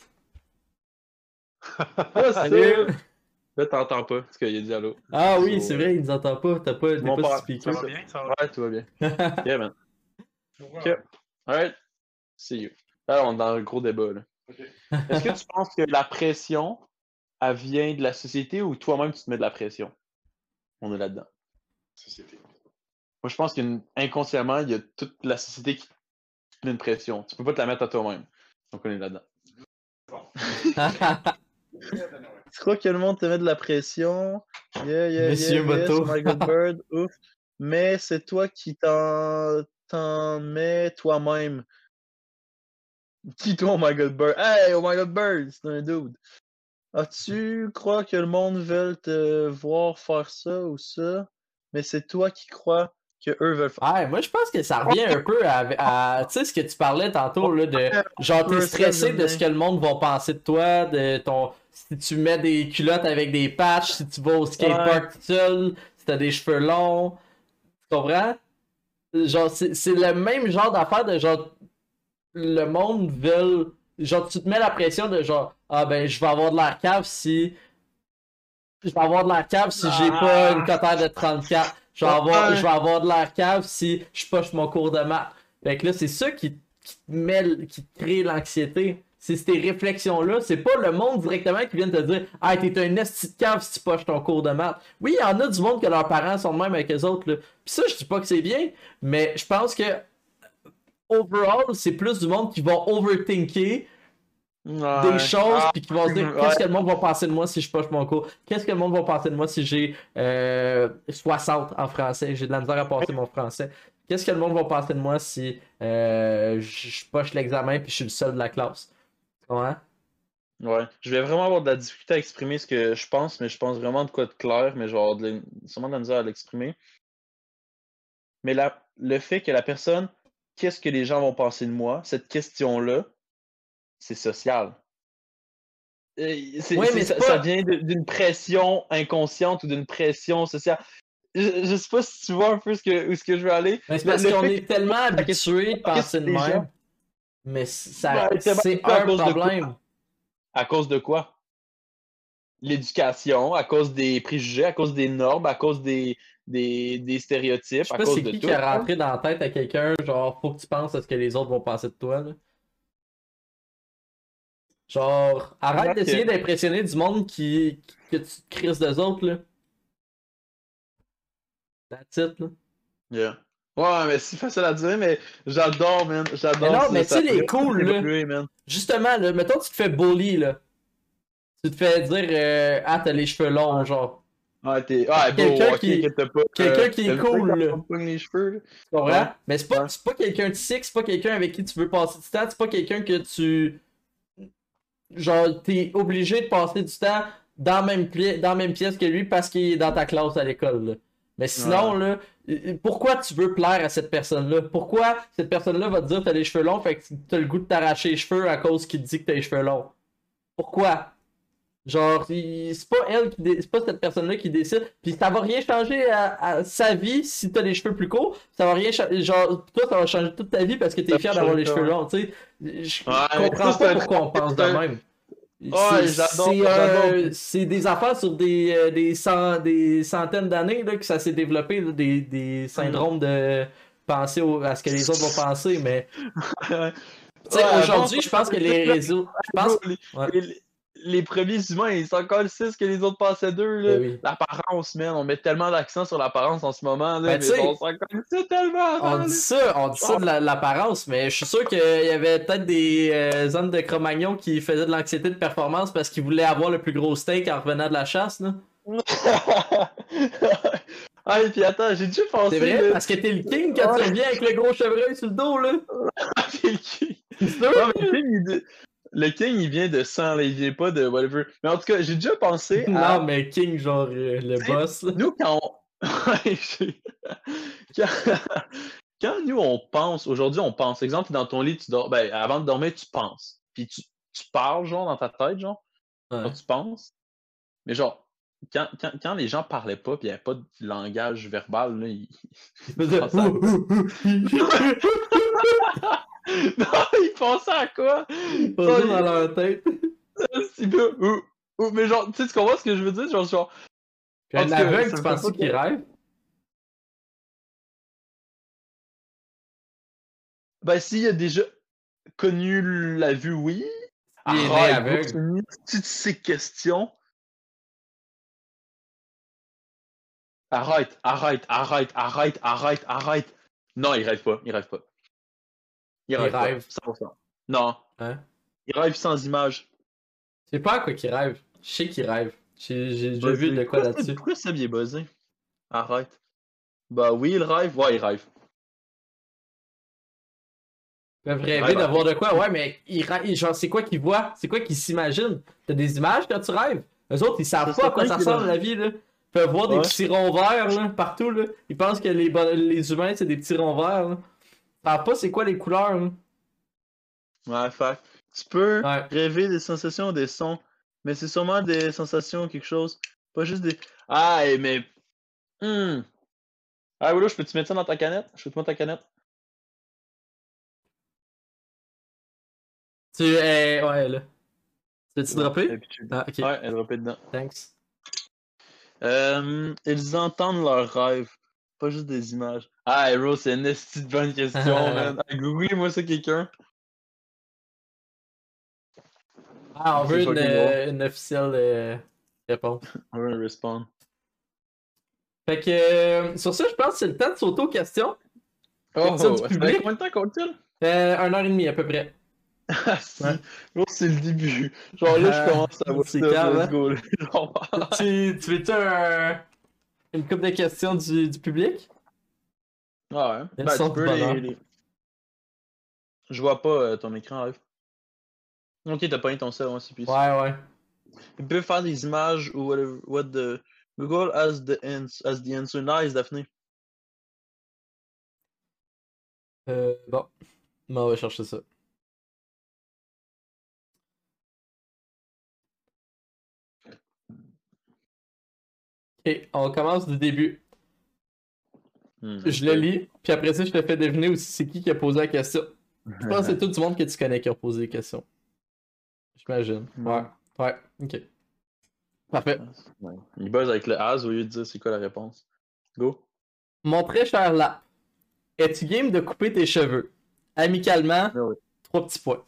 S2: Ah,
S1: Salut!
S2: Là, t'entends pas, parce qu'il a dit allô.
S1: Ah oui,
S2: So,
S1: c'est vrai, il nous entend pas. T'as pas, t'es
S2: Mon
S1: pas
S2: père,
S1: sur speaker.
S4: Ça
S2: c'est
S4: va
S2: ça.
S4: bien? Ça va
S2: Ouais, tout va bien.
S1: Ah,
S2: Yeah, man.
S4: bien?
S2: Ok. Alright. See you. Là, on est dans le gros débat, là.
S4: Ok.
S2: Est-ce que tu penses que la pression, elle vient de la société ou toi-même, tu te mets de la pression? On est là-dedans.
S4: Société.
S2: Moi, je pense qu'inconsciemment, il y a toute la société qui te met une pression. Tu peux pas te la mettre à toi-même. Donc, on est là-dedans. Tu crois que le monde te met de la pression? Yeah, yeah,
S1: Monsieur
S2: yeah, yes,
S1: Moto.
S2: Michael Bird, ouf. Mais c'est toi qui t'en, t'en mets toi-même. Qui toi, oh my god, Bird? Hey, oh my god, Bird, c'est un dude. As-tu crois que le monde veut te voir faire ça ou ça? Mais c'est toi qui crois que eux veulent faire.
S1: Ouais, moi je pense que ça revient un peu à, à- tu sais ce que tu parlais tantôt là, de genre t'es stressé de ce que le monde va penser de toi, de ton si tu mets des culottes avec des patchs, si tu vas au skatepark tout seul, si t'as des cheveux longs, tu comprends? Genre c'est c'est le même genre d'affaire de genre le monde veut genre tu te mets la pression de genre ah ben je vais avoir de l'air cave si je vais avoir de l'air cave si j'ai pas une cotère de trente-quatre. Je vais avoir, je vais avoir de l'air cave si je poche mon cours de maths. Fait que là, c'est ça qui, qui te met, qui te crée l'anxiété. C'est ces réflexions-là. C'est pas le monde directement qui vient te dire ah, t'es un esti de cave si tu poches ton cours de maths. Oui, il y en a du monde que leurs parents sont de même avec eux autres. Là. Puis ça, je dis pas que c'est bien, mais je pense que overall, c'est plus du monde qui va overthinker
S2: Ouais.
S1: des choses
S2: Ah,
S1: puis qui vont se dire
S2: ouais.
S1: qu'est-ce que le monde va penser de moi si je poche mon cours, qu'est-ce que le monde va penser de moi si j'ai euh, soixante en français, j'ai de la misère à passer mon français, qu'est-ce que le monde va penser de moi si euh, je je poche l'examen puis je suis le seul de la classe. Tu comprends?
S2: Ouais. Je vais vraiment avoir de la difficulté à exprimer ce que je pense, mais je pense vraiment de quoi de clair, mais je vais avoir de la- sûrement de la misère à l'exprimer. Mais la, le fait que la personne, qu'est-ce que les gens vont penser de moi, cette question-là, c'est social. Euh, c'est-
S1: Ouais,
S2: c'est-
S1: mais
S2: ça,
S1: c'est pas-
S2: ça vient de- d'une pression inconsciente ou d'une pression sociale. Je, je sais pas si tu vois un peu ce que, où ce que je veux aller.
S1: Mais c'est
S2: Le-
S1: parce
S2: le
S1: qu'on
S2: fait
S1: est
S2: que-
S1: tellement
S2: la question-
S1: habitué de penser de
S2: les gens-
S1: même, mais ça,
S2: Ouais, c'est
S1: c'est
S2: pas à
S1: un
S2: cause de quoi?
S1: problème.
S2: À cause de quoi? L'éducation, à cause des préjugés, à cause des normes, à cause des, des, des
S1: Je
S2: stéréotypes,
S1: sais
S2: à
S1: pas
S2: cause
S1: c'est
S2: de
S1: qui
S2: tout.
S1: qui a rentré dans la tête à quelqu'un, genre, faut que tu penses à ce que les autres vont penser de toi, là. Genre, arrête
S2: Ok.
S1: d'essayer d'impressionner du monde qui, que tu te crises d'eux autres, là. That's it, là.
S2: Yeah. Ouais, mais c'est facile à dire, mais j'adore, man. J'adore.
S1: Mais non,
S2: ça,
S1: mais tu
S2: ça
S1: sais, les
S2: fait
S1: cool, là.
S2: évoluer, man.
S1: Justement, là, mettons tu te fais bully, là. Tu te fais dire, euh, ah, t'as les cheveux longs, genre.
S2: Ouais, t'es. Ouais,
S1: Quelqu'un
S2: bon, ok,
S1: qui-
S2: que t'as pas.
S1: quelqu'un
S2: euh,
S1: qui est
S2: t'as vu
S1: cool,
S2: quand
S1: là.
S2: on pogne les cheveux, là?
S1: Tu comprends?
S2: Ouais.
S1: Mais c'est pas,
S2: Ouais.
S1: c'est pas quelqu'un de sick, c'est pas quelqu'un avec qui tu veux passer du temps, c'est pas quelqu'un que tu. Genre, t'es obligé de passer du temps dans la même, pli- dans la même pièce que lui parce qu'il est dans ta classe à l'école, là. Mais sinon, là, euh, pourquoi tu veux plaire à cette personne-là? Pourquoi cette personne-là va te dire que t'as les cheveux longs, fait que t'as le goût de t'arracher les cheveux à cause qu'il te dit que t'as les cheveux longs? Pourquoi? Genre, il- c'est pas elle qui dé- c'est pas cette personne-là qui décide. Puis ça va rien changer à, à sa vie si t'as les cheveux plus courts. Ça va rien changer. Genre, toi, ça va changer toute ta vie parce que t'es
S2: Ça
S1: fier
S2: va
S1: d'avoir les
S2: changer,
S1: cheveux
S2: ouais.
S1: longs, tu sais. Je
S2: Ouais, mais
S1: comprends
S2: ça,
S1: pas
S2: c'est un-
S1: pourquoi on pense de
S2: c'est un-
S1: même.
S2: Ouais,
S1: C'est-
S2: j'adore,
S1: c'est,
S2: j'adore.
S1: euh, c'est des affaires sur des, euh, des, cent- des centaines d'années là, que ça s'est développé, là, des, des syndromes de penser au- à ce que les autres vont penser. Mais tu sais,
S2: Ouais,
S1: aujourd'hui,
S2: bon,
S1: je pense que les réseaux. Je pense.
S2: Bro, les,
S1: Ouais.
S2: les- les premiers humains, ils sont encore le ce que les autres pensaient d'eux. là.
S1: Ben oui.
S2: L'apparence, man. On met tellement d'accent sur l'apparence en ce moment. Là,
S1: Ben,
S2: mais
S1: tu sais,
S2: on s'en connaissait tellement avant.
S1: On
S2: là.
S1: dit ça, on dit ça de la- l'apparence, mais je suis sûr qu'il y avait peut-être des euh, hommes de Cro-Magnon qui faisaient de l'anxiété de performance parce qu'ils voulaient avoir le plus gros steak en revenant de la chasse, là.
S2: Ah, et puis attends, j'ai déjà pensé.
S1: C'est vrai?
S2: là.
S1: Parce que t'es le king quand tu
S2: Ouais.
S1: reviens avec le gros chevreuil sur le dos, là.
S2: T'es le king.
S1: C'est sûr?
S2: Ouais, mais le king, il, de- le king, il vient de sang, là, il vient pas de whatever. Mais en tout cas, j'ai déjà pensé à.
S1: Non, mais king, genre euh, le
S2: Tu sais,
S1: boss, là.
S2: Nous, quand on, Ouais, j'ai- quand... quand nous on pense, aujourd'hui on pense, exemple, dans ton lit, tu dors, ben avant de dormir, tu penses. Puis tu, tu parles, genre, dans ta tête, genre,
S1: Ouais.
S2: quand tu penses. Mais genre, quand, quand, quand les gens parlaient pas, puis il n'y avait pas de langage verbal, là, ils,
S1: Il
S2: ils
S1: faisait.
S2: pensaient à quoi? Non, ils pensaient à quoi?
S1: Ils
S2: Genre,
S1: passaient dans
S2: ils-
S1: leur tête.
S2: c'est peu. Ouh, ouh, mais genre, tu sais, tu comprends ce que je veux dire? Genre, genre,
S1: Puis
S2: en
S1: un
S2: tout cas,
S1: aveugle,
S2: ça
S1: tu
S2: me fait
S1: penses
S2: pas
S1: qu'il
S2: de-
S1: rêve?
S2: Ben, s'il a déjà connu la vue, oui.
S1: Il est né
S2: Arrête, bro,
S1: aveugle.
S2: c'est une petite ces questions. Arrête, arrête, arrête, arrête, arrête, arrête. Non, il rêve pas, il rêve pas. Il
S1: Il
S2: rêve pas,
S1: rêve.
S2: cent pour cent. Non,
S1: Hein?
S2: il rêve sans image.
S1: Je sais pas à quoi qu'il rêve. Je sais qu'il rêve. J'ai j'ai déjà
S2: Buzzé.
S1: vu de quoi
S2: Pourquoi Seb-
S1: là-dessus.
S2: Pourquoi Seb il est buzzé? Arrête. Bah oui, il rêve. Ouais, il rêve.
S1: Ils peuvent
S2: Il
S1: rêver
S2: rêve
S1: d'avoir
S2: après.
S1: de quoi. Ouais, mais il ra- il- genre, c'est quoi qu'ils voient? C'est quoi qu'ils s'imaginent? T'as des images quand tu rêves? Eux autres, ils savent
S2: C'est
S1: pas à quoi ça
S2: certain qu'il
S1: ressemble
S2: a-
S1: la vie, là. Ils peuvent voir des
S2: Ouais.
S1: petits ronds verts, là, partout, là. Ils pensent que les, bon- les humains, c'est des petits ronds verts, là. Ils savent pas c'est quoi les couleurs, là.
S2: Ouais, fait. Tu peux
S1: Ouais.
S2: rêver des sensations, des sons, mais c'est sûrement des sensations, quelque chose. Pas juste des. Ah, eh, mais. Hmm. Ah, Willow, je peux-tu mettre ça dans ta canette? Je peux te mettre ta canette?
S1: Tu, euh, ouais, là. T'as-tu
S2: Ouais,
S1: droppé?
S2: et puis tu-
S1: Ah, ok.
S2: Ouais, elle est droppée dedans.
S1: Thanks.
S2: Euh, ils entendent leurs rêves, pas juste des images. Ah, Hero, c'est une esti de bonne question, man. Ah, Googlez-moi ça, quelqu'un.
S1: Ah, on
S2: C'est
S1: veut une,
S2: fucking
S1: euh, une officielle euh, réponse.
S2: On va respawn.
S1: Fait que, euh, sur ça, je pense que c'est le temps de sauter aux questions.
S2: Oh,
S1: Question du
S2: ça fait
S1: public?
S2: combien de temps qu'on tire?
S1: Euh, un heure et demie à peu près.
S2: Ah, si.
S1: Ouais.
S2: Bro, c'est le début. Genre là, je commence à voir
S1: C'est
S2: ça.
S1: calme,
S2: Let's
S1: hein?
S2: go. là. Genre,
S1: tu, tu veux-tu un- une couple de questions du, du public?
S2: ah ouais.
S1: Elles
S2: Ben,
S1: sont
S2: tu peux
S1: du bonheur.
S2: les, les- Je vois pas euh, ton écran live. Ok, t'as pas mis ton cerveau, c'est plus.
S1: Ouais, ouais.
S2: Tu peux faire des images ou whatever. What the. Google has the, ans- has the answer. Nice, Daphné.
S1: Euh, bon. Bon, on va chercher ça. Ok, on commence du début.
S2: Hmm,
S1: Je le lis, puis après ça, je te fais deviner aussi c'est qui qui a posé la question. Je pense que c'est tout du monde que tu connais qui a posé des questions. J'imagine. Ouais. Ouais, ok. Parfait.
S2: Ouais. Il buzz avec le has au lieu de dire c'est quoi la réponse. Go.
S1: Mon très cher Lap, es-tu game de couper tes cheveux? Amicalement,
S2: Ah oui.
S1: trois petits points.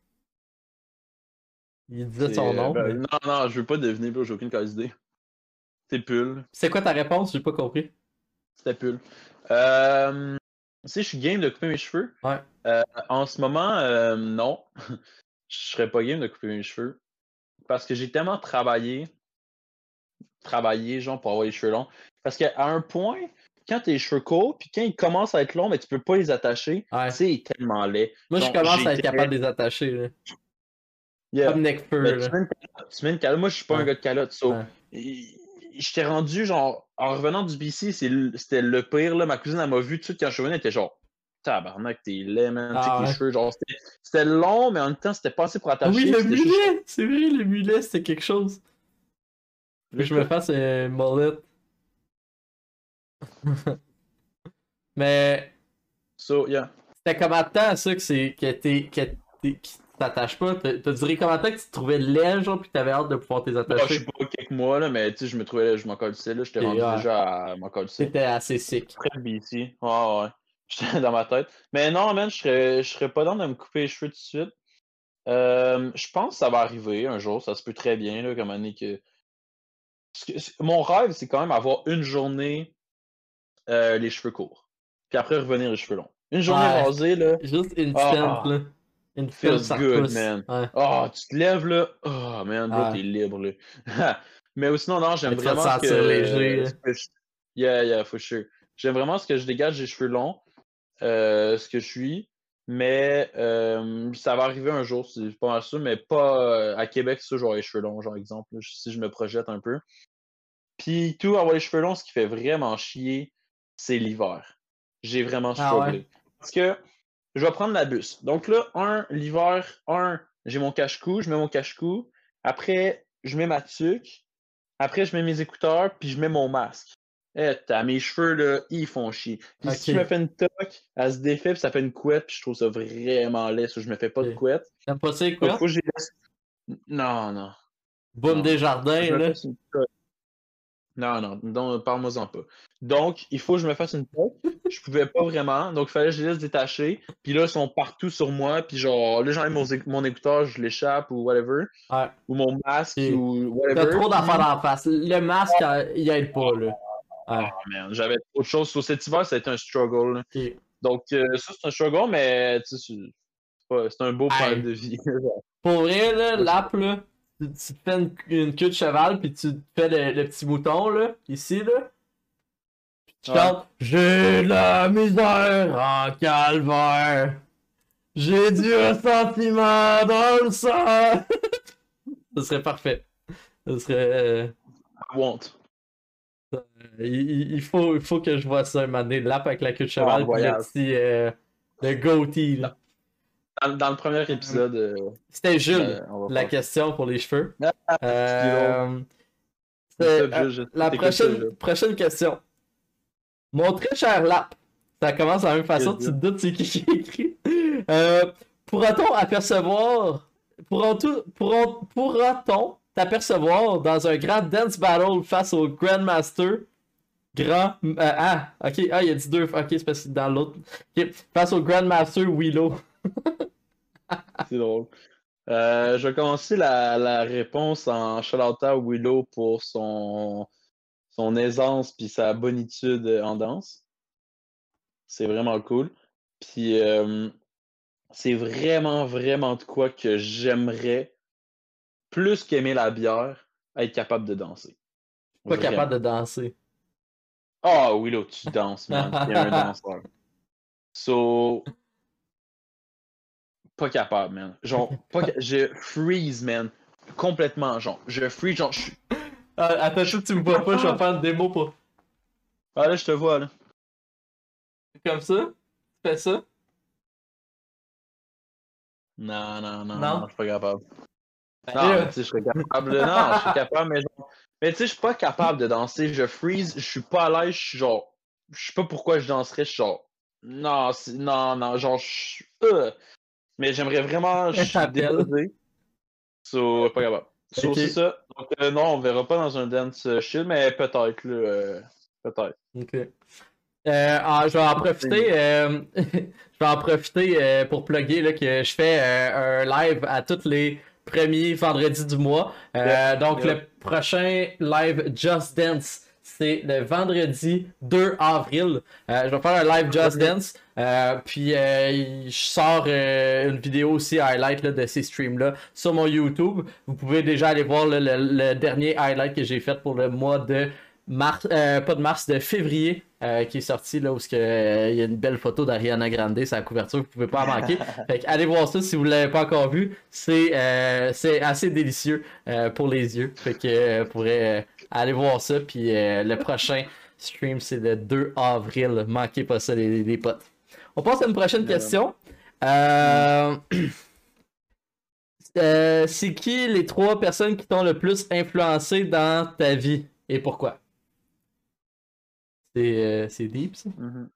S1: Il disait
S2: C'est,
S1: son nom.
S2: ben,
S1: mais-
S2: Non, non, je veux pas deviner, bro, j'ai aucune cause d'idée. C'est pull.
S1: C'est quoi ta réponse? J'ai pas compris.
S2: C'était pull. Euh, tu sais, je suis game de couper mes cheveux.
S1: Ouais.
S2: Euh, en ce moment, euh, non. Je serais pas game de couper mes cheveux. Parce que j'ai tellement travaillé. Travaillé, genre, pour avoir les cheveux longs. Parce qu'à un point, quand tes cheveux courts, puis quand ils commencent à être longs, mais tu peux pas les attacher,
S1: Ouais.
S2: c'est tellement laid.
S1: Moi, je
S2: Donc,
S1: commence à être
S2: j'étais-
S1: capable de les attacher. Là.
S2: Yeah.
S1: Comme Necfeu.
S2: Mais
S1: là.
S2: tu mets une calotte. Tu mets une calotte. Moi, je suis pas
S1: Ouais.
S2: un gars de calotte. So,
S1: Ouais.
S2: et- j'étais rendu, genre, en revenant du B C, c'est le- c'était le pire, là. Ma cousine, elle m'a vu tout de suite quand je suis revenu, elle était genre, tabarnak, t'es laid, man.
S1: Ah,
S2: Check
S1: ouais.
S2: les cheveux. Genre, c'était c'était long, mais en même temps, c'était pas assez pour
S1: Ah
S2: attacher.
S1: oui, le
S2: c'était juste-
S1: mulet! C'est vrai, le mulet, c'était quelque chose. Faut que je me fasse un mullet. Mais
S2: So, yeah.
S1: c'était combien de temps ça que c'est que t'es que t'es qui t'attaches pas? T'as t'as duré combien de temps que tu te trouvais laid genre pis que t'avais hâte de pouvoir t'es
S2: Bon, je sais
S1: attacher?
S2: pas quelques mois, là, mais tu sais, je me trouvais, je m'en colissais, là. J'étais
S1: Ok,
S2: rendu
S1: ouais.
S2: déjà à m'en colisser.
S1: C'était assez sick.
S2: Très B C. Ouais, ouais. J'étais dans ma tête. Mais non, man, je serais, je serais pas dans de me couper les cheveux tout de suite. Euh, je pense que ça va arriver un jour. Ça se peut très bien, là, comme année que. Parce que c'est- Mon rêve, c'est quand même avoir une journée euh, les cheveux courts. Puis après, revenir les cheveux longs. Une journée
S1: Ouais.
S2: rasée, là.
S1: Juste instant
S2: Ah.
S1: là. Une
S2: Feels
S1: ça
S2: good,
S1: repousse.
S2: man.
S1: Ouais.
S2: Oh, tu te lèves, là. Oh, man, bro,
S1: Ouais.
S2: t'es libre, là. Mais sinon, non, j'aime
S1: Mais tu vas te
S2: vraiment ce que.
S1: sentir léger,
S2: ce que je- Yeah, yeah, for sure. J'aime vraiment ce que je dégage des cheveux longs. euh, ce que je suis. Mais euh, ça va arriver un jour, c'est pas mal sûr, mais pas euh, à Québec, c'est ça, j'aurai les cheveux longs, genre exemple, là, si je me projette un peu. Puis tout avoir les cheveux longs, ce qui fait vraiment chier, c'est l'hiver. J'ai vraiment
S1: Ah
S2: strugglé.
S1: ouais.
S2: Parce que je vais prendre la bus. Donc là, un, l'hiver, un, j'ai mon cache-cou, je mets mon cache-cou. Après, je mets ma tuque. Après, je mets mes écouteurs, puis je mets mon masque. Eh, t'as mes cheveux, là, ils font chier. Puis si je me
S1: Ok.
S2: fais une toque, elle se défait, puis ça fait une couette, puis je trouve ça vraiment laid, ça, je me fais pas de
S1: Ok.
S2: couette.
S1: T'aimes pas ça, les
S2: Donc, faut
S1: couettes?
S2: que je les laisse. Non, non,
S1: Boum
S2: non,
S1: des
S2: non. Je
S1: jardins,
S2: me
S1: là.
S2: fasse une toque. Non, non, donc, parle-moi-en pas. Donc, il faut que je me fasse une toque. Je pouvais pas vraiment, donc il fallait que je les laisse détacher. Puis là, ils sont partout sur moi, puis genre, là, j'enlève mon, éc- mon écouteur, je l'échappe ou whatever,
S1: Ouais.
S2: ou mon masque
S1: Ok.
S2: ou
S1: T'as
S2: whatever.
S1: trop d'affaires
S2: Puis,
S1: en face. Le masque, euh, il aide pas, là. Ouais.
S2: oh man, j'avais autre chose. Sur cet hiver, ça a été un struggle, là.
S1: Ok.
S2: Donc, euh, ça, c'est un struggle, mais tu sais, c'est c'est pas- c'est un beau problème
S1: Hey.
S2: de vie.
S1: Pour vrai, là,
S2: Ouais, c'est-
S1: l'app, là, tu, tu te fais une, une queue de cheval, puis tu te fais le, le petit mouton, là, ici, là. Tu
S2: Ouais.
S1: chantes « J'ai de la misère en calvaire. J'ai du ressentiment dans le sang. » Ce serait parfait. Ce serait... euh,
S2: I won't.
S1: il, il- il faut, il faut que je vois ça un moment donné. L'app avec la queue de
S2: Ah,
S1: cheval, puis le
S2: voyage.
S1: petit... euh, le goatee, là.
S2: Dans, dans le premier épisode, euh,
S1: C'était Jules,
S2: ben, on va
S1: la
S2: faire.
S1: question pour les cheveux.
S2: Ah, c'est drôle.
S1: Euh,
S2: C'est
S1: c'est-
S2: ça,
S1: euh,
S2: Jules, je
S1: la
S2: t'écoute ça,
S1: prochaine,
S2: Jules.
S1: prochaine question. Mon très cher Lap, ça commence de la même façon, tu te doutes c'est qui qui écrit. Euh, pourra-t-on apercevoir, pourrons-tu- pourrons- pourra-t-on t'apercevoir dans un grand dance battle face au Grandmaster Grand. euh, ah, ok, ah, il a dit deux. Ok, c'est parce que dans l'autre. Ok, face au Grandmaster Willow.
S2: C'est drôle. Euh, je vais commencer la, la réponse en shout-out à Willow pour son, son aisance puis sa bonitude en danse. C'est vraiment cool. Puis euh, c'est vraiment, vraiment de quoi que j'aimerais, plus qu'aimer la bière, être capable de danser.
S1: Pas capable
S2: Vraiment.
S1: de danser.
S2: Ah, Willow, tu danses, man. T'es un danseur. So, pas capable, man. Genre, pas ca- je freeze, man. Complètement, genre. Je freeze, genre, je suis.
S1: Ah, attends, toi, tu me vois pas, je vais faire une démo pour.
S2: Ah, là, je te vois, là.
S1: Comme ça. Tu fais ça.
S2: Non, non, non,
S1: Non.
S2: non, je suis pas capable.
S1: Ben
S2: Non,
S1: là.
S2: mais tu sais, je serais capable. là. Non, je suis capable, mais genre. Mais tu sais, je suis pas capable de danser. Je freeze, je suis pas à l'aise, je suis genre. Je sais pas pourquoi je danserais, je suis genre. Non, c'est- non, non, genre, je suis. euh. Mais j'aimerais vraiment. Je
S1: Un
S2: suis
S1: appel.
S2: déposé. So, pas capable. So,
S1: Ok.
S2: c'est ça. Donc, euh, non, on verra pas dans un dance euh, chill, mais peut-être, là. euh, peut-être.
S1: Ok. Euh, ah, je vais en profiter. euh, je vais en profiter euh, pour plugger là, que je fais euh, un live à tous les premiers vendredis du mois. Euh,
S2: Yeah,
S1: donc
S2: yeah.
S1: le prochain live Just Dance, c'est le vendredi deux avril. Euh, je vais faire un live Just Dance. Euh, puis euh, je sors euh, une vidéo aussi highlight là, de ces streams-là sur mon YouTube. Vous pouvez déjà aller voir là, le, le dernier highlight que j'ai fait pour le mois de mars, euh, pas de mars, de février, euh, qui est sorti là où il euh, y a une belle photo d'Ariana Grande, c'est la couverture, vous pouvez pas en manquer. Fait que allez voir ça si vous l'avez pas encore vu, c'est euh, c'est assez délicieux euh, pour les yeux. Fait que euh, vous pourrez euh, aller voir ça. Puis euh, le prochain stream c'est le deux avril, manquez pas ça les, les potes. On passe à une prochaine
S2: Yeah.
S1: question. Euh... euh, c'est qui les trois personnes qui t'ont le plus influencé dans ta vie et pourquoi? C'est euh, c'est deep, ça?
S2: Mhm.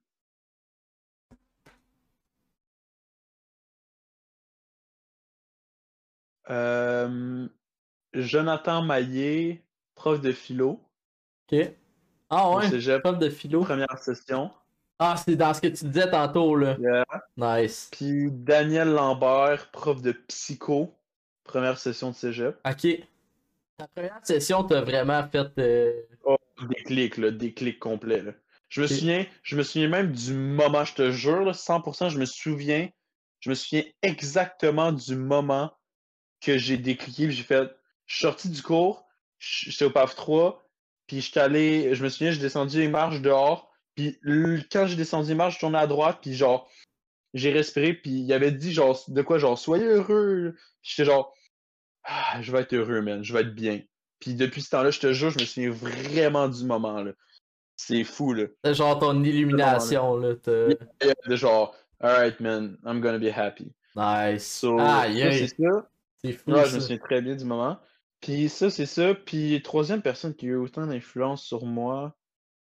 S2: Euh, Jonathan Maillé, prof de philo
S1: Ok. Ah
S2: au
S1: ouais,
S2: cégep,
S1: prof de philo.
S2: première session.
S1: Ah, c'est dans ce que tu disais tantôt, là.
S2: Yeah.
S1: Nice.
S2: Puis Daniel Lambert, prof de psycho, première session de cégep.
S1: Ok. Ta première session t'a vraiment fait... euh,
S2: Oh, déclic, là, déclic complet. Là. Je me
S1: Ok.
S2: souviens, je me souviens même du moment, je te jure, là, cent pour cent, je me souviens, je me souviens exactement du moment que j'ai décliqué, puis j'ai fait, je suis sorti du cours, je- j'étais au P A F trois, puis j'étais allé, je me souviens, j'ai descendu les marches dehors, puis l- quand j'ai descendu les marches, je tournais à droite, puis genre, j'ai respiré, puis il avait dit genre, de quoi, genre, soyez heureux. Puis j'étais genre, ah, je vais être heureux, man, je vais être bien. Puis depuis ce temps-là, je te jure, je me souviens vraiment du moment, là. C'est fou, là.
S1: C'est genre ton illumination, là. t'as-
S2: Yeah, de genre, alright, man, I'm gonna be happy.
S1: Nice.
S2: So,
S1: Aïe,
S2: ça, c'est
S1: aïe.
S2: ça.
S1: C'est fou,
S2: Ouais, je
S1: ça.
S2: me souviens très bien du moment. Puis ça, c'est ça. Puis troisième personne qui a eu autant d'influence sur moi.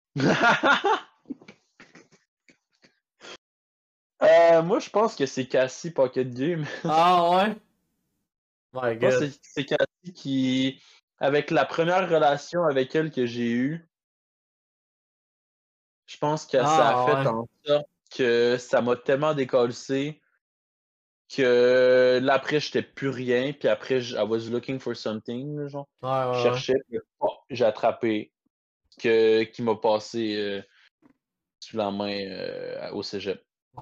S2: Euh, moi, je pense que c'est Cassie Pocket Game.
S1: Ah ouais? My
S2: Je pense que
S1: god.
S2: c'est- c'est Cassie qui, avec la première relation avec elle que j'ai eue, je pense que ça a
S1: Ah
S2: fait
S1: ouais.
S2: en sorte que ça m'a tellement décalcé que là, après, j'étais plus rien. Puis après, j- I was looking for something, là, genre.
S1: Ouais,
S2: Je
S1: ouais, ouais.
S2: cherchais, puis, oh, j'ai attrapé que, qui m'a passé euh, sous la main euh, au cégep.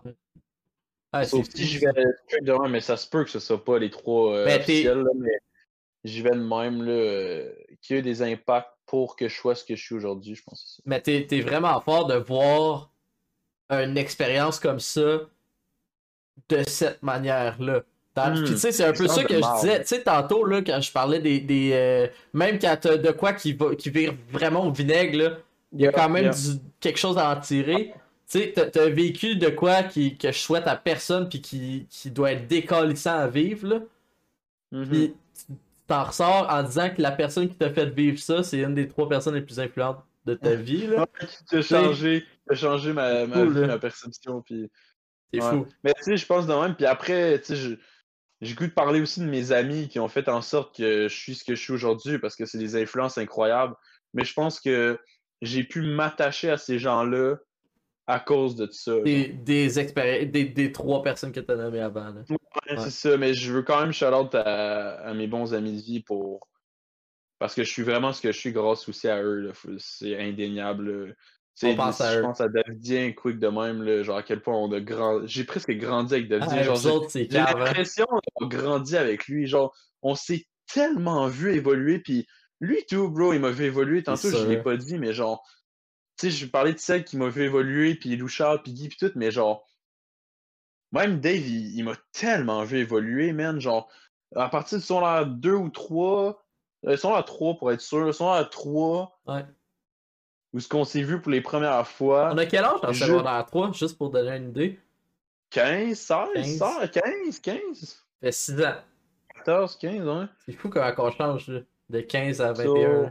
S1: Ah, c'est
S2: Sauf
S1: fou,
S2: si je
S1: ça.
S2: vais straight de même, mais ça se peut que ce soit pas les trois euh,
S1: Mais
S2: officiels,
S1: t'es.
S2: là, mais j'y vais de même, là, euh, qui a eu des impacts pour que je sois ce que je suis aujourd'hui, je pense que c'est ça.
S1: Mais t'es, t'es vraiment fort de voir une expérience comme ça de cette manière-là. Dans- Puis tu
S2: Hmm,
S1: sais, c'est un peu ça
S2: expérience de
S1: que je
S2: marde.
S1: disais, tu sais, tantôt, là, quand je parlais des... des euh, même quand t'as de quoi qui, va, qui vire vraiment au vinaigre, là, il y a
S2: Yeah,
S1: quand même
S2: yeah.
S1: du, quelque chose à en tirer. Tu sais, t'as, t'as vécu de quoi qui, que je souhaite à personne puis qui, qui doit être décalissant à vivre, là.
S2: Mhm.
S1: Puis tu t'en ressors en disant que la personne qui t'a fait vivre ça, c'est une des trois personnes les plus influentes de ta vie, là.
S2: Ouais, qui a changé, qui a changé ma, ma
S1: Fou,
S2: vie,
S1: là.
S2: ma perception, puis
S1: C'est
S2: ouais.
S1: fou.
S2: Mais tu sais, je pense de même, puis après, tu sais, je- j'ai goût de parler aussi de mes amis qui ont fait en sorte que je suis ce que je suis aujourd'hui, parce que c'est des influences incroyables. Mais je pense que j'ai pu m'attacher à ces gens-là à cause de ça. genre.
S1: Des, des, expéri- des, des trois personnes que t'as nommées avant, là.
S2: Ouais,
S1: Ouais.
S2: c'est ça, mais je veux quand même shout-out à, à mes bons amis de vie pour. Parce que je suis vraiment ce que je suis grâce aussi à eux. Là. Faut- C'est indéniable. là. Tu
S1: On
S2: sais,
S1: pense
S2: si
S1: à
S2: je
S1: eux.
S2: pense à Davidien, Quick de même, là, genre à quel point on a grandi. J'ai presque grandi avec Davidien.
S1: Ah,
S2: genre,
S1: vous
S2: j'ai
S1: autres, c'est
S2: j'ai
S1: cave, hein?
S2: l'impression d'avoir grandi avec lui. Genre, on s'est tellement vu évoluer. Puis lui, tout, bro, il m'a vu évoluer. Tantôt, je l'ai
S1: sûr.
S2: pas dit, mais genre, tu sais, je parlais de celle qui m'a vu évoluer, puis Louchard, puis Guy, puis tout, mais genre, même Dave, il, il m'a tellement vu évoluer, man. Genre, à partir de son secondaire deux ou trois, euh, secondaire trois pour être sûr, secondaire trois,
S1: Ouais.
S2: où ce qu'on s'est vu pour les premières
S1: On
S2: fois,
S1: a quel âge en
S2: je...
S1: secondaire trois, juste pour donner une idée?
S2: quinze, seize,
S1: quinze.
S2: seize, quinze, quinze,
S1: Ça fait six ans.
S2: quatorze, quinze, hein.
S1: C'est fou comment on change, là, de quinze à vingt et un.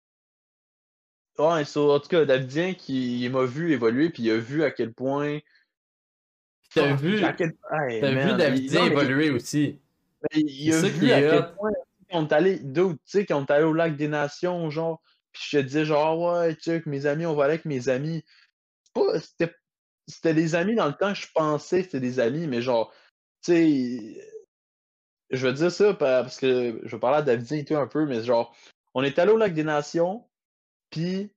S2: So, ouais, so, en tout cas, Davidien qui il m'a vu évoluer, puis il a vu à quel point.
S1: T'as
S2: Fuck,
S1: vu,
S2: à quel... Hey,
S1: t'as vu
S2: man, il-
S1: Davidien
S2: non, mais
S1: évoluer aussi.
S2: il,
S1: C'est
S2: il a
S1: ça
S2: vu
S1: qui
S2: à
S1: est
S2: quel
S1: hot.
S2: point on est allé, dude, tu sais, quand on est allé au lac des Nations, genre, puis je te disais, genre, ouais, tu sais, que mes amis, on va aller avec mes amis. C'est pas- C'était c'était des amis dans le temps, je pensais que c'était des amis, mais genre, tu sais, je veux dire ça pa- parce que je vais parler à Davidien et tout un peu, mais genre, on est allé au lac des Nations, puis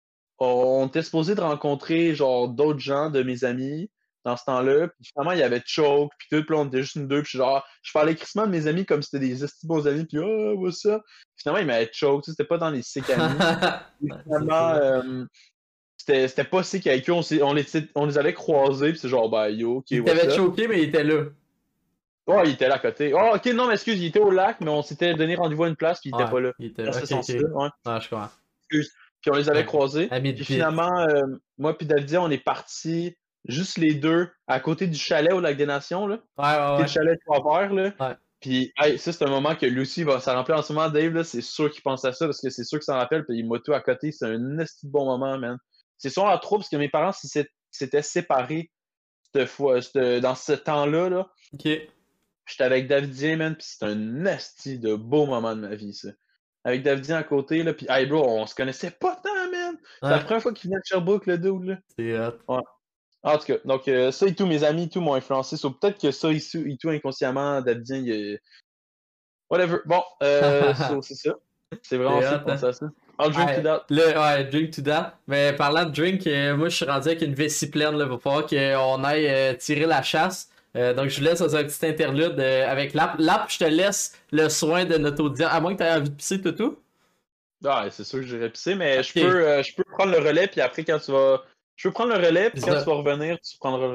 S2: on était supposé de rencontrer, genre, d'autres gens de mes amis dans ce temps-là, puis finalement, il y avait Choke, puis tout, puis là, on était juste une deux, puis genre, je parlais crissement de mes amis comme si c'était des esti bons amis, puis oh, what's up? Finalement, il m'avait Choke, tu sais, c'était pas dans les sick amis. Puis
S1: Ouais, c'est
S2: finalement,
S1: ça.
S2: euh, c'était c'était pas sick avec eux, on, s'est- on, les, on les avait croisés, puis c'est genre, bah yo, ok,
S1: Il
S2: what's
S1: t'avait
S2: up?
S1: choqué, mais il était là.
S2: Oh, il était là à côté. Oh, ok, non, mais excuse, il était au lac, mais on s'était donné rendez-vous à une place, puis il était
S1: Ouais,
S2: pas là.
S1: il était
S2: Dans
S1: là.
S2: ce
S1: Ok,
S2: sens-là,
S1: ok.
S2: ouais.
S1: Ah, je comprends.
S2: Excuse. Puis on les avait
S1: Ouais.
S2: croisés.
S1: Ami de
S2: Puis
S1: bite.
S2: finalement, euh, moi puis Davidien, on est partis juste les deux à côté du chalet au Lac des Nations, là.
S1: Ouais, ouais,
S2: Qui est
S1: ouais.
S2: le chalet de Trois-Verts, là.
S1: Ouais.
S2: Puis hey, ça, c'est un moment que lui aussi va s'en rappeler en ce moment, Dave, là. C'est sûr qu'il pense à ça parce que c'est sûr qu'il s'en rappelle. Puis il m'a tout à côté. C'est un esti de bon moment, man. C'est sûr à trop parce que mes parents s'ils s'étaient- s'étaient séparés cette fois, cette- dans ce temps-là, là.
S1: Ok.
S2: J'étais avec Davidien, man, pis c'est un esti de beau moment de ma vie, ça. Avec Davidien à côté, là, pis hey bro, on se connaissait pas tant, man! C'est la
S1: Ouais.
S2: première fois qu'il venait de Sherbrooke, le dude, là.
S1: C'est hot.
S2: Ouais. En tout cas, donc euh, ça et tout, mes amis, tout m'ont influencé. So, peut-être que ça et tout, et tout inconsciemment, Davidien, il est... Whatever. Bon, euh, so, c'est ça. C'est vraiment
S1: C'est
S2: ça
S1: hot,
S2: de penser
S1: hein.
S2: à ça. I'll drink to
S1: Ouais,
S2: that.
S1: le, ouais, drink to that. Mais parlant de drink, euh, moi je suis rendu avec une vessie pleine. Il va falloir qu'on aille euh, tirer la chasse. Euh, donc je vous laisse dans un petit interlude euh, avec l'app. L'app, je te laisse le soin de notre audience. À moins que tu aies envie de pisser tout tout.
S2: Ah, c'est sûr que j'irai pisser, mais je
S1: Ok.
S2: peux, euh, je peux prendre le relais, puis après, quand tu vas. Je peux prendre le relais, puis
S1: C'est
S2: quand
S1: ça.
S2: tu vas revenir, tu prendras le relais.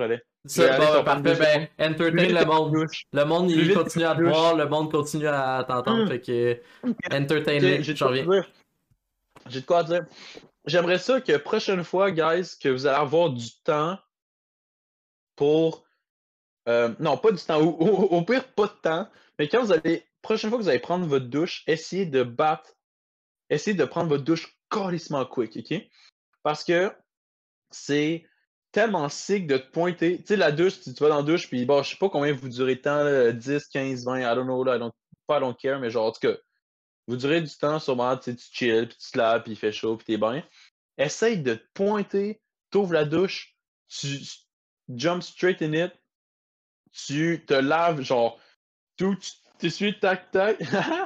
S2: Je vais
S1: Ça,
S2: aller
S1: bon,
S2: sur
S1: parfait,
S2: prendre
S1: ben,
S2: Plus
S1: entertain
S2: vite
S1: le
S2: que
S1: monde.
S2: tu douches.
S1: Le monde,
S2: Plus
S1: il
S2: vite que
S1: continue
S2: tu
S1: à te
S2: douches.
S1: voir, le monde continue à t'entendre,
S2: Hum.
S1: fait que
S2: Ok,
S1: entertain
S2: ok,
S1: les,
S2: j'ai de
S1: j'en
S2: quoi
S1: reviens.
S2: te dire. J'ai de quoi te dire. J'aimerais ça que prochaine fois, guys, que vous allez avoir du temps pour. euh, non, pas du temps. Au, au- au pire, pas de temps. Mais quand vous allez. Prochaine fois que vous allez prendre votre douche, essayez de battre. Essayez de prendre votre douche calissement quick, ok? Parce que c'est tellement sick de te pointer. Tu sais, la douche, tu, tu vas dans la douche, puis bon, je sais pas combien vous durez de temps, là, dix, quinze, vingt, I don't know, là, I don't, pas I don't care, mais genre, en tout cas, vous durez du temps, sûrement, tu sais, tu chill, puis tu te laves, puis il fait chaud, puis t'es bien. Essaye de te pointer, t'ouvres la douche, tu, tu jump straight in it, tu te laves, genre, tout, tu t'essuies, tac, tac.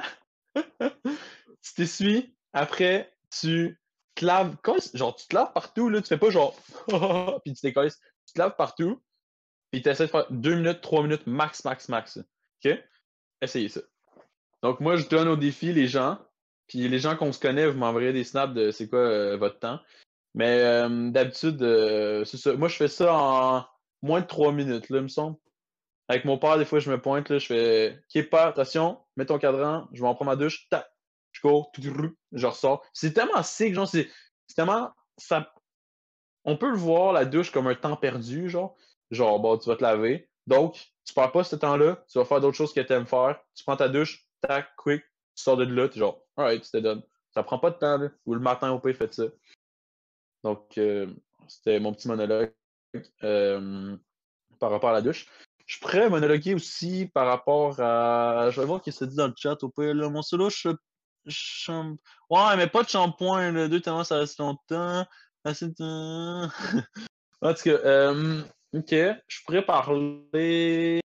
S2: Tu t'essuies, après, tu te laves, comme- genre, tu te laves partout, là, tu fais pas genre, puis tu décolles, tu te laves partout, puis tu essaies de faire deux minutes, trois minutes, max, max, max. OK? Essayez ça. Donc, moi, je donne au défi les gens, puis les gens qu'on se connaît, vous m'enverrez des snaps de c'est quoi euh, votre temps. Mais euh, d'habitude, euh, c'est ça. Moi, je fais ça en moins de trois minutes, là, il me semble. Avec mon père, des fois, je me pointe, là, je fais OK, père, attention, mets ton cadran, je vais en prendre ma douche, tac, je cours, tout, tout, tout, je ressors. C'est tellement sick, genre, c'est c'est tellement. Ça, on peut le voir, la douche, comme un temps perdu, genre. Genre, bon, tu vas te laver. Donc, tu perds pas ce temps-là, tu vas faire d'autres choses que tu aimes faire. Tu prends ta douche, tac, quick, tu sors de là, tu es genre, alright, tu te donnes. Ça prend pas de temps, là. Ou le matin, au pire, faites ça. Donc, euh, c'était mon petit monologue euh, par rapport à la douche. Je pourrais monologuer aussi par rapport à. Je vais voir ce qui se dit dans le chat au pire. Là. Mon solo, je. Champ... Ouais, mais pas de shampoing, là. Deux tendance à rester longtemps. Assez de... En tout cas, euh, ok. Je pourrais parler.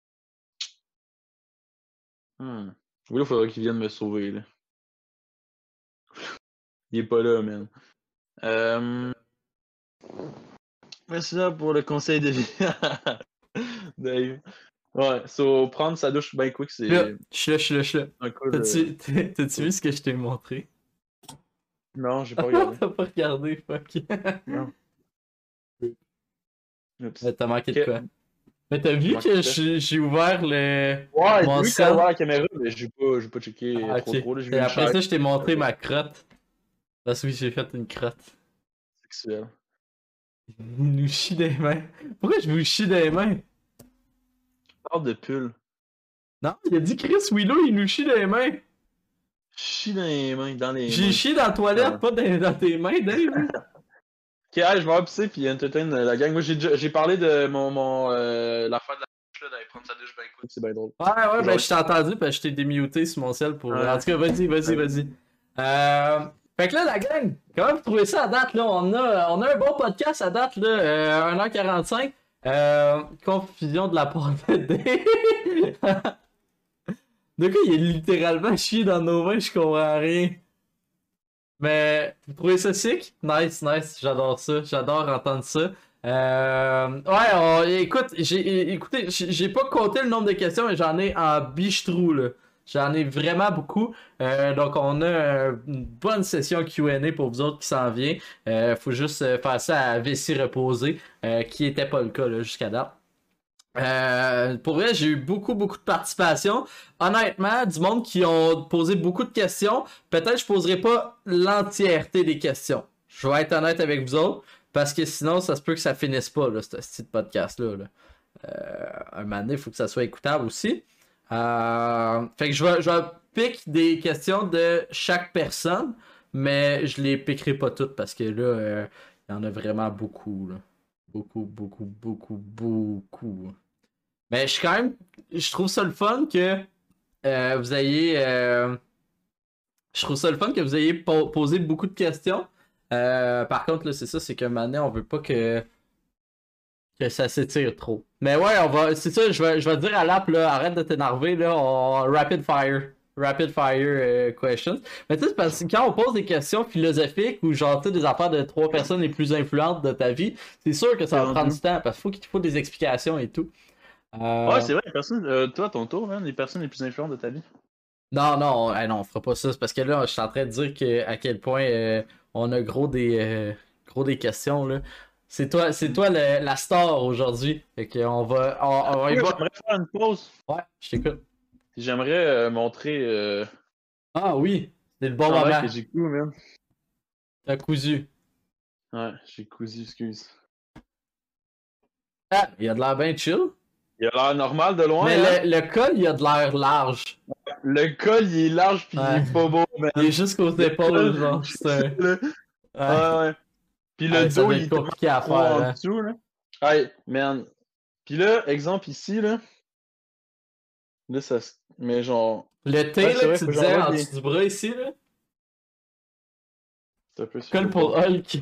S2: Hmm. Oui, il faudrait qu'il vienne me sauver, là. Il est pas là, man. Euh... Merci là pour le conseil de vie. Dave. Ouais, so, prendre sa douche bien quick, c'est
S1: Là, je suis là, je suis là, je suis là.
S2: un cool.
S1: T'as-tu t'as- t'as-tu vu ce que je t'ai montré?
S2: Non, j'ai pas regardé.
S1: T'as pas regardé, fuck.
S2: Non. Oups.
S1: Mais t'as manqué de
S2: Ok.
S1: quoi? Mais t'as vu
S2: Manqué
S1: que
S2: de quoi?
S1: j'ai j'ai ouvert le.
S2: Ouais,
S1: Mon
S2: j'ai vu que
S1: cell.
S2: t'avais ouvert la caméra, mais j'ai pas, j'ai pas checké
S1: Ah,
S2: trop
S1: ok.
S2: trop. Là, j'ai
S1: Et
S2: vu une
S1: après
S2: chaise
S1: ça, je t'ai montré ma crotte. Parce que oui, j'ai fait une crotte.
S2: sexuelle.
S1: Il nous chie des mains. Pourquoi je vous chie des mains?
S2: Parle de pull.
S1: Non, il a dit Chris Willow, il nous chie des mains.
S2: Chie dans les mains, dans les
S1: J'ai
S2: mains.
S1: chié dans la toilette,
S2: Ah.
S1: pas dans, dans tes mains, Dave.
S2: Ok, allez, je vais pisser puis entertain la gang. Moi, j'ai déjà- j'ai parlé de mon, mon euh, l'affaire de la douche, là, d'aller prendre sa douche ben quick, c'est bien drôle.
S1: Ouais, ouais, ben
S2: Genre-
S1: je t'ai entendu, parce que je t'ai démuté sur mon cell pour.
S2: Ouais.
S1: En tout cas, vas-y, vas-y,
S2: Ouais.
S1: vas-y. Euh. Fait que là, la gang, comment vous trouvez ça à date, là? On a, on a un bon podcast à date, là, euh, une heure quarante-cinq. Euh, confusion de la part de D. De quoi, il est littéralement chié dans nos mains, je comprends rien. Mais, vous trouvez ça sick? Nice, nice, j'adore ça, j'adore entendre ça. Euh, ouais, on- écoute, j'ai, écoutez, j'ai j'ai pas compté le nombre de questions, mais j'en ai en biche-trou, là. J'en ai vraiment beaucoup. Euh, donc, on a euh, une bonne session Q and A pour vous autres qui s'en vient. Euh, faut juste euh, faire ça à vessie reposée, euh, qui était pas le cas là, jusqu'à date. Euh, pour vrai, j'ai eu beaucoup, beaucoup de participation. Honnêtement, du monde qui ont posé beaucoup de questions. Peut-être je poserai pas l'entièreté des questions. Je vais être honnête avec vous autres, parce que sinon, ça se peut que ça finisse pas, là, ce style podcast-là. Là. Euh, un moment donné, il faut que ça soit écoutable aussi. Euh, fait que je vais, je vais piquer des questions de chaque personne, mais je les piquerai pas toutes, parce que là, euh, il y en a vraiment beaucoup, là. Beaucoup, beaucoup, beaucoup, beaucoup. Mais je suis quand même. Je trouve ça le fun que euh, vous ayez. Euh, je trouve ça le fun que vous ayez po- posé beaucoup de questions. Euh, par contre, là, c'est ça, c'est que maintenant, on veut pas que. Que ça s'étire trop. Mais ouais, on va. C'est ça, je vais, je vais dire à l'app, là, arrête de t'énerver, là. On... Rapid fire. Rapid fire euh, questions. Mais tu sais, c'est parce que quand on pose des questions philosophiques ou genre, tu sais, des affaires de trois personnes les plus influentes de ta vie, c'est sûr que ça va prendre du temps parce qu'il faut qu'il te faut des explications et tout. Euh...
S2: Ouais, c'est vrai, les personnes, euh, toi, ton tour, man, les personnes les plus influentes de ta vie.
S1: Non, non, eh non, on fera pas ça. C'est parce que là, je suis en train de dire que, à quel point euh, on a gros des, euh, gros des questions, là. C'est toi, c'est toi le- la star aujourd'hui. Fait qu'on va. On, on va y
S2: Oui,
S1: voir.
S2: j'aimerais faire une pause.
S1: Ouais, je t'écoute.
S2: J'aimerais euh, montrer euh,
S1: Ah oui, c'est le
S2: le
S1: bon
S2: chandail
S1: moment.
S2: que j'ai cousu, man.
S1: T'as cousu.
S2: Ouais, j'ai cousu, excuse.
S1: Ah, il a de l'air bien chill.
S2: Il a l'air normal de loin,
S1: Mais
S2: hein?
S1: le, le col, il a de l'air large.
S2: Le col, il est large pis il
S1: Ouais.
S2: est pas beau, man.
S1: Il est jusqu'aux
S2: Le
S1: épaules,
S2: col,
S1: genre.
S2: je
S1: C'est
S2: sais,
S1: un.
S2: là.
S1: Ouais.
S2: Ouais, ouais. Puis le
S1: Ouais, ça
S2: dos,
S1: doit
S2: il
S1: être
S2: est tellement
S1: compliqué à
S2: trop
S1: faire,
S2: en
S1: hein.
S2: dessous, là. Hey, man. Puis là, exemple ici, là. Là, ça se... Mais genre...
S1: Le T,
S2: Ouais,
S1: là,
S2: c'est
S1: que
S2: vrai,
S1: tu
S2: faut que
S1: disais
S2: j'envoie
S1: en
S2: des...
S1: dessous du bras ici, là.
S2: C'est un peu si je
S1: Col
S2: veux
S1: pour
S2: pas.
S1: Hulk.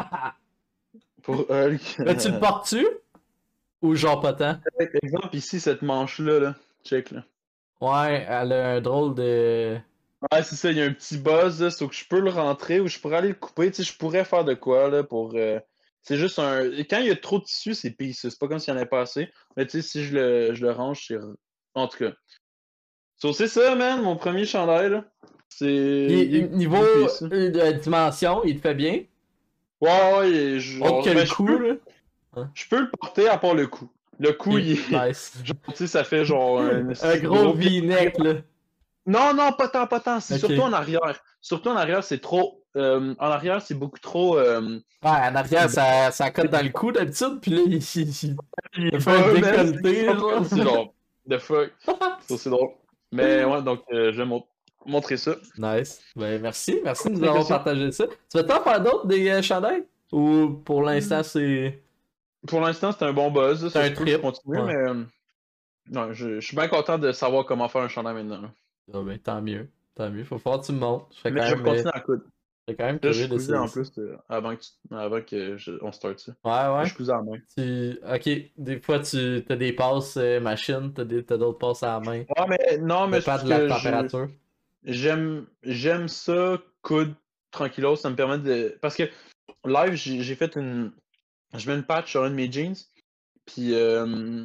S2: Pour Hulk.
S1: Mais tu le portes-tu? Ou genre pas tant?
S2: Exemple ici, cette manche-là, là. Check, là.
S1: Ouais, elle a un drôle de.
S2: Ouais, c'est ça, il y a un petit buzz, là, sauf que je peux le rentrer ou je pourrais aller le couper, tu sais, je pourrais faire de quoi, là, pour... euh, C'est juste un... Quand il y a trop de tissu, c'est pire, c'est pas comme s'il y en avait pas assez, mais tu sais, si je le, je le range, c'est... En tout cas. So, c'est ça, man, mon premier chandail, là. C'est...
S1: Puis,
S2: Il est
S1: niveau
S2: cool, puis ça.
S1: euh, de dimension, il te fait bien.
S2: Ouais, ouais, il est genre...
S1: Autre que
S2: ben,
S1: le
S2: je
S1: cou,
S2: peux...
S1: là.
S2: je peux le porter à part le cou. Le cou,
S1: Ok,
S2: il est...
S1: nice.
S2: Genre, tu sais, ça fait genre un...
S1: Un gros
S2: pied.
S1: V-neck, là.
S2: Non, non, pas tant, pas tant. C'est
S1: Ok.
S2: surtout en arrière. Surtout en arrière, c'est trop... euh, en arrière, c'est beaucoup trop... euh,
S1: Ouais, en arrière, ça, ça cote dans le cou d'habitude, puis là, il, il,
S2: Il
S1: il
S2: est
S1: fait un
S2: pas, man,
S1: décolleté,
S2: c'est pas
S1: genre.
S2: comme si, genre, the fuck. Ça, c'est drôle. Mais ouais, donc, euh, je vais mon- montrer ça.
S1: Nice. Ben, merci. Merci de nous
S2: Des
S1: avoir
S2: questions?
S1: partagé ça. Tu vas t'en faire d'autres des euh, chandails? Ou pour l'instant, c'est.
S2: Pour l'instant, c'est un bon buzz. là.
S1: C'est
S2: Ça
S1: un
S2: se peut que je
S1: trip.
S2: continue,
S1: Ouais.
S2: mais euh, non, je, je suis bien content de savoir comment faire un chandail maintenant. là.
S1: Ah ben, tant mieux. Tant mieux. Faut faire que tu me montres. Je serais
S2: Mais
S1: quand
S2: je vais
S1: même, euh,
S2: continuer à coudre.
S1: je serais quand même
S2: Là, je
S1: curieux
S2: suis cousu
S1: d'essayer
S2: en
S1: ça.
S2: plus euh, avant que, tu- avant que je- on start ça.
S1: Ouais,
S2: Là,
S1: ouais.
S2: je suis cousu à la main.
S1: Tu... Ok, des fois, tu as des passes euh, machine, t'as des... t'as d'autres passes à la main.
S2: Ouais, mais non, mais c'est
S1: Dépend
S2: parce
S1: de la
S2: que je-
S1: température.
S2: j'aime j'aime ça, coudre tranquillos. Ça me permet de. Parce que live, j'ai j'ai fait une. Je mets une patch sur un de mes jeans. Puis euh,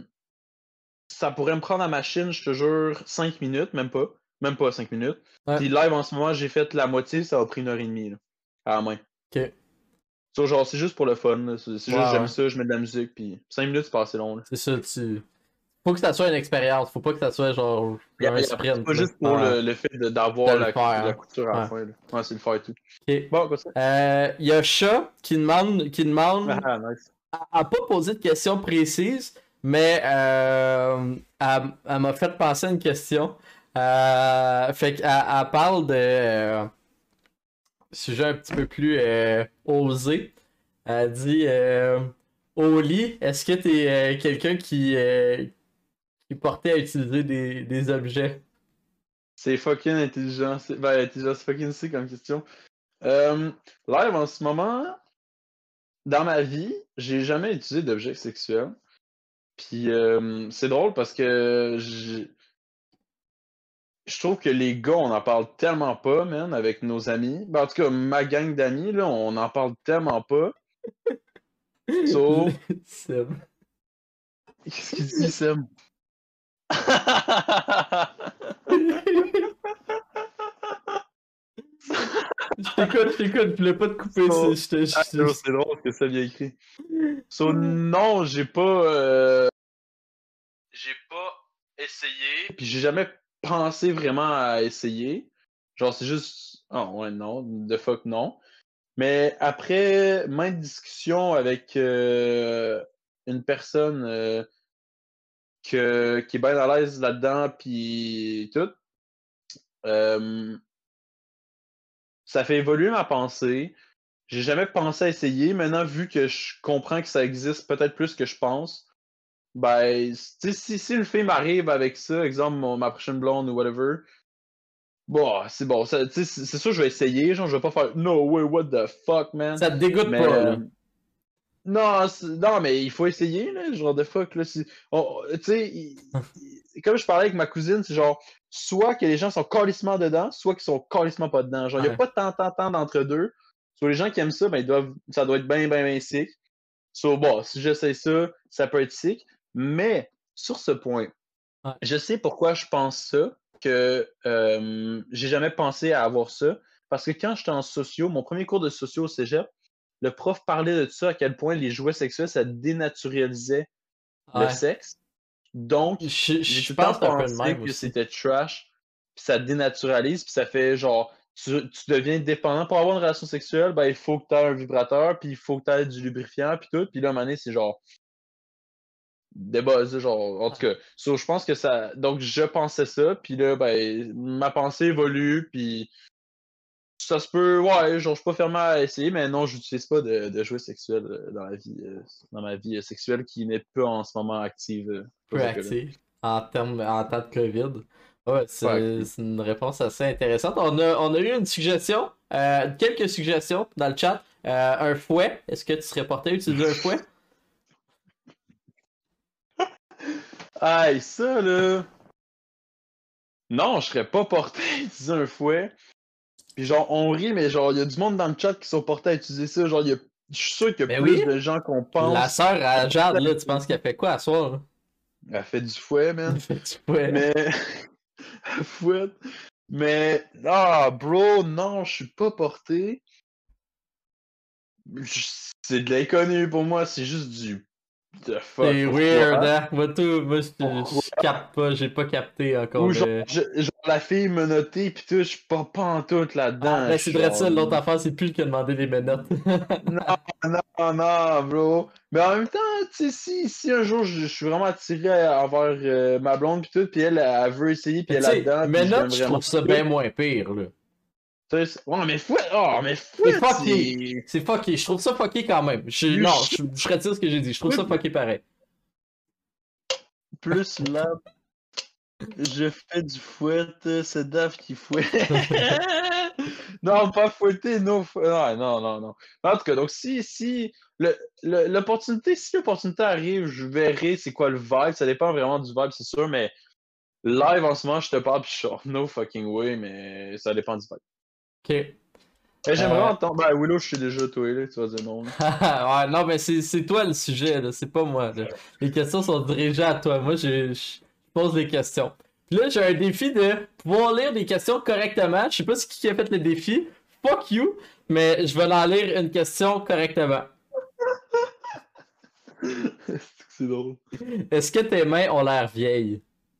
S2: ça pourrait me prendre la machine, je te jure, cinq minutes, même pas. Même pas cinq minutes.
S1: Ouais.
S2: Puis live en ce moment, j'ai fait la moitié, ça a pris une heure et demie là, à la main.
S1: Ok.
S2: So, genre, c'est juste pour le fun. là. C'est c'est
S1: Ouais,
S2: juste, j'aime
S1: ouais.
S2: ça, je mets de la musique, puis cinq minutes, c'est pas assez long. Là.
S1: C'est ça, tu. Faut que ça soit une expérience. Faut pas que ça soit genre
S2: Y a-
S1: un
S2: y a-
S1: sprint.
S2: C'est pas
S1: là.
S2: juste pour
S1: Ouais.
S2: le, le fait de- d'avoir
S1: De le
S2: la,
S1: faire,
S2: la
S1: hein.
S2: couture à la
S1: Ouais.
S2: fin. Là. Ouais, c'est le faire et tout.
S1: Ok.
S2: Bon, quoi ça?
S1: Euh, y a Chat qui demande, qui demande,
S2: Ah, nice.
S1: elle a pas posé de question précise, mais euh, elle, elle m'a fait penser à une question. Euh, fait qu'elle elle parle de euh, sujet un petit peu plus euh, osé. Elle dit euh, au lit, est-ce que t'es euh, quelqu'un qui, euh, qui est porté à utiliser des, des objets?
S2: C'est fucking intelligent. c'est- Ben, intelligent, c'est fucking C comme question. Euh, live, en ce moment, dans ma vie, j'ai jamais utilisé d'objets sexuels. Puis euh, c'est drôle parce que j'ai- je trouve que les gars, on en parle tellement pas, man, avec nos amis. Ben, en tout cas, ma gang d'amis, là, on en parle tellement pas. So,
S1: C'est-
S2: qu'est-ce qu'il dit, Sam?
S1: Je t'écoute, je t'écoute, je voulais pas te couper.
S2: So-
S1: c'est- je te-
S2: Ah,
S1: je-
S2: yo, c'est drôle ce que ça vient écrit. So, non, j'ai pas. euh, J'ai pas essayé, puis j'ai jamais pensé vraiment à essayer. Genre, c'est juste. Oh, ouais, non, de fuck, non. Mais après maintes discussions avec euh, une personne euh, que, qui est bien à l'aise là-dedans, puis tout, euh, ça fait évoluer ma pensée. J'ai jamais pensé à essayer. Maintenant, vu que je comprends que ça existe peut-être plus que je pense, ben, tu sais, si, si le film arrive avec ça, exemple mon- ma prochaine blonde ou whatever, bon, c'est bon. ça- tu sais, C'est c'est sûr que je vais essayer. Genre, je vais pas faire No way, what the fuck, man.
S1: Ça te dégoûte
S2: Mais,
S1: pas, là.
S2: euh, non, c'est- non, mais il faut essayer, là, genre de fuck, là. si- on- Tu sais, il- il- comme je parlais avec ma cousine, c'est genre, soit que les gens sont calissement dedans, soit qu'ils sont calissement pas dedans. Genre, il y a
S1: Ouais.
S2: pas tant, tant, tant d'entre-deux. Sur les gens qui aiment ça, ben, ils doivent, ça doit être bien, bien, bien sick. So, bon, si j'essaie ça, ça peut être sick. Mais, sur ce point,
S1: Ouais.
S2: je sais pourquoi je pense ça, que euh, j'ai jamais pensé à avoir ça. Parce que quand j'étais en sociaux, mon premier cours de sociaux au cégep, le prof parlait de ça, à quel point les jouets sexuels, ça dénaturalisait le
S1: Ouais.
S2: sexe. Donc,
S1: Je,
S2: j'ai
S1: je
S2: tout le temps
S1: pense que c'est un peu de
S2: pensé
S1: même
S2: que
S1: aussi.
S2: c'était trash, puis ça dénaturalise, puis ça fait genre, tu, tu deviens dépendant. Pour avoir une relation sexuelle, ben, il faut que tu aies un vibrateur, puis il faut que tu aies du lubrifiant, puis tout. Puis là, à un moment donné, c'est genre, débat, genre, en tout cas. So, je pense que ça. Donc, je pensais ça, puis là, ben, ma pensée évolue, puis ça se peut, ouais, genre, je suis pas fermé à essayer, mais non, je n'utilise pas de, de jouets sexuels euh, dans la vie, euh, dans ma vie euh, sexuelle qui n'est pas en ce moment active. euh,
S1: Peu
S2: cause de COVID.
S1: actif en termes en temps de COVID. Ouais,
S2: Pas
S1: c'est
S2: active.
S1: c'est une réponse assez intéressante. On a, on a eu une suggestion, euh, quelques suggestions dans le chat. Euh, un fouet. Est-ce que tu serais porté à utiliser un fouet?
S2: Aïe, ça, là. Non, je serais pas porté à utiliser un fouet. Puis genre, on rit, mais genre, il y a du monde dans le chat qui sont portés à utiliser ça. Genre, il y a... je suis sûr qu'il y a
S1: Ben
S2: plus
S1: oui.
S2: de gens qu'on
S1: La
S2: pense.
S1: sœur à Jade, là, tu penses qu'elle fait quoi à soir? Là?
S2: Elle fait du fouet, man.
S1: Elle fait du fouet.
S2: Mais. Elle fouette. Mais. Ah, bro, non, je suis pas porté. Je- C'est de l'inconnu pour moi, c'est juste du. De fuck.
S1: C'est
S2: Pourquoi?
S1: weird, hein? Moi, tout, moi je,
S2: Pourquoi?
S1: je capte pas, j'ai pas capté encore
S2: Ou genre,
S1: le.
S2: je- genre, la fille me notait, pis tout, je suis pas pantoute
S1: Ah,
S2: là-dedans.
S1: ben
S2: Je
S1: c'est
S2: suis
S1: vrai
S2: genre.
S1: ça, l'autre affaire, c'est plus le qui a demandé les menottes.
S2: Non, non, non, bro. Mais en même temps, tu sais, si, si un jour je, je suis vraiment attiré envers euh, ma blonde pis tout, pis elle, elle veut essayer, pis
S1: Mais tu
S2: elle est
S1: sais,
S2: là-dedans, pis je l'aime
S1: menottes, je
S2: vraiment.
S1: trouve ça bien moins pire, là.
S2: Tu sais, ouais, mais fouette, oh, mais
S1: C'est
S2: fouette,
S1: fucké.
S2: c'est.
S1: C'est fucké. Je trouve ça fucké quand même. Je,
S2: You
S1: non,
S2: shit.
S1: je, je retire ce que j'ai dit. Je trouve ça fucké pareil.
S2: Plus là, je fais du fouet, c'est Dave qui fouette. Non, pas fouetter, non, fou- non, non, non, non. En tout cas, donc si, si le- le- l'opportunité, si l'opportunité arrive, je verrai c'est quoi le vibe. Ça dépend vraiment du vibe, c'est sûr, mais live en ce moment, je te parle, puis je suis genre, no fucking way, mais ça dépend du vibe.
S1: Ok.
S2: Mais j'aimerais
S1: Euh,
S2: entendre. Ben, Willow, je suis déjà toi, là, tu vas dire non.
S1: ouais, non, mais c'est c'est toi le sujet, là. C'est pas moi, là. Les questions sont dirigées à toi. Moi, je, je pose des questions. Puis là, j'ai un défi de pouvoir lire des questions correctement. Je sais pas c'est qui qui a fait le défi. Fuck you. Mais je vais en lire une question correctement.
S2: C'est drôle.
S1: Est-ce que tes mains ont l'air vieilles?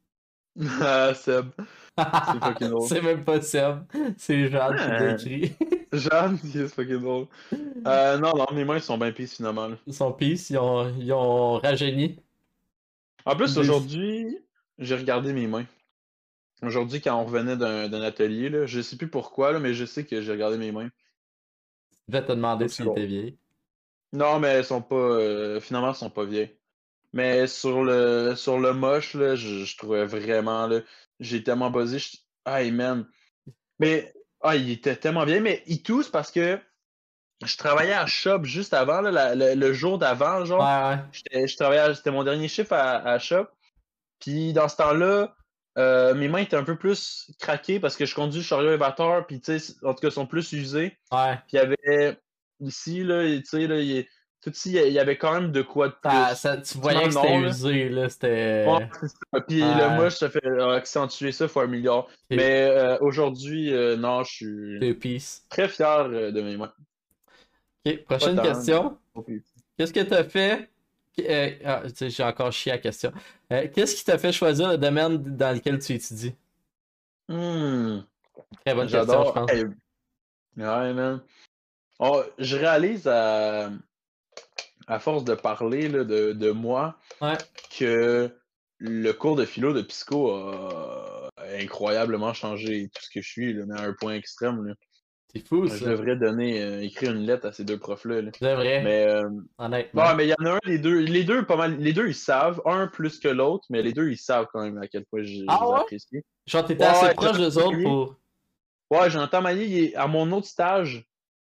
S2: Ah, Seb. C'est fucking drôle.
S1: C'est même pas Seb. C'est Jade qui l'a
S2: Ah.
S1: écrit.
S2: Jeanne, c'est fucking drôle. Euh, non, non, mes mains sont bien pisses finalement. Là.
S1: Ils sont peace, ils ont, ils ont rajeuni.
S2: En plus,
S1: Des-
S2: aujourd'hui, j'ai regardé mes mains. Aujourd'hui, quand on revenait d'un d'un atelier, là, je sais plus pourquoi, là, mais je sais que j'ai regardé mes mains.
S1: Je vais te demander
S2: Donc, c'est
S1: s'ils
S2: drôle.
S1: étaient vieilles.
S2: Non, mais elles sont pas. euh, finalement, elles sont pas vieilles. Mais sur le sur le moche, là, je, je trouvais vraiment. Là, j'ai tellement buzzé. Je... Hey man. Mais. Ah, il était tellement bien, mais il tousse parce que je travaillais à Shop juste avant, là, la- le, le jour d'avant, genre.
S1: Ouais, ouais.
S2: J'étais- Je travaillais, à- c'était mon dernier chiffre à, à Shop. Puis dans ce temps-là, euh, mes mains étaient un peu plus craquées parce que je conduis le chariot élévateur, puis tu sais, en tout cas, sont plus usées.
S1: Ouais.
S2: Puis il y avait ici, là, tu sais, là, il, tout ici, il y avait quand même de quoi de plus.
S1: Ça, ça- tu voyais que
S2: Non,
S1: c'était
S2: là.
S1: usé, là. C'était.
S2: Ouais, c'est ça. Puis
S1: Ouais.
S2: le moche, ça fait euh, accentuer ça fois un milliard. Mais euh, aujourd'hui, euh, non, je suis
S1: Deux peace.
S2: très fier euh, de mes mains.
S1: Ok, prochaine
S2: Pas tant,
S1: question.
S2: mais-
S1: Qu'est-ce que t'as fait? Euh, ah, tu sais, j'ai encore chié à la question. Euh, Qu'est-ce qui t'a fait choisir le domaine dans lequel tu étudies?
S2: Hmm,
S1: Très bonne question, je
S2: j'adore.
S1: pense.
S2: Hey, ouais, man. Oh, je réalise à, à force de parler là, de, de moi
S1: Ouais.
S2: que le cours de philo de Pisco a incroyablement changé tout ce que je suis, là, mais à un point extrême. Là.
S1: C'est fou,
S2: Je
S1: ça.
S2: devrais donner, euh, écrire une lettre à ces deux profs-là. là.
S1: C'est vrai.
S2: Mais, euh,
S1: Honnêtement.
S2: non, mais il y en a un, les deux, les deux, pas mal, les deux, ils savent, un plus que l'autre, mais les deux, ils savent quand même à quel point je,
S1: Ah
S2: je les
S1: ouais?
S2: apprécie.
S1: Genre, t'étais
S2: Ouais,
S1: assez
S2: ouais,
S1: proche d'eux autres pour.
S2: Ouais, Jonathan Maillet, il est à mon autre stage,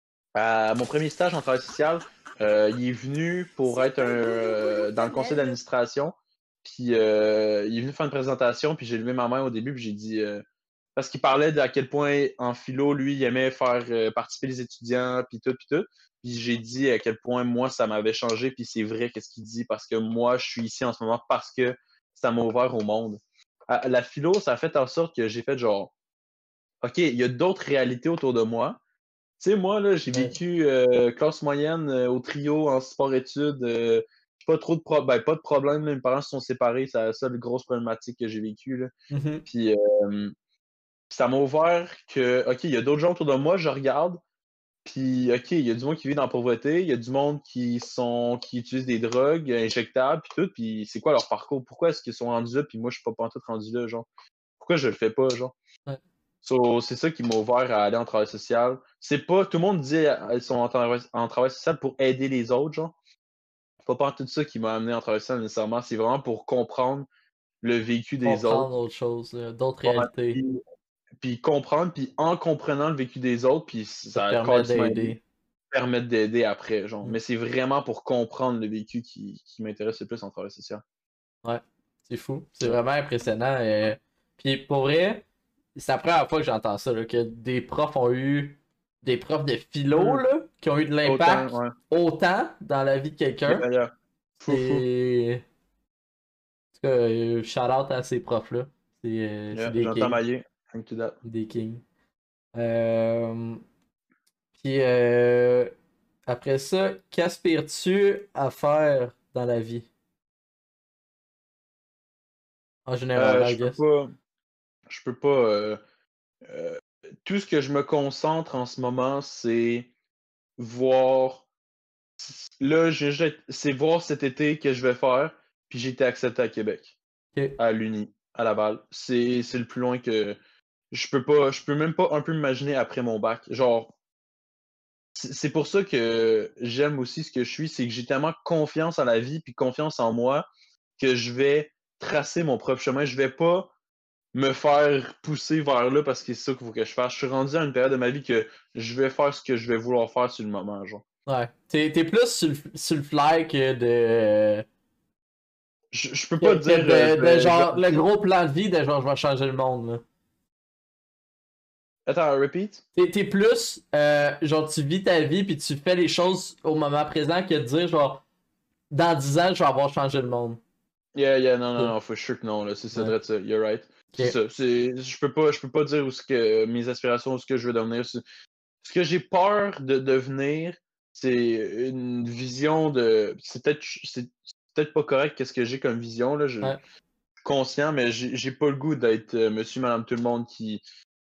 S2: à mon premier stage en travail social, euh, il est venu pour être un, euh, dans le conseil d'administration. Puis euh, il est venu faire une présentation, puis j'ai levé ma main au début, puis j'ai dit. euh, parce qu'il parlait de à quel point en philo, lui, il aimait faire euh, participer les étudiants, puis tout, puis tout. Puis j'ai dit à quel point moi, ça m'avait changé, puis c'est vrai qu'est-ce qu'il dit, parce que moi, je suis ici en ce moment parce que ça m'a ouvert au monde. À- la philo, ça a fait en sorte que j'ai fait genre. OK, il y a d'autres réalités autour de moi. sais, moi, là, j'ai
S1: Ouais.
S2: vécu euh, classe moyenne euh, au trio en sport-études. Euh, pas trop de pro- ben, pas de problème. Là, mes parents se sont séparés. C'est la seule grosse problématique que j'ai vécue. Là.
S1: Mhm.
S2: Puis euh, ça m'a ouvert que, OK, il y a d'autres gens autour de moi, je regarde. Puis, OK, il y a du monde qui vit dans la pauvreté, il y a du monde qui sont qui utilisent des drogues injectables, puis tout. Puis c'est quoi leur parcours? Pourquoi est-ce qu'ils sont rendus là, puis moi, je suis pas pantoute rendu là, genre? Pourquoi je le fais pas, genre?
S1: Ouais.
S2: So, c'est ça qui m'a ouvert à aller en travail social. C'est pas, tout le monde dit qu'ils sont en travail, en travail social pour aider les autres, genre. C'est pas tout ça qui m'a amené en travail social nécessairement. C'est vraiment pour comprendre le vécu des
S1: Comprendre
S2: autres.
S1: autre chose, là, d'autres
S2: Ouais,
S1: réalités.
S2: puis, puis comprendre, puis en comprenant le vécu des autres, puis
S1: Ça te
S2: ça a
S1: permet
S2: carrément
S1: d'aider.
S2: permettre d'aider après, genre.
S1: Mm.
S2: Mais c'est vraiment pour comprendre le vécu qui, qui m'intéresse le plus en travail social.
S1: Ouais, c'est fou. C'est
S2: Ouais.
S1: vraiment impressionnant. euh. Puis pour vrai, c'est la première fois que j'entends ça, là, que des profs ont eu des profs de philo,
S2: Mm.
S1: là, qui ont eu de
S2: Autant,
S1: l'impact
S2: ouais.
S1: autant dans la vie de quelqu'un.
S2: Yeah, yeah. Fou, fou.
S1: C'est. En tout cas, euh, shout out à ces profs-là. C'est euh, c'est
S2: Yeah,
S1: des
S2: j'entends
S1: kings.
S2: mailler. Thank to that.
S1: Des kings. Euh, Puis euh, après ça, qu'aspires-tu à faire dans la vie? En général,
S2: Euh,
S1: I
S2: je peux
S1: guess.
S2: pas. Je peux pas. euh, euh, tout ce que je me concentre en ce moment, c'est voir. Là, je- je- c'est voir cet été que je vais faire, puis j'ai été accepté à Québec,
S1: Ok.
S2: à l'Uni, à Laval. C'est c'est le plus loin que. Je peux pas. Je peux même pas un peu m'imaginer après mon bac. Genre, c'est c'est pour ça que j'aime aussi ce que je suis, c'est que j'ai tellement confiance en la vie puis confiance en moi que je vais tracer mon propre chemin. Je vais pas me faire pousser vers là parce que c'est ça qu'il faut que je fasse. Je suis rendu à une période de ma vie que je vais faire ce que je vais vouloir faire sur le moment, genre.
S1: Ouais. T'es t'es plus sur le, sur le fly que de.
S2: Je, je peux
S1: Que,
S2: pas
S1: que
S2: dire euh,
S1: de,
S2: je
S1: de
S2: vais, je
S1: genre
S2: vais-
S1: le gros plan de vie de genre je vais changer le monde, là.
S2: Attends, repeat?
S1: T'es t'es plus euh, genre tu vis ta vie puis tu fais les choses au moment présent que de dire genre dans dix ans je vais avoir changé le monde.
S2: Yeah, yeah, non, non,
S1: Ça.
S2: non, for sure que non, là, c'est ça,
S1: Ouais.
S2: drôle ça, you're right. C'est
S1: Ok.
S2: ça, c'est, je peux pas, je peux pas dire où ce que mes aspirations, où ce que je veux devenir. C'est- Ce que j'ai peur de devenir, c'est une vision de, c'est peut-être, c'est peut-être pas correct qu'est-ce que j'ai comme vision, là, je, je
S1: Ouais.
S2: suis conscient, mais j'ai j'ai pas le goût d'être euh, monsieur, madame, tout le monde qui,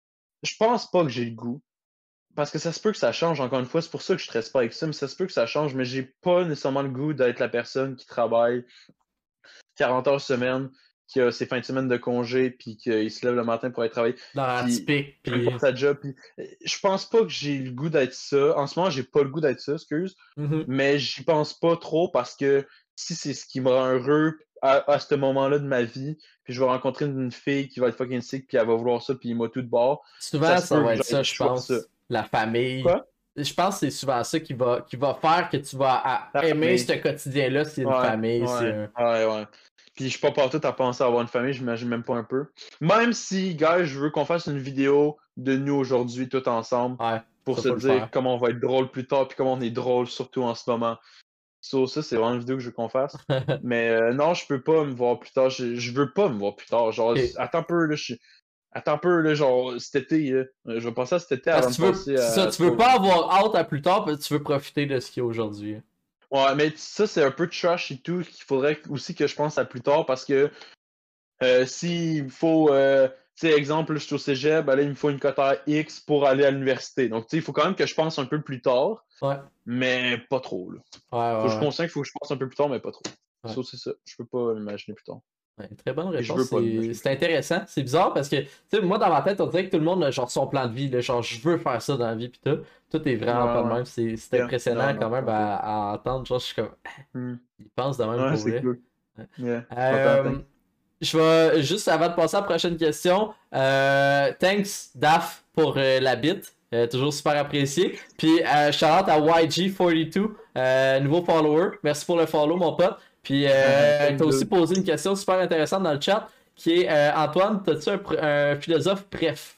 S2: je pense pas que j'ai le goût. Parce que ça se peut que ça change, encore une fois, c'est pour ça que je stresse pas avec ça, mais ça se peut que ça change, mais j'ai pas nécessairement le goût d'être la personne qui travaille quarante heures semaine, qui a ses fins de semaine de congé, puis qu'il se lève le matin pour aller travailler,
S1: Dans
S2: puis
S1: l'atypique
S2: peu
S1: puis.
S2: importe sa job. Puis, euh, je pense pas que j'ai le goût d'être ça. En ce moment, j'ai pas le goût d'être ça, excuse,
S1: Mhm.
S2: mais j'y pense pas trop parce que si c'est ce qui me rend heureux à, à ce moment-là de ma vie, puis je vais rencontrer une fille qui va être fucking sick, puis elle va vouloir ça, puis il m'a tout de bord,
S1: Souvent,
S2: ça
S1: ça,
S2: se peut
S1: va
S2: que
S1: être
S2: j'aille
S1: ça, je
S2: choisir ça.
S1: pense. La famille.
S2: Quoi?
S1: Je pense que c'est souvent ça qui va, qui va faire que tu vas à-
S2: La
S1: aimer
S2: famille.
S1: ce quotidien-là. C'est une
S2: Ouais,
S1: famille, c'est
S2: ouais,
S1: un.
S2: ouais, ouais. Puis je suis pas partout à penser à avoir une famille, j'imagine même pas un peu. Même si, gars, je veux qu'on fasse une vidéo de nous aujourd'hui, tous ensemble,
S1: Ouais,
S2: pour
S1: ça
S2: se
S1: faut le
S2: dire
S1: faire.
S2: comment on va être drôle plus tard, puis comment on est drôle surtout en ce moment. So, ça, c'est vraiment une vidéo que je veux qu'on fasse. Mais euh, non, je peux pas me voir plus tard. Je, je veux pas me voir plus tard. Genre,
S1: Ok.
S2: attends un peu, là, je suis- Attends un peu, là, genre, cet été, là. Euh, Je vais penser à cet été
S1: Parce
S2: avant
S1: que
S2: de
S1: tu veux,
S2: penser
S1: c'est ça,
S2: à
S1: tu veux
S2: trop.
S1: pas avoir hâte à plus tard, parce que tu veux profiter de ce qu'il y a aujourd'hui.
S2: Ouais, mais ça, c'est un peu trash et tout, qu'il faudrait aussi que je pense à plus tard parce que Euh, s'il faut, euh, tu sais, exemple, là, je suis au cégep, ben là, il me faut une cote à X pour aller à l'université. Donc, tu sais, il faut quand même que je pense un peu plus tard,
S1: Ouais,
S2: mais pas trop, là.
S1: ouais,
S2: Faut que je
S1: ouais,
S2: suis conscient qu'il faut que je pense un peu plus tard, mais pas trop.
S1: ouais.
S2: Ça, c'est ça. Je peux pas m'imaginer plus tard.
S1: Ouais, très bonne
S2: Et je
S1: réponse.
S2: veux pas
S1: C'est
S2: m'imaginer
S1: c'est
S2: plus tard.
S1: intéressant. C'est bizarre parce que, tu sais, moi, dans ma tête, on dirait que tout le monde a genre son plan de vie. Là, genre, je veux faire ça dans la vie, pis tout. Tout est vraiment
S2: Ouais,
S1: pas de
S2: ouais.
S1: même. C'est c'est
S2: Yeah.
S1: impressionnant
S2: Non, non,
S1: quand même
S2: pas trop.
S1: à, à entendre. Genre, je suis comme,
S2: Hmm.
S1: ils pensent de même
S2: Ouais,
S1: pour
S2: c'est
S1: vrai.
S2: cool.
S1: Ouais.
S2: Yeah. Content,
S1: Euh,
S2: thanks.
S1: je vais juste avant de passer à la prochaine question. Euh, thanks, Daph, pour euh, la bite. Euh, toujours super apprécié. Puis, euh, shout out à Y G quarante-deux, euh, nouveau follower. Merci pour le follow, mon pote. Puis, euh,
S2: Thanks,
S1: t'as aussi
S2: dude.
S1: posé une question super intéressante dans le chat qui est euh, Antoine, t'as-tu un, pr- un philosophe bref?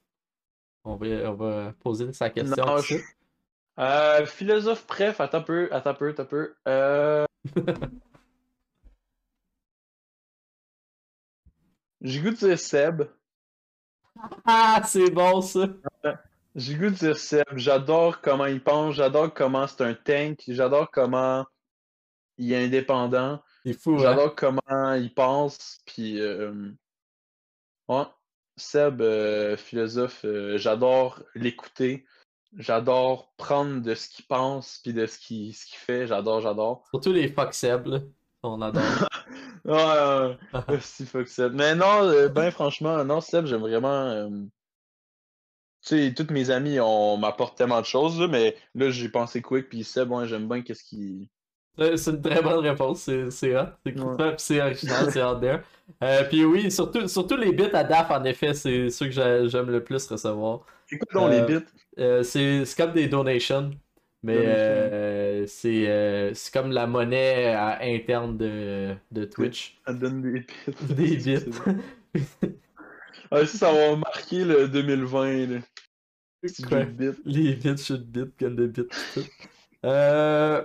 S1: On va, on va poser sa question tout
S2: Non,
S1: de
S2: je...
S1: suite.
S2: Euh, philosophe, bref, attends un peu, attends un peu, attends un peu. Euh... J'ai goût de dire Seb.
S1: Ah, c'est bon ça!
S2: J'ai le goût de dire Seb. J'adore comment il pense, j'adore comment c'est un tank, j'adore comment il est indépendant,
S1: C'est fou, hein?
S2: j'adore comment il pense, puis euh, ouais. Seb, euh, philosophe, euh, j'adore l'écouter, j'adore prendre de ce qu'il pense, puis de ce qu'il ce qu'il fait, j'adore, j'adore.
S1: Surtout les fuck Seb, là. On adore.
S2: Ouais, ouais, ouais. Si fuck Seb. Mais non, euh, ben franchement, non, Seb, j'aime vraiment. euh, Tu sais, tous mes amis on m'apportent tellement de choses, là, mais là, j'ai pensé quick, puis Seb, ouais, j'aime bien qu'est-ce qu'il.
S1: Euh, C'est une très bonne réponse, c'est c'est hot, c'est
S2: Ouais.
S1: cool, puis c'est original, c'est out there. Euh, puis oui, surtout, surtout les bits à D A F, en effet, c'est ceux que j'ai- j'aime le plus recevoir.
S2: C'est quoi donc les
S1: Euh,
S2: bits?
S1: euh, c'est c'est comme des donations, mais
S2: Donation.
S1: euh, c'est euh, c'est comme la monnaie à- interne de, de Twitch.
S2: Ça donne des bits.
S1: Des
S2: C'est
S1: bits.
S2: bon. Ah, ça, ça va marquer le deux mille vingt, là. Petit jeu
S1: Quoi?
S2: de bits.
S1: Les bits, je suis de bits, gun de bits, pis tout. Euh,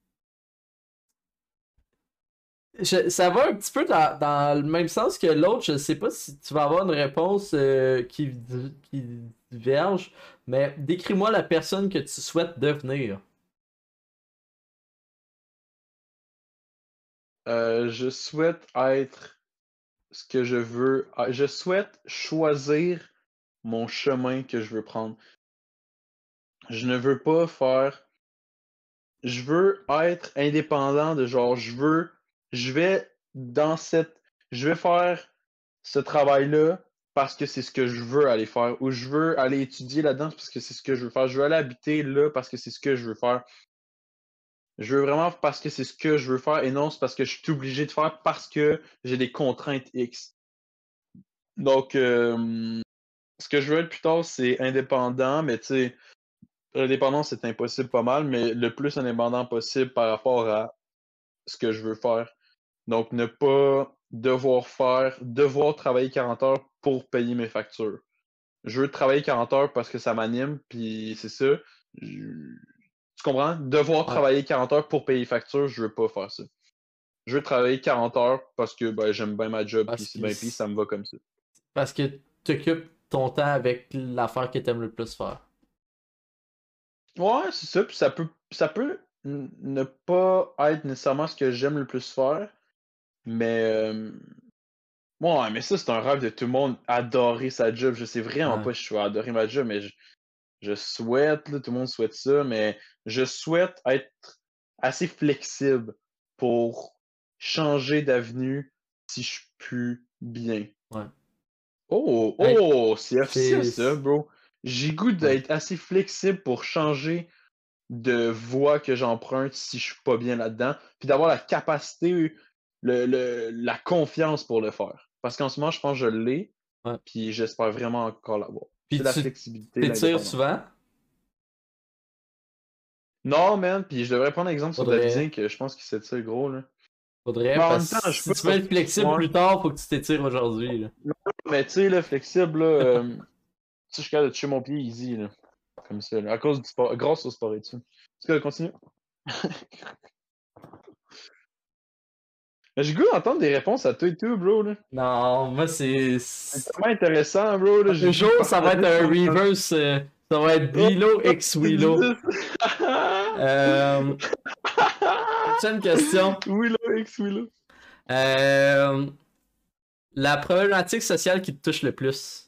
S1: Je- ça va un petit peu dans, dans le même sens que l'autre. Je sais pas si tu vas avoir une réponse euh, qui, di- qui diverge, mais décris-moi la personne que tu souhaites devenir.
S2: Euh, je souhaite être ce que je veux. Ah, Je souhaite choisir mon chemin que je veux prendre. Je ne veux pas faire. Je veux être indépendant de genre, je veux. Je vais dans cette. Je vais faire ce travail-là parce que c'est ce que je veux aller faire. Ou je veux aller étudier là-dedans parce que c'est ce que je veux faire. Je veux aller habiter là parce que c'est ce que je veux faire. Je veux vraiment parce que c'est ce que je veux faire et non c'est parce que je suis obligé de faire parce que j'ai des contraintes X. Donc, euh, ce que je veux être plus tard, c'est indépendant, mais tu sais, l'indépendance, c'est impossible pas mal, mais le plus indépendant possible par rapport à ce que je veux faire. Donc, ne pas devoir faire, devoir travailler quarante heures pour payer mes factures. Je veux travailler quarante heures parce que ça m'anime, puis c'est ça. Je- Tu comprends? Devoir
S1: Ouais.
S2: travailler quarante heures pour payer les factures, je veux pas faire ça. Je veux travailler quarante heures parce que ben, j'aime bien ma job, puis
S1: Parce
S2: c'est
S1: que,
S2: bien, puis ça me va comme ça.
S1: parce que tu occupes ton temps avec l'affaire que tu aimes le plus faire.
S2: Ouais, c'est ça, puis ça peut, ça peut n- ne pas être nécessairement ce que j'aime le plus faire, mais euh, ouais, mais ça, c'est un rêve de tout le monde, adorer sa job. Je sais vraiment
S1: Ouais.
S2: pas si je vais adorer ma job, mais je, je souhaite, là, tout le monde souhaite ça, mais je souhaite être assez flexible pour changer d'avenue si je suis plus bien.
S1: Ouais.
S2: Oh,
S1: Hey,
S2: oh, c'est officiel
S1: c'est.
S2: ça, bro. J'ai goût
S1: Ouais.
S2: d'être assez flexible pour changer de voie que j'emprunte si je suis pas bien là-dedans, puis d'avoir la capacité, le, le- la confiance pour le faire. Parce qu'en ce moment, je pense que je l'ai,
S1: Ouais.
S2: puis j'espère vraiment encore l'avoir.
S1: Puis
S2: C'est la
S1: tu
S2: flexibilité,
S1: t'étires
S2: l'indépendance.
S1: souvent?
S2: Non, man, puis je devrais prendre l'exemple sur
S1: Faudrait.
S2: Davidien, que je pense qu'il s'étire gros, là.
S1: Faudrait,
S2: Mais en
S1: parce
S2: même temps,
S1: que
S2: je
S1: si
S2: peux
S1: tu veux
S2: pas.
S1: être flexible
S2: Ouais.
S1: plus tard, faut que tu t'étires aujourd'hui, là.
S2: Mais tu sais, là, flexible, là, euh, tu sais, je suis capable de toucher mon pied easy, là. Comme ça, là, à cause du sport, grâce au sport études. Est-ce que continue? Mais j'ai goût d'entendre des réponses à tout et tout, bro, là.
S1: Non, moi c'est.
S2: C'est tellement intéressant, bro, là. J'ai
S1: Un
S2: le goût
S1: jour,
S2: de
S1: ça va être
S2: partager
S1: un
S2: ça.
S1: reverse. euh, ça va être
S2: Oh,
S1: Bilo x
S2: tu dis
S1: Wilo.
S2: ça.
S1: Euh, prochaine question.
S2: Willow X Willow.
S1: Euh, la problématique sociale qui te touche le plus.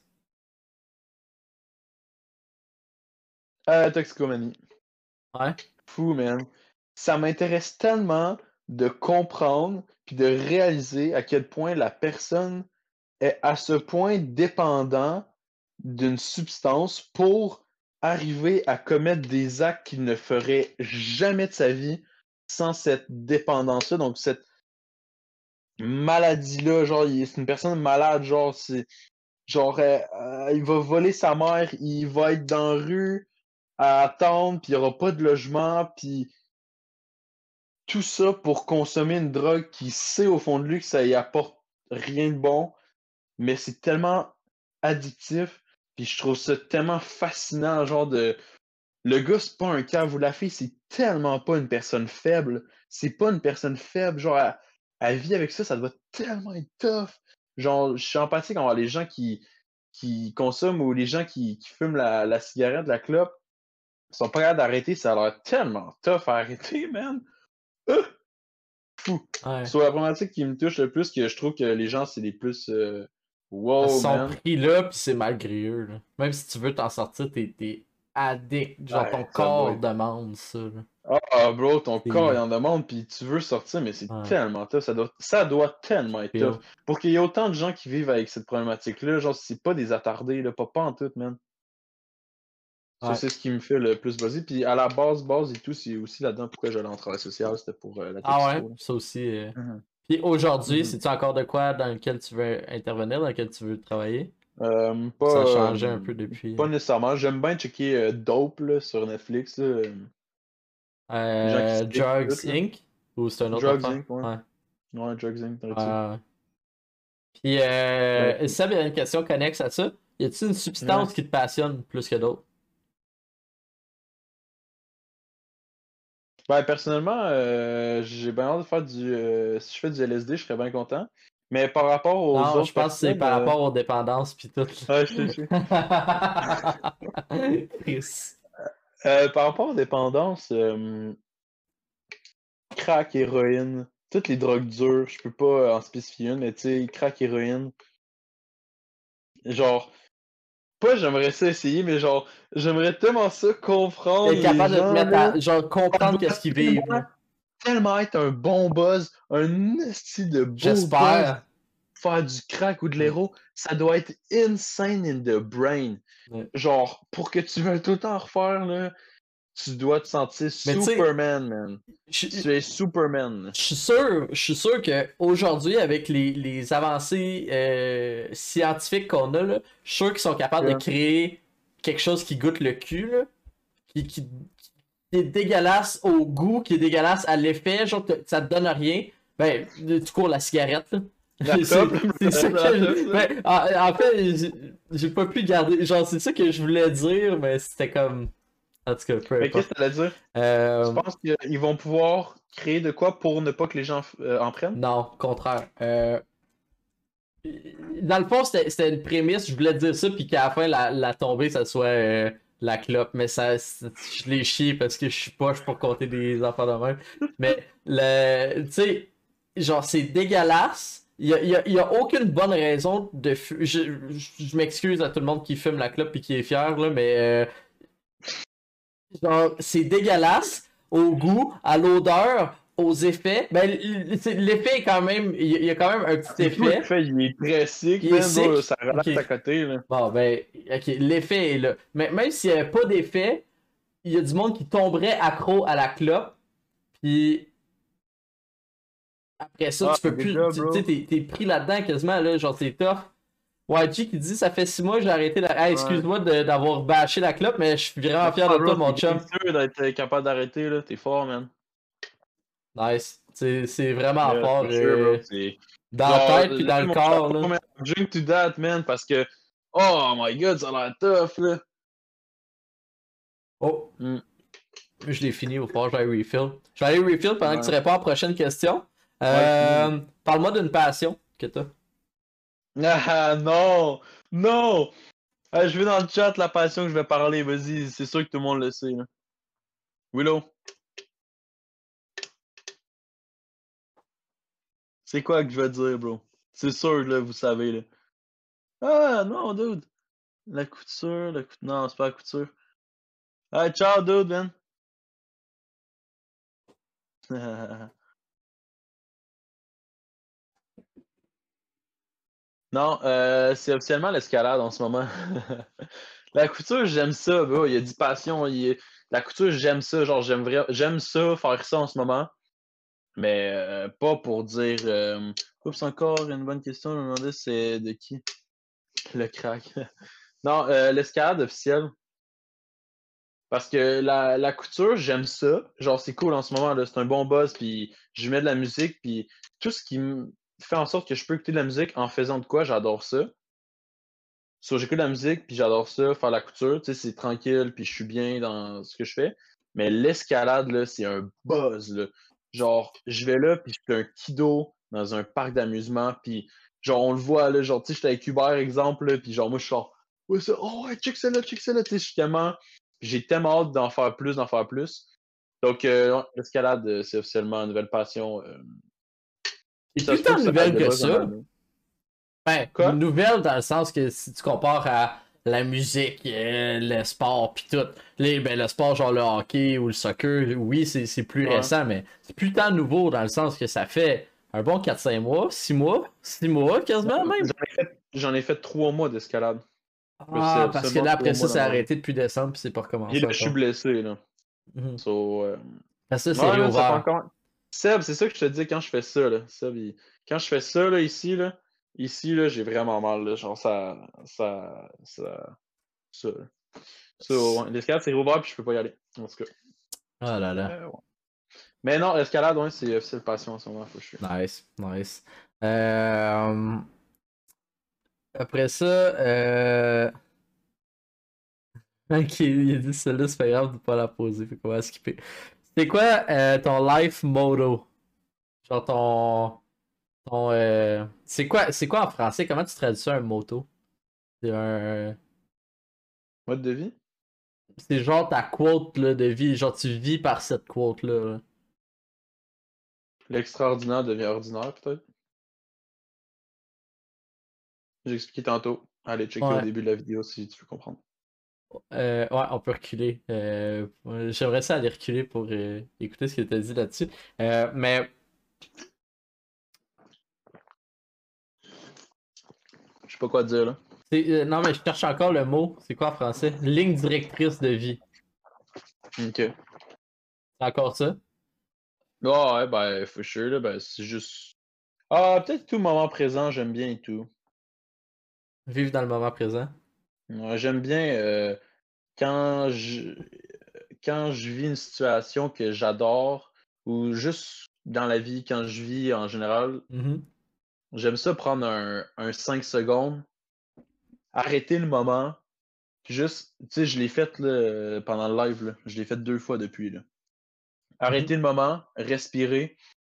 S2: Euh, toxicomanie.
S1: Ouais.
S2: Fou, man. Ça m'intéresse tellement de comprendre puis de réaliser à quel point la personne est à ce point dépendant d'une substance pour arriver à commettre des actes qu'il ne ferait jamais de sa vie sans cette dépendance-là. Donc, cette maladie-là, genre, il- c'est une personne malade, genre, c'est, genre, euh, euh, il va voler sa mère, il va être dans la rue à attendre, puis il n'y aura pas de logement, puis tout ça pour consommer une drogue qui sait au fond de lui que ça y apporte rien de bon, mais c'est tellement addictif, puis je trouve ça tellement fascinant, genre de... Le gars, c'est pas un cave ou la fille, c'est tellement pas une personne faible. C'est pas une personne faible, genre, elle, elle vit avec ça, ça doit tellement être tough. Genre, je suis empathique envers les gens qui, qui consomment ou les gens qui, qui fument la, la cigarette, la clope, sont pas capables d'arrêter, ça a l'air tellement tough à arrêter, man. Euh, fou.
S1: Ouais.
S2: Sur la problématique qui me touche le plus, que je trouve que les gens, c'est les plus euh,
S1: Ils
S2: wow,
S1: sont
S2: man.
S1: pris là, pis c'est malgré eux. Là. Même si tu veux t'en sortir, t'es, t'es addict. Genre,
S2: Ouais,
S1: ton
S2: ça doit
S1: corps
S2: être-
S1: demande ça. Là.
S2: Ah, ah, bro, ton
S1: C'est-
S2: corps il en demande, puis tu veux sortir, mais c'est
S1: Ouais.
S2: tellement tough. Ça doit, ça doit tellement être
S1: Feel.
S2: tough. Pour qu'il y ait autant de gens qui vivent avec cette problématique-là, genre, c'est pas des attardés, là, pas, pas en tout, man. Ça,
S1: Ouais.
S2: c'est ce qui me fait le plus buzzer. Puis à la base, base et tout, c'est aussi là-dedans pourquoi j'allais en travail social, c'était pour euh, la
S1: Ah
S2: texto.
S1: ouais,
S2: là.
S1: ça aussi. euh.
S2: Mhm.
S1: Puis aujourd'hui,
S2: Mhm.
S1: c'est-tu encore de quoi dans lequel tu veux intervenir, dans lequel tu veux travailler?
S2: Euh,
S1: Ça a
S2: pas,
S1: changé un
S2: euh,
S1: peu depuis.
S2: pas nécessairement. J'aime bien checker euh, Dope là, sur Netflix. Là. euh, Les gens qui
S1: Euh,
S2: se kiffent
S1: Drugs
S2: tout, là.
S1: Inc Ou c'est un autre
S2: Drugs
S1: affaire?
S2: Inc, ouais.
S1: Ouais.
S2: Ouais, Drugs Inc, t'as
S1: Ouais,
S2: dit.
S1: ouais. Puis,
S2: Ouais.
S1: euh, Seb, il y a une question connexe à ça. Y a-t-il une substance qui te passionne plus que d'autres?
S2: Ben, personnellement, euh, j'ai bien hâte de faire du. euh, si je fais du L S D, je serais bien content. Mais par rapport aux
S1: Non,
S2: autres
S1: je pense que c'est
S2: personnes.
S1: par
S2: euh,
S1: rapport aux dépendances pis tout.
S2: Ouais, je sais, je sais.
S1: Chris.
S2: Euh, par rapport aux dépendances, euh, crack, héroïne, toutes les drogues dures, je peux pas en spécifier une, mais tu sais, crack, héroïne, genre, pas j'aimerais ça essayer, mais genre, j'aimerais tellement ça comprendre
S1: Être
S2: les
S1: capable de te
S2: gens,
S1: mettre
S2: là.
S1: à. Genre,
S2: Ça
S1: comprendre
S2: doit
S1: qu'est-ce qu'ils vivent.
S2: tellement,
S1: là.
S2: tellement être un bon buzz, un esti de beau buzz,
S1: J'espère.
S2: faire du crack ou de
S1: Ouais.
S2: l'héro, ça doit être insane in the brain.
S1: Ouais.
S2: Genre, pour que tu veuilles tout le temps refaire, là, tu dois te sentir
S1: Mais tu sais,
S2: Superman, man.
S1: je
S2: Tu es Superman.
S1: je suis sûr, je suis sûr qu'aujourd'hui, avec les, les avancées euh, scientifiques qu'on a, là, je suis sûr qu'ils sont capables
S2: Ouais.
S1: de créer quelque chose qui goûte le cul, là, qui, qui, qui est dégueulasse au goût, qui est dégueulasse à l'effet, genre que ça te donne rien. Ben, tu cours la cigarette, là.
S2: La
S1: C'est
S2: top,
S1: c'est ça
S2: la
S1: que
S2: top,
S1: je-
S2: là.
S1: ben, en, en fait, j'ai- j'ai pas pu garder. Genre, c'est ça que je voulais dire, mais c'était comme. En tout cas, peu
S2: Mais qu'est-ce
S1: importe.
S2: que t'allais dire?
S1: Euh,
S2: Tu penses qu'ils vont pouvoir créer de quoi pour ne pas que les gens euh, en prennent?
S1: non, contraire. Euh, dans le fond, c'était c'était une prémisse, je voulais dire ça, puis qu'à la fin, la, la tombée, ça soit euh, la clope. Mais ça, c'est- je l'ai chié parce que je suis poche pour compter des enfants de même. Mais, le, tu sais, genre, c'est dégueulasse. Il y a, il y a- il y a aucune bonne raison de fumer. Je, je- je m'excuse à tout le monde qui fume la clope et qui est fier, là, mais euh, genre, c'est dégueulasse au goût, à l'odeur, aux effets. Ben, l- l- c'est- l'effet est quand même. Il y a- il y a quand même un petit
S2: C'est quoi
S1: effet.
S2: le fait? Il est très sick,
S1: Il est
S2: man, bro,
S1: sick?
S2: ça relaxe
S1: Ok.
S2: à côté, là.
S1: Bon, ben, ok, l'effet est là. Mais même s'il n'y avait pas d'effet, il y a du monde qui tomberait accro à la clope. Puis après ça,
S2: Ah,
S1: tu peux plus.
S2: déjà,
S1: Tu
S2: bro.
S1: tu sais, t'es, t'es pris là-dedans quasiment, là, genre, c'est tough. Y G qui dit ça fait six mois que j'ai arrêté la. Hey, excuse-moi de- d'avoir bâché la clope, mais je suis vraiment fier de
S2: Ah,
S1: toi,
S2: bro,
S1: mon
S2: t'es
S1: chum.
S2: sûr d'être capable d'arrêter, là. T'es fort, man.
S1: Nice. C'est, c'est vraiment
S2: Yeah,
S1: fort
S2: for sure,
S1: euh,
S2: bro. C'est...
S1: dans
S2: Genre,
S1: la tête puis
S2: lève
S1: dans le
S2: mon
S1: corps,
S2: chapeau,
S1: là.
S2: man. Drink to that, man, parce que... Oh my god, ça a l'air tough, là.
S1: Oh,
S2: Mm.
S1: je l'ai fini au fort, je vais aller refill. Je vais aller refill pendant
S2: Ouais.
S1: que tu réponds à la prochaine question.
S2: Ouais,
S1: Euh, parle-moi d'une passion que t'as.
S2: Ah non! Non! Ah, je vais dans le chat la passion que je vais parler, vas-y, c'est sûr que tout le monde le sait. Là. Willow? C'est quoi que je vais dire, bro? C'est sûr, là, vous savez, là. Ah non, dude! La couture, la couture. Non, c'est pas la couture. Ah, ciao, dude, man! Non, euh, c'est officiellement l'escalade en ce moment. La couture, j'aime ça, bro. Il y a du passion. il y a- La couture, j'aime ça. Genre, j'aime vra- j'aime ça, faire ça en ce moment. Mais euh, pas pour dire. euh, Oups, encore une bonne question. Je me demandais c'est de qui? Le crack. Non, euh, l'escalade officielle. Parce que la, la couture, j'aime ça. Genre, c'est cool en ce moment, là. C'est un bon buzz, puis je mets de la musique, puis tout ce qui me fait en sorte que je peux écouter de la musique en faisant de quoi, j'adore ça. So, j'écoute de la musique, puis j'adore ça, faire la couture, tu sais, c'est tranquille, puis je suis bien dans ce que je fais. Mais l'escalade, là, c'est un buzz, là. Genre, je vais là, puis je fais un kido dans un parc d'amusement, puis genre, on le voit, là, genre, tu sais, j'étais avec Hubert, exemple, là, puis genre, moi, je suis genre, ouais, ça, oh, ouais, check ça là, check ça là, tu sais, je suis tellement, j'ai tellement hâte d'en faire plus, d'en faire plus. Donc, euh, ouais, l'escalade, euh, c'est officiellement une nouvelle passion. Euh,
S1: C'est
S2: ça
S1: plus
S2: se peut
S1: tant
S2: que
S1: de
S2: ça
S1: nouvelle que
S2: débuzz un
S1: ça.
S2: moment donné.
S1: Ben,
S2: Quoi?
S1: une nouvelle dans le sens que si tu compares à la musique, euh, le sport, pis tout. Les, ben, le sport, genre le hockey ou le soccer, oui, c'est c'est plus
S2: Ouais.
S1: récent, mais c'est plus tant nouveau dans le sens que ça fait un bon quatre cinq mois, six mois, six mois quasiment même.
S2: J'en ai fait, j'en ai fait trois mois d'escalade.
S1: Ah, parce que là, après ça, c'est arrêté depuis décembre, puis c'est pas
S2: Puis
S1: recommencé
S2: là, je suis
S1: encore.
S2: blessé, là.
S1: Mhm.
S2: So, euh,
S1: Parce que ça, c'est
S2: ouais, man, ça fait
S1: réouvert.
S2: encore. Seb, c'est ça que je te dis quand je fais ça, là. Seb, il- quand je fais ça, là, ici, là, ici, là, j'ai vraiment mal, là. Genre, ça, ça, ça, ça. là. So, ouais, l'escalade, c'est réouvert, puis je peux pas y aller. En tout cas.
S1: Ah là là.
S2: Euh, ouais. Mais non, l'escalade, ouais, c'est officiel passion en ce moment, faut que je suis.
S1: Nice, nice. Euh, Après ça, euh... Ok, il a dit celle-là, c'est pas grave de pas la poser, fait qu'on va skipper. C'est quoi euh, ton life motto? Genre ton. ton euh... C'est quoi, c'est quoi en français? Comment tu traduis ça un motto? C'est un.
S2: Mode de vie?
S1: C'est genre ta quote là, de vie. Genre tu vis par cette quote-là. Là.
S2: L'extraordinaire devient ordinaire, peut-être. J'ai expliqué tantôt. Allez, checker au
S1: Ouais.
S2: début de la vidéo si tu veux comprendre.
S1: Euh, ouais, on peut reculer. Euh, ouais, J'aimerais ça aller reculer pour euh, écouter ce que tu as dit là-dessus. Euh, mais.
S2: Je sais pas quoi dire, là.
S1: c'est- euh, non, mais je cherche encore le mot. C'est quoi en français? Ligne directrice de vie.
S2: Ok.
S1: C'est encore ça?
S2: Ah ouais, ben, for sure, là, ben, c'est juste. Ah, peut-être tout moment présent, j'aime bien et tout.
S1: Vivre dans le moment présent.
S2: Ouais, j'aime bien euh, quand je quand je vis une situation que j'adore ou juste dans la vie, quand je vis en général,
S1: Mhm.
S2: j'aime ça prendre un, un cinq secondes, arrêter le moment, puis juste, tu sais, je l'ai fait là, pendant le live, là. Je l'ai fait deux fois depuis, là. Arrêter
S1: Mhm.
S2: le moment, respirer.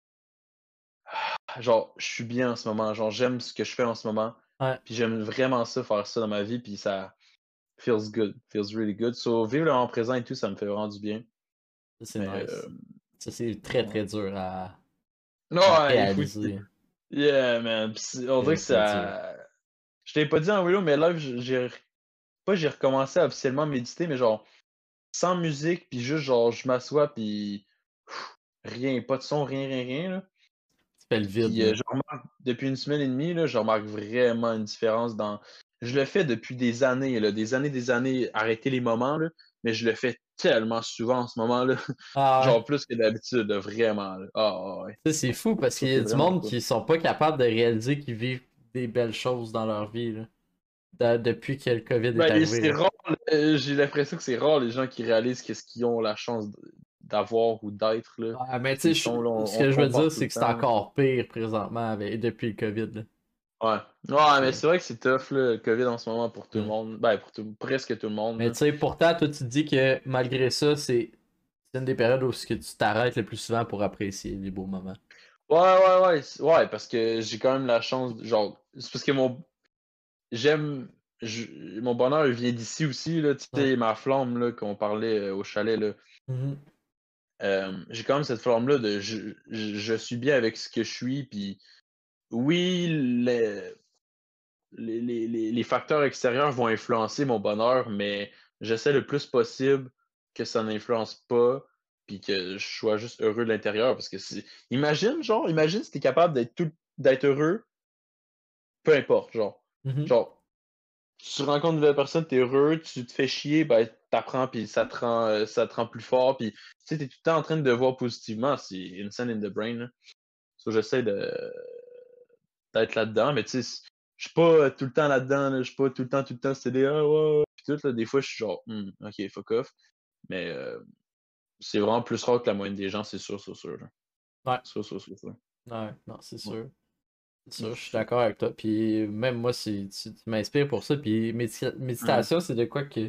S2: Genre, je suis bien en ce moment. Genre, j'aime ce que je fais en ce moment.
S1: Ouais,
S2: Puis j'aime vraiment ça, faire ça dans ma vie. Puis ça feels good. Feels really good. So, vivre le moment présent et tout, ça me fait vraiment du bien.
S1: ça c'est
S2: Mais,
S1: nice.
S2: euh,
S1: Ça c'est très
S2: ouais.
S1: très dur à,
S2: Non,
S1: à
S2: ouais, il faut.
S1: réaliser.
S2: Yeah, man. Puis c'est- on dirait
S1: Très
S2: que
S1: très dur.
S2: ça. Je t'ai pas dit en vidéo, mais là, j'ai. Pas, j'ai recommencé à officiellement méditer, mais genre, sans musique, puis juste, genre, je m'assois, puis. pff, Rien, pas de son, rien, rien, rien, là.
S1: Tu fais le vide
S2: Puis euh,
S1: là.
S2: je remarque, depuis une semaine et demie, là, je remarque vraiment une différence dans. Je le fais depuis des années, là, des années, des années, arrêter les moments, là, mais je le fais tellement souvent en ce moment-là.
S1: Ah ouais.
S2: Genre plus que d'habitude, là, vraiment. Là. Ah ah, ouais.
S1: Ça c'est fou parce
S2: Ça,
S1: qu'il y
S2: c'est
S1: a du
S2: vraiment
S1: monde
S2: cool.
S1: qui sont pas capables de réaliser qu'ils vivent des belles choses dans leur vie là. De- depuis que le COVID est
S2: Ben, et
S1: arrivé.
S2: c'est
S1: Là.
S2: rare, euh, j'ai l'impression que c'est rare les gens qui réalisent qu'est-ce qu'ils ont la chance d- d'avoir ou d'être, là.
S1: Ouais, mais tu sais,
S2: Ils
S1: je-
S2: sont là,
S1: ce
S2: on, on
S1: que je veux
S2: compare
S1: dire,
S2: tout le
S1: c'est que c'est
S2: temps.
S1: encore pire présentement avec, depuis le COVID. Là.
S2: Ouais. Ouais, mais
S1: Ouais.
S2: c'est vrai que c'est tough, là, le COVID en ce moment pour tout le
S1: Mm.
S2: monde. Ben, pour tout- presque tout le monde,
S1: Mais
S2: là.
S1: tu sais, pourtant, toi, tu te dis que malgré ça, c'est c'est une des périodes où ce que tu t'arrêtes le plus souvent pour apprécier les beaux moments.
S2: Ouais, ouais, ouais. c- Ouais, parce que j'ai quand même la chance, genre, c'est parce que mon, j'aime, je- mon bonheur il vient d'ici aussi, là, tu
S1: Ouais.
S2: sais, ma flamme, là, qu'on parlait euh, au chalet, là.
S1: Mhm.
S2: Euh, j'ai quand même cette flamme-là de, je, je, je suis bien avec ce que je suis, puis oui, les, les, les, les- les facteurs extérieurs vont influencer mon bonheur, mais j'essaie le plus possible que ça n'influence pas, puis que je sois juste heureux de l'intérieur, parce que c'est, imagine, genre, imagine si t'es capable d'être tout, d'être heureux, peu importe, genre.
S1: Mhm.
S2: Genre, tu rencontres une nouvelle personne, t'es heureux, tu te fais chier, ben t'apprends, puis ça te rend, euh, ça te rend plus fort, puis tu sais, t'es tout le temps en train de voir positivement, c'est insane in the brain, là. So, j'essaie de d'être là-dedans, mais tu sais, je suis pas tout le temps là-dedans, là, je suis pas tout le temps, tout le temps, c'est des ah ouais, ouais, puis tout, là, des fois, je suis genre, Hmm, ok, fuck off, mais euh, c'est vraiment plus rare que la moyenne des gens, c'est sûr, c'est sûr, là.
S1: Ouais.
S2: Sûr, sûr, sûr, sûr.
S1: Ouais, non, c'est
S2: Ouais.
S1: sûr. C'est
S2: Ouais,
S1: sûr, je suis
S2: c'est-
S1: d'accord avec toi. Puis même moi, c'est, tu, tu m'inspires pour ça. Puis médita-
S2: Mhm.
S1: méditation, c'est de quoi que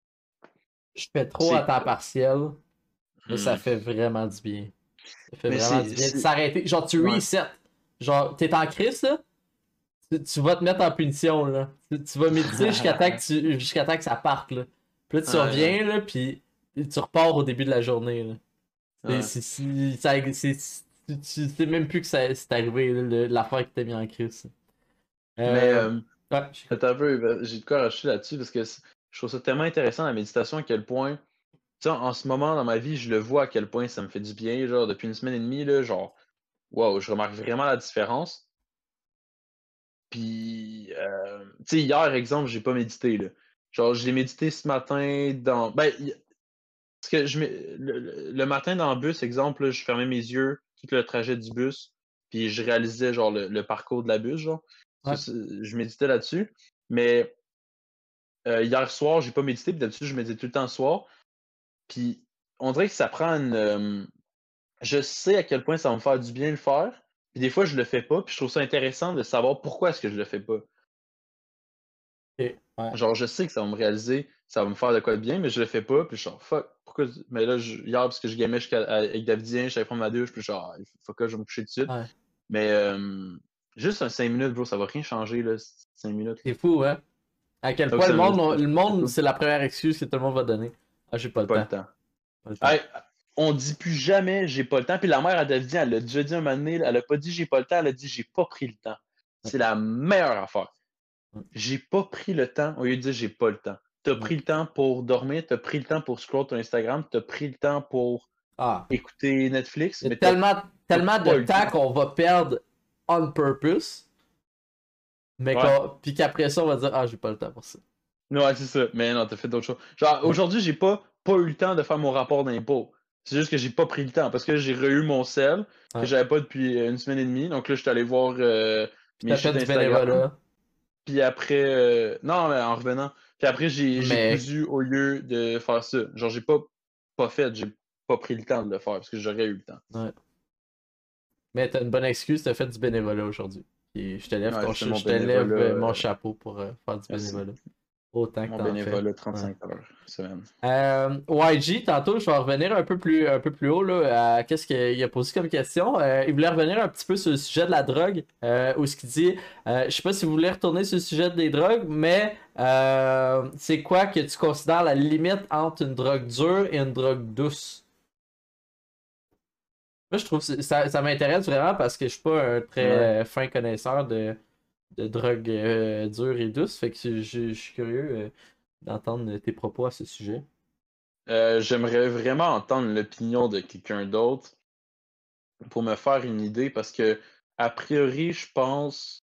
S1: je fais trop à
S2: C'est.
S1: temps partiel, mais ça
S2: Hmm.
S1: fait vraiment du bien. Ça fait
S2: Mais
S1: vraiment
S2: c'est.
S1: du bien de
S2: c'est-
S1: s'arrêter. Genre, tu
S2: Ouais.
S1: reset. Genre, t'es en crise, là. tu, tu vas te mettre en punition, là. Tu, tu vas méditer jusqu'à temps, que tu- jusqu'à temps que ça parte, là. Puis là, tu
S2: Ouais,
S1: reviens, là, puis tu repars au début de la journée, là. C'est-
S2: Ouais.
S1: c'est- c'est- ça- c'est- Tu tu sais même plus que ça- c'est arrivé, là, le- l'affaire qui t'a mis en crise.
S2: Mais
S1: Euh,
S2: euh,
S1: ouais, je-
S2: attends un peu, ben, j'ai de quoi rajouter là-dessus parce que c'est- je trouve ça tellement intéressant la méditation à quel point, tu sais, en ce moment dans ma vie, je le vois à quel point ça me fait du bien. Genre, depuis une semaine et demie, là, genre, wow, je remarque vraiment la différence. Puis, euh, tu sais, hier, exemple, j'ai pas médité, là. Genre, je l'ai médité ce matin dans. Ben, y- parce que je mets- le, le- le matin dans le bus, exemple, là, je fermais mes yeux tout le trajet du bus, puis je réalisais, genre, le, le parcours de la bus, genre. Ça,
S1: Ouais.
S2: c'est- je méditais là-dessus. Mais euh, hier soir, j'ai pas médité, puis d'habitude, je médite tout le temps le soir. Puis, on dirait que ça prend une. euh, je sais à quel point ça va me faire du bien de le faire. Puis des fois, je le fais pas. Puis je trouve ça intéressant de savoir pourquoi est-ce que je le fais pas.
S1: ok, ouais.
S2: Genre, je sais que ça va me réaliser, ça va me faire de quoi de bien, mais je le fais pas. Puis je suis genre, fuck, pourquoi. Mais là, je- hier, parce que je gamais jusqu'à- avec Davidien, j'allais prendre ma douche, puis je suis genre, faut que je vais me coucher tout de suite.
S1: Ouais.
S2: Mais euh, juste un cinq minutes, bro, ça va rien changer, là, cinq minutes.
S1: C'est fou, hein? À quel
S2: Donc,
S1: point
S2: ça
S1: le
S2: me-
S1: monde, le monde,
S2: c'est
S1: c'est la première excuse que tout le monde va donner. Ah, j'ai pas le
S2: pas le
S1: temps.
S2: temps.
S1: Pas le temps.
S2: Hey, on dit plus jamais j'ai pas le temps. Puis la mère à Davidien, elle l'a déjà dit un moment donné, elle a pas dit j'ai pas le temps, elle a dit j'ai pas pris le temps. C'est la meilleure affaire.
S1: Ouais.
S2: J'ai pas pris le temps au lieu de dire j'ai pas le temps. T'as
S1: Ouais.
S2: pris le temps pour dormir, t'as pris le temps pour scroller ton Instagram, t'as pris le temps pour
S1: Ah,
S2: écouter Netflix,
S1: il y a
S2: mais t'as
S1: tellement, tellement
S2: pas
S1: de
S2: le
S1: temps
S2: temps.
S1: qu'on va perdre on purpose, mais
S2: Ouais.
S1: qu'on- puis qu'après ça, on va dire ah, j'ai pas le temps pour ça.
S2: Ouais, c'est ça. Mais non, t'as fait d'autres choses. Genre,
S1: Ouais.
S2: aujourd'hui, j'ai pas, pas eu le temps de faire mon rapport d'impôt. C'est juste que j'ai pas pris le temps parce que j'ai re-eu mon sel que
S1: Ouais.
S2: j'avais pas depuis euh, une semaine et demie. Donc là, je suis allé voir euh,
S1: Puis
S2: mes
S1: t'as fait
S2: shit
S1: du
S2: Instagram.
S1: bénévolat.
S2: Puis après, euh, non, mais en revenant. Puis après, j'ai j'ai
S1: Mais-
S2: cousu au lieu de faire ça. Genre, j'ai pas, pas fait, j'ai pas pris le temps de le faire parce que j'aurais eu le temps.
S1: Ouais. Mais t'as une bonne excuse, t'as fait du bénévolat aujourd'hui. Puis je te lève,
S2: Ouais,
S1: ton
S2: c'est
S1: cha-
S2: mon
S1: je te lève
S2: bénévolat,
S1: euh, mon
S2: euh,
S1: chapeau pour euh, faire du
S2: merci.
S1: bénévolat. Autant que
S2: Mon
S1: t'en fais.
S2: bénévolat, trente-cinq heures semaine.
S1: Euh, Y G, tantôt, je vais revenir un peu plus, un peu plus haut là, à qu'est-ce qu'il a posé comme question. Euh, il voulait revenir un petit peu sur le sujet de la drogue, euh, où ce qu'il dit, euh, je sais pas si vous voulez retourner sur le sujet des drogues, mais euh, c'est quoi que tu considères la limite entre une drogue dure et une drogue douce? Moi, je trouve que ça, ça m'intéresse vraiment parce que je suis pas un très
S2: Ouais.
S1: euh, fin connaisseur de, de drogue euh, dure et douce, fait que je, je- je suis curieux euh, d'entendre tes propos à ce sujet.
S2: Euh, j'aimerais vraiment entendre l'opinion de quelqu'un d'autre pour me faire une idée parce que, a priori, je pense,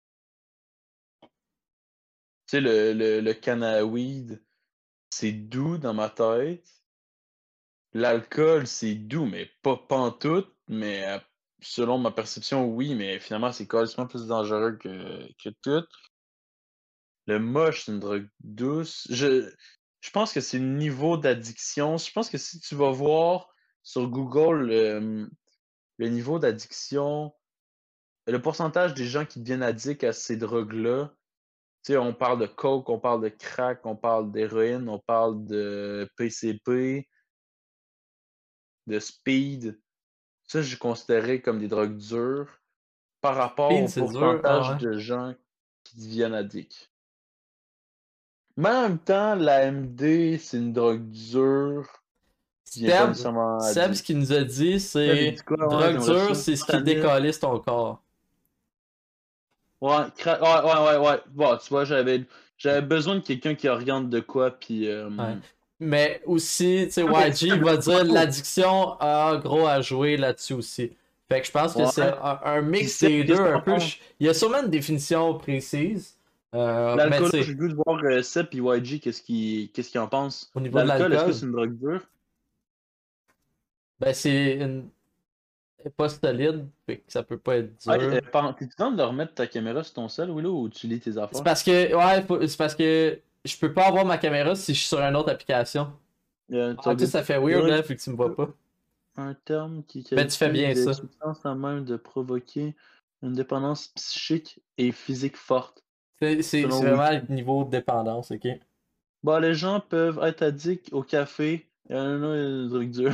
S2: tu sais, le, le, le cannabis, c'est doux dans ma tête. L'alcool, c'est doux, mais pas pantoute. Mais euh, selon ma perception, oui, mais finalement, c'est carrément plus dangereux que, que tout. Le moche, c'est une drogue douce. Je, je pense que c'est le niveau d'addiction. Je pense que si tu vas voir sur Google le, le niveau d'addiction, le pourcentage des gens qui deviennent addicts à ces drogues-là, tu sais, on parle de coke, on parle de crack, on parle d'héroïne, on parle de P C P, de speed. Ça, je considérais comme des drogues dures par rapport
S1: Speed,
S2: au
S1: c'est dur. Ah
S2: pourcentage
S1: ouais.
S2: de gens qui deviennent addicts. Mais en même temps, la M D, c'est une drogue dure qui vient pas
S1: Seb,
S2: nécessairement
S1: Seb, ce
S2: addict.
S1: qu'il nous a dit,
S2: Seb, il
S1: c'est
S2: dit quoi? Ouais,
S1: drogue
S2: j'aimerais
S1: dure,
S2: ça.
S1: c'est ce qui
S2: Fentanyl.
S1: décalisse ton corps.
S2: Ouais, cra- ouais, ouais, ouais, ouais. Bon, tu vois, j'avais j'avais besoin de quelqu'un qui oriente de quoi, puis... euh,
S1: Ouais. Mais aussi, tu sais,
S2: Ah, mais
S1: Y G
S2: ça,
S1: va
S2: le-
S1: dire l'addiction a gros à jouer là-dessus aussi. Fait que je pense que
S2: Ouais.
S1: c'est un, un mix
S2: Puis,
S1: des
S2: qu'est-ce
S1: deux
S2: que
S1: un
S2: t'en
S1: peu.
S2: penses?
S1: Il y a sûrement une définition précise. Euh, mais
S2: L'alcool,
S1: tu
S2: j'ai
S1: sais,
S2: le goût de voir euh, Seb et Y G, qu'est-ce qu'ils qu'est-ce qu'ils en pensent.
S1: au niveau de
S2: L'alcool, est-ce que
S1: l'alcool,
S2: c'est une drogue dure?
S1: ben c'est une... elle est pas solide, fait que ça peut pas être dur.
S2: Hey, euh, par- T'es-tu temps de remettre ta caméra sur ton sel, Willow, ou tu lis tes
S1: C'est
S2: affaires?
S1: parce que, ouais, faut- c'est parce que je peux pas avoir ma caméra si je suis sur une autre application.
S2: Euh,
S1: Ah, tout ça fait weird, là, vu que tu me vois pas.
S2: Un terme qui
S1: Ben, tu fais
S2: qualifie
S1: bien
S2: de
S1: ça.
S2: substance à même de provoquer une dépendance psychique et physique forte.
S1: C'est c'est-
S2: Selon
S1: c'est vraiment
S2: Wiki.
S1: le niveau de dépendance, ok?
S2: Bon, les gens peuvent être addicts au café. Euh, non, il y a une drogue dure.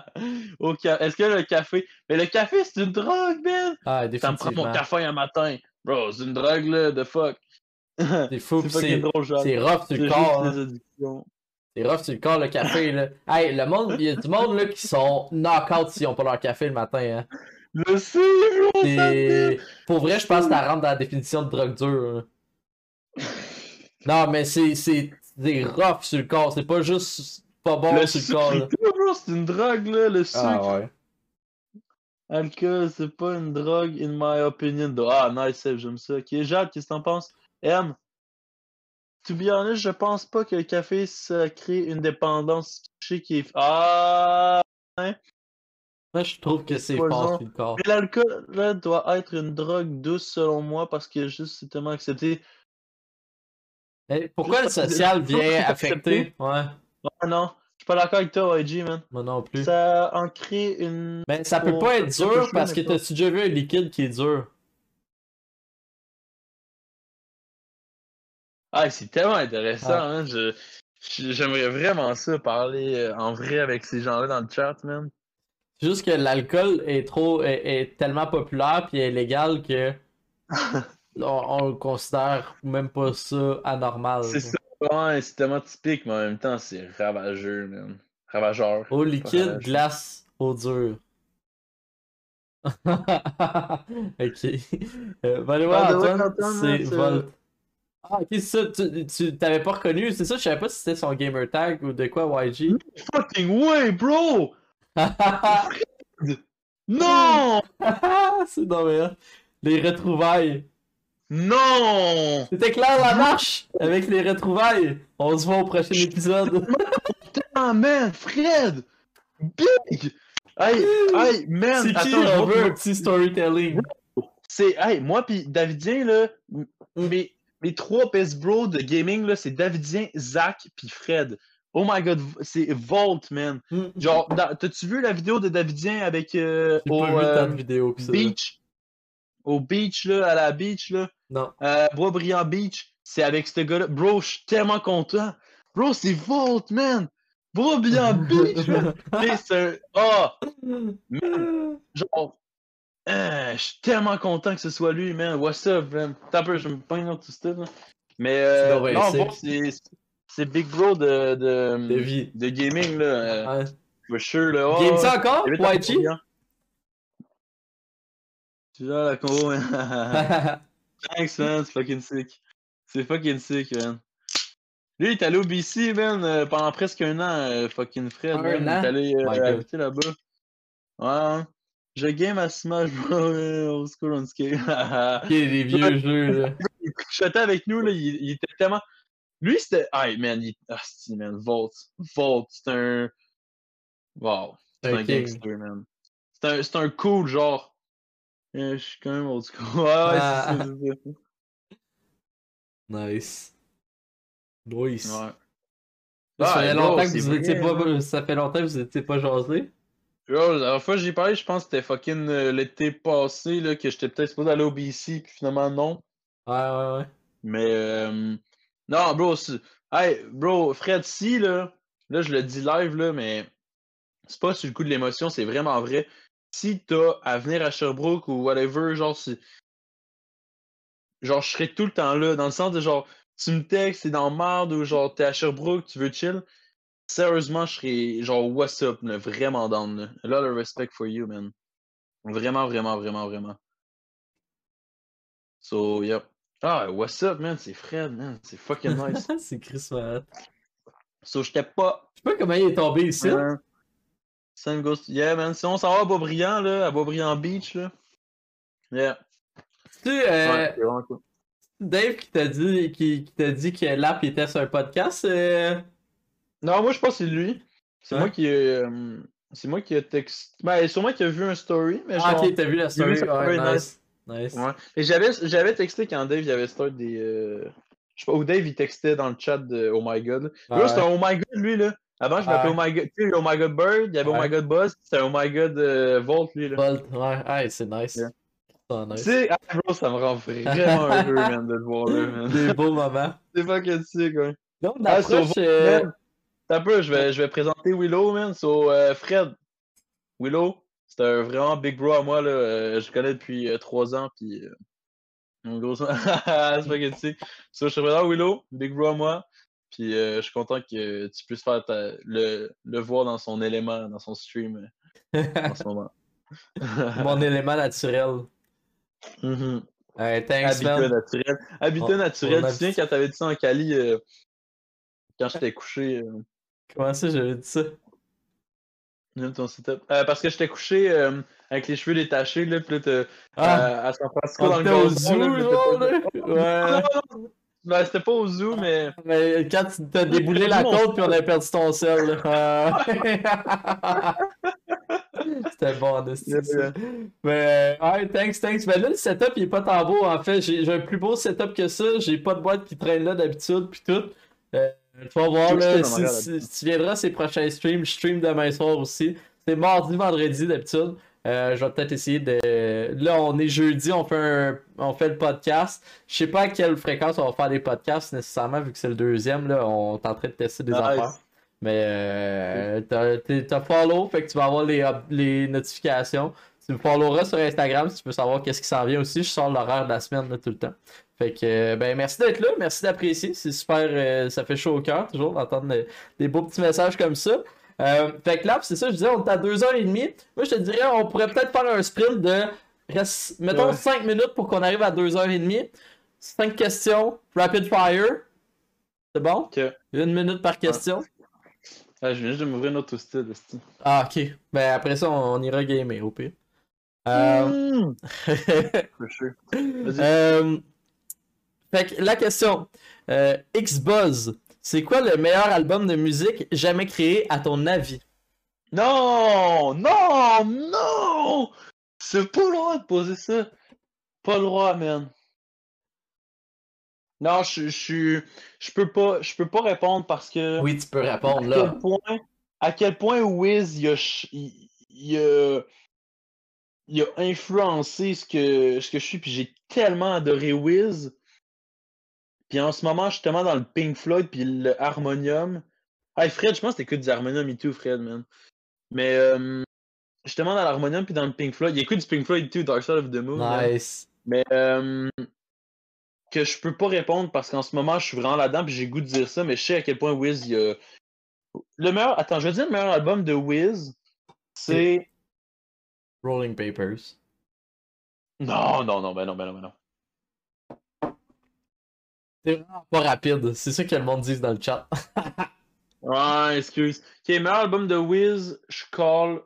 S2: Au ca- Est-ce que le café... Mais le café, c'est une drogue, man!
S1: Ah,
S2: Ça me prend mon
S1: définitivement.
S2: café un matin. Bro, c'est une drogue, là, de fuck.
S1: C'est fou,
S2: c'est
S1: pis c'est
S2: fucking drôle, genre.
S1: c'est rough sur
S2: C'est
S1: le
S2: juste
S1: corps.
S2: des
S1: Hein.
S2: addictions.
S1: C'est rough sur le corps, le café, là. Hey, le monde, il y a du monde, là, qui sont knock-out s'ils ont pas leur café le matin, hein.
S2: Je sais, bro, ça
S1: C'est... Pour vrai, je pense que ça rentre dans la définition de drogue dure. Hein. Non, mais c'est c'est c'est rough sur le corps, c'est pas juste pas bon
S2: Le
S1: sur le
S2: sucre
S1: corps,
S2: et
S1: là.
S2: tout, bro, c'est une drogue, là, le sucre.
S1: Ah ouais.
S2: Alcool, c'est pas une drogue, in my opinion. though. Ah, nice, Seb, j'aime ça. Ok, Jade, qu'est-ce que t'en penses? M, to be honest, je pense pas que le café, ça crée une dépendance psychique qui est... Ah! Hein?
S1: Moi, je trouve que c'est
S2: Poison.
S1: fort sur le corps.
S2: Mais l'alcool, là, doit être une drogue douce, selon moi, parce que juste, c'est tellement accepté.
S1: Hey, pourquoi le
S2: Juste parce que-
S1: social
S2: juste parce que
S1: vient
S2: c'est
S1: affecter?
S2: accepté.
S1: Ouais,
S2: Ah non, je suis pas d'accord avec toi, Y G, man.
S1: moi non plus.
S2: Ça en crée une...
S1: Mais ça peut
S2: pour-
S1: pas être
S2: ça peut
S1: dur
S2: jouer,
S1: parce que
S2: mais pas-
S1: t'as-tu déjà vu un liquide qui est dur?
S2: Ah, c'est tellement intéressant,
S1: Ah.
S2: hein. Je... je- J'aimerais vraiment ça, parler euh, en vrai avec ces gens-là dans le chat, man.
S1: C'est juste que l'alcool est trop est, est tellement populaire puis est légal que on, on le considère même pas ça anormal.
S2: C'est
S1: quoi.
S2: ça, ouais, c'est tellement typique, mais en même temps, c'est ravageux, man. Ravageur.
S1: Eau
S2: pas
S1: liquide,
S2: ravageur.
S1: glace, eau dure. Ok. Euh, va aller voir
S2: Ah, de vrai,
S1: Antoine,
S2: Antoine,
S1: c'est
S2: là, c'est-
S1: Volt. Ah, ok, c'est ça, tu, tu t'avais pas reconnu, c'est ça, je savais pas si c'était son gamer tag ou de quoi, Y G.
S2: Fucking way, bro! Non!
S1: C'est non mais hein. Les retrouvailles.
S2: Non!
S1: C'était clair la marche avec les retrouvailles. On se voit au prochain épisode.
S2: Ah, man, Fred! Big! Hey, hey, man!
S1: C'est qui
S2: attends, je
S1: on
S2: vois-
S1: veut un petit storytelling?
S2: C'est, hey, moi pis Davidien, là, m- mes, mes trois best bros de gaming, là, c'est Davidien, Zach pis Fred. Oh my god, v- c'est Volt, man.
S1: Hmm.
S2: Genre, dans- t'as-tu vu la vidéo de Davidien avec, euh,
S1: J'ai
S2: au
S1: pas vu
S2: euh,
S1: tant de vidéos que ça. là.
S2: beach? Au beach, là, à la beach, là.
S1: Non.
S2: Euh, Boisbriand Beach, c'est avec ce gars-là. Bro, je suis tellement content. Bro, c'est Volt, man. Boisbriand Beach, man. T'sais, c'est un... Ah! Genre... euh, je suis tellement content que ce soit lui, man. What's up, man? T'as peu, je me pogne dans tout ça, là. Mais,
S1: C'est
S2: euh,
S1: donc bien
S2: non,
S1: sick.
S2: bon, c'est... C'est Big Bro de... De,
S1: De vie.
S2: de gaming, là. Euh,
S1: Ouais.
S2: for sure, là. Oh,
S1: Game
S2: ouais.
S1: ça encore,
S2: Il y avait
S1: Y G?
S2: Boisbriand. Tu vois, la combo, man. Thanks, man, c'est fucking sick. C'est fucking sick, man. Lui, il est allé au B C, man, euh, pendant presque un an, euh, fucking Fred,
S1: Un
S2: man. Il est
S1: an?
S2: allé euh,
S1: My God.
S2: habiter là-bas. Ouais, hein. Je game à Smash Bros. euh, Old School on Skate.
S1: Ok, les vieux jeux, là.
S2: Il chutait avec nous, là, il, il était tellement... Lui, c'était... Hey, man, il... Ah, si, man, Volt. Volt, c'est un... Wow, c'est
S1: Un
S2: un
S1: king.
S2: gangster, man. C'est un, c'est un cool, genre... Euh, je suis quand même old school. Ouais, ouais,
S1: Ah.
S2: c'est ça, c'est ça.
S1: Nice. Nice.
S2: Ouais.
S1: Ça
S2: Ah,
S1: fait
S2: bro,
S1: longtemps que
S2: c'est
S1: vous étiez
S2: vrai,
S1: pas.
S2: man.
S1: Ça fait longtemps que vous étiez pas jasé.
S2: Yo, la dernière fois que j'ai parlé, je pense que c'était fucking euh, l'été passé, là, que j'étais peut-être supposé aller au B C, puis finalement non.
S1: Ouais, ouais, ouais.
S2: Mais, euh... non, bro, c'est- hey, bro, Fred, si, là, là, je le dis live, là, mais c'est pas sur le coup de l'émotion, c'est vraiment vrai. Si t'as à venir à Sherbrooke ou whatever, genre, si... genre, je serais tout le temps là, dans le sens de genre, tu me textes, t'es dans merde, ou genre, t'es à Sherbrooke, tu veux chill. Sérieusement, je serais genre, what's up, là, vraiment down, là. A lot of respect for you, man. Vraiment, vraiment, vraiment, vraiment. So, yep. Ah, what's up, man? C'est Fred, man. C'est fucking nice.
S1: C'est Chris man.
S2: So, j'étais pas.
S1: Je sais pas comment il est tombé ici.
S2: Hein? Same goes to... Yeah, man. Sinon, ça va à Boisbriand, là, à Boisbriand Beach, là. Yeah.
S1: Tu
S2: Ouais,
S1: euh,
S2: c'est vraiment cool.
S1: Dave qui t'a dit, qui, qui t'a dit que l'app était sur un podcast. euh,
S2: Non, moi, je pense que c'est lui. C'est
S1: Hein?
S2: moi qui. Euh, c'est moi qui a texté. Ben, sûrement qu'il a vu un story, mais
S1: Ah,
S2: genre.
S1: ok, t'as vu la
S2: J'ai vu
S1: story.
S2: ça,
S1: Ouais,
S2: very
S1: nice. Nice.
S2: Ouais. Et j'avais, j'avais texté quand Dave il avait start des. Euh... Je sais pas, où Dave il textait dans le chat de Oh My God.
S1: Ouais.
S2: Là, c'était un Oh My God, lui, là. Avant, je m'appelais
S1: Ouais.
S2: Oh My God. Tu sais, Oh My God Bird, il y avait
S1: Ouais.
S2: Oh My God Buzz, c'était Oh My God euh, Volt, lui, là.
S1: Bolt, ouais, ouais, c'est nice.
S2: Yeah.
S1: C'est
S2: Tu
S1: nice.
S2: sais, ah, bro, ça me rend vraiment heureux, man, de te voir là, man.
S1: Des beaux moments.
S2: C'est fucking sick, ouais.
S1: Donc, on
S2: Ah, sur
S1: approche.
S2: Volt,
S1: euh,
S2: man. T'as un peu, je vais, je vais présenter Willow, man. So, euh, Fred. Willow, c'est un vraiment big bro à moi, là. Euh, je le connais depuis euh, trois ans, puis. Euh... Un gros spaghetti. So, je suis vraiment Willow, Big Bro à moi. Puis euh, je suis content que tu puisses faire ta... le... le voir dans son élément, dans son stream euh, en ce moment.
S1: Mon élément naturel.
S2: Mhm.
S1: Ouais, thanks,
S2: Habitat
S1: man.
S2: naturel. Habitat
S1: On-
S2: naturel.
S1: on a-
S2: Tu te souviens quand t'avais dit ça en Cali, euh, quand j'étais couché, euh,
S1: Comment ça, j'avais dit ça?
S2: même ton setup. Euh, parce que j'étais couché euh, avec les cheveux détachés, là, pis là, t'as-
S1: Ah,
S2: euh, à San Francisco
S1: on
S2: dans le
S1: était au
S2: gazon,
S1: zoo,
S2: là, pis là,
S1: genre,
S2: t'étais-
S1: là.
S2: Non,
S1: Ouais.
S2: non, non, non, c'était pas au zoo, mais...
S1: Mais quand tu t'as déboulé la
S2: perdu mon
S1: côte puis on a perdu ton sel, là. Euh, C'était bon, en esti,
S2: Yeah,
S1: ça.
S2: yeah.
S1: Mais, euh, ouais, thanks, thanks. Mais là, le setup, il est pas tant beau, en fait. J'ai j'ai un plus beau setup que ça. J'ai pas de boîte qui traîne là d'habitude, puis tout. Euh, tu vas voir,
S2: J'ai
S1: là,
S2: aussi
S1: si,
S2: dans ma
S1: si- si tu viendras ces prochains streams, je stream demain soir aussi. C'est mardi, vendredi, d'habitude. Euh, je vais peut-être essayer de... Là, on est jeudi, on fait, un... on fait le podcast. Je sais pas à quelle fréquence on va faire des podcasts, nécessairement, vu que c'est le deuxième, là. On est en train de tester des
S2: Nice.
S1: affaires. Mais euh, t'as, t'es- t'as follow, fait que tu vas avoir les, up- les notifications. Tu me followeras sur Instagram si tu veux savoir qu'est-ce qui s'en vient aussi. Je sors l'horaire de la semaine là, tout le temps. Fait que, euh, ben, merci d'être là, merci d'apprécier. C'est super, euh, ça fait chaud au cœur toujours d'entendre des, des beaux petits messages comme ça. Euh, fait que là, c'est ça, je disais, on est à deux heures trente. Moi, je te dirais, on pourrait peut-être faire un sprint de, reste, mettons,
S2: Ouais.
S1: cinq minutes pour qu'on arrive à deux heures trente. cinq questions, rapid fire. C'est bon?
S2: Ok.
S1: Une minute par question.
S2: Ah, je viens juste de m'ouvrir une autre hostile, esti.
S1: Ah, ok. Ben après ça, on, on ira gamer au pire. Euh...
S2: Mmh. For sure. Vas-y.
S1: euh, Fait que la question. Euh, X-Buzz, c'est quoi le meilleur album de musique jamais créé à ton avis?
S2: Non! Non! Non! C'est pas le droit de poser ça. Pas le droit, man. Non, je je je peux pas je peux pas répondre parce que
S1: Oui, tu peux
S2: à
S1: répondre
S2: quel
S1: là.
S2: point à quel point Wiz il a ch- il, il a il a influencé ce que ce que je suis puis j'ai tellement adoré Wiz. Puis en ce moment, je suis tellement dans le Pink Floyd puis le Harmonium. Hey Fred, je pense que t'écoutes du Harmonium et tout, Fred, man. Mais euh, justement dans l'Harmonium puis dans le Pink Floyd, il écoute du Pink Floyd et tout, Dark Side of the Moon. man.
S1: Nice.
S2: Mais euh, que je peux pas répondre parce qu'en ce moment, je suis vraiment là-dedans puis j'ai le goût de dire ça, mais je sais à quel point Wiz il a. Le meilleur. Attends, je veux dire le meilleur album de Wiz, c'est.
S1: Rolling Papers.
S2: Non, non, non, ben non, ben non, ben non.
S1: C'est vraiment pas rapide. C'est ça que le monde dit dans le chat.
S2: Ouais, excuse. Ok, meilleur album de Wiz, je call.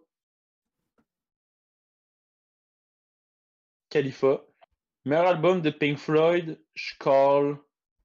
S2: Khalifa. Meilleur album de Pink Floyd, je call.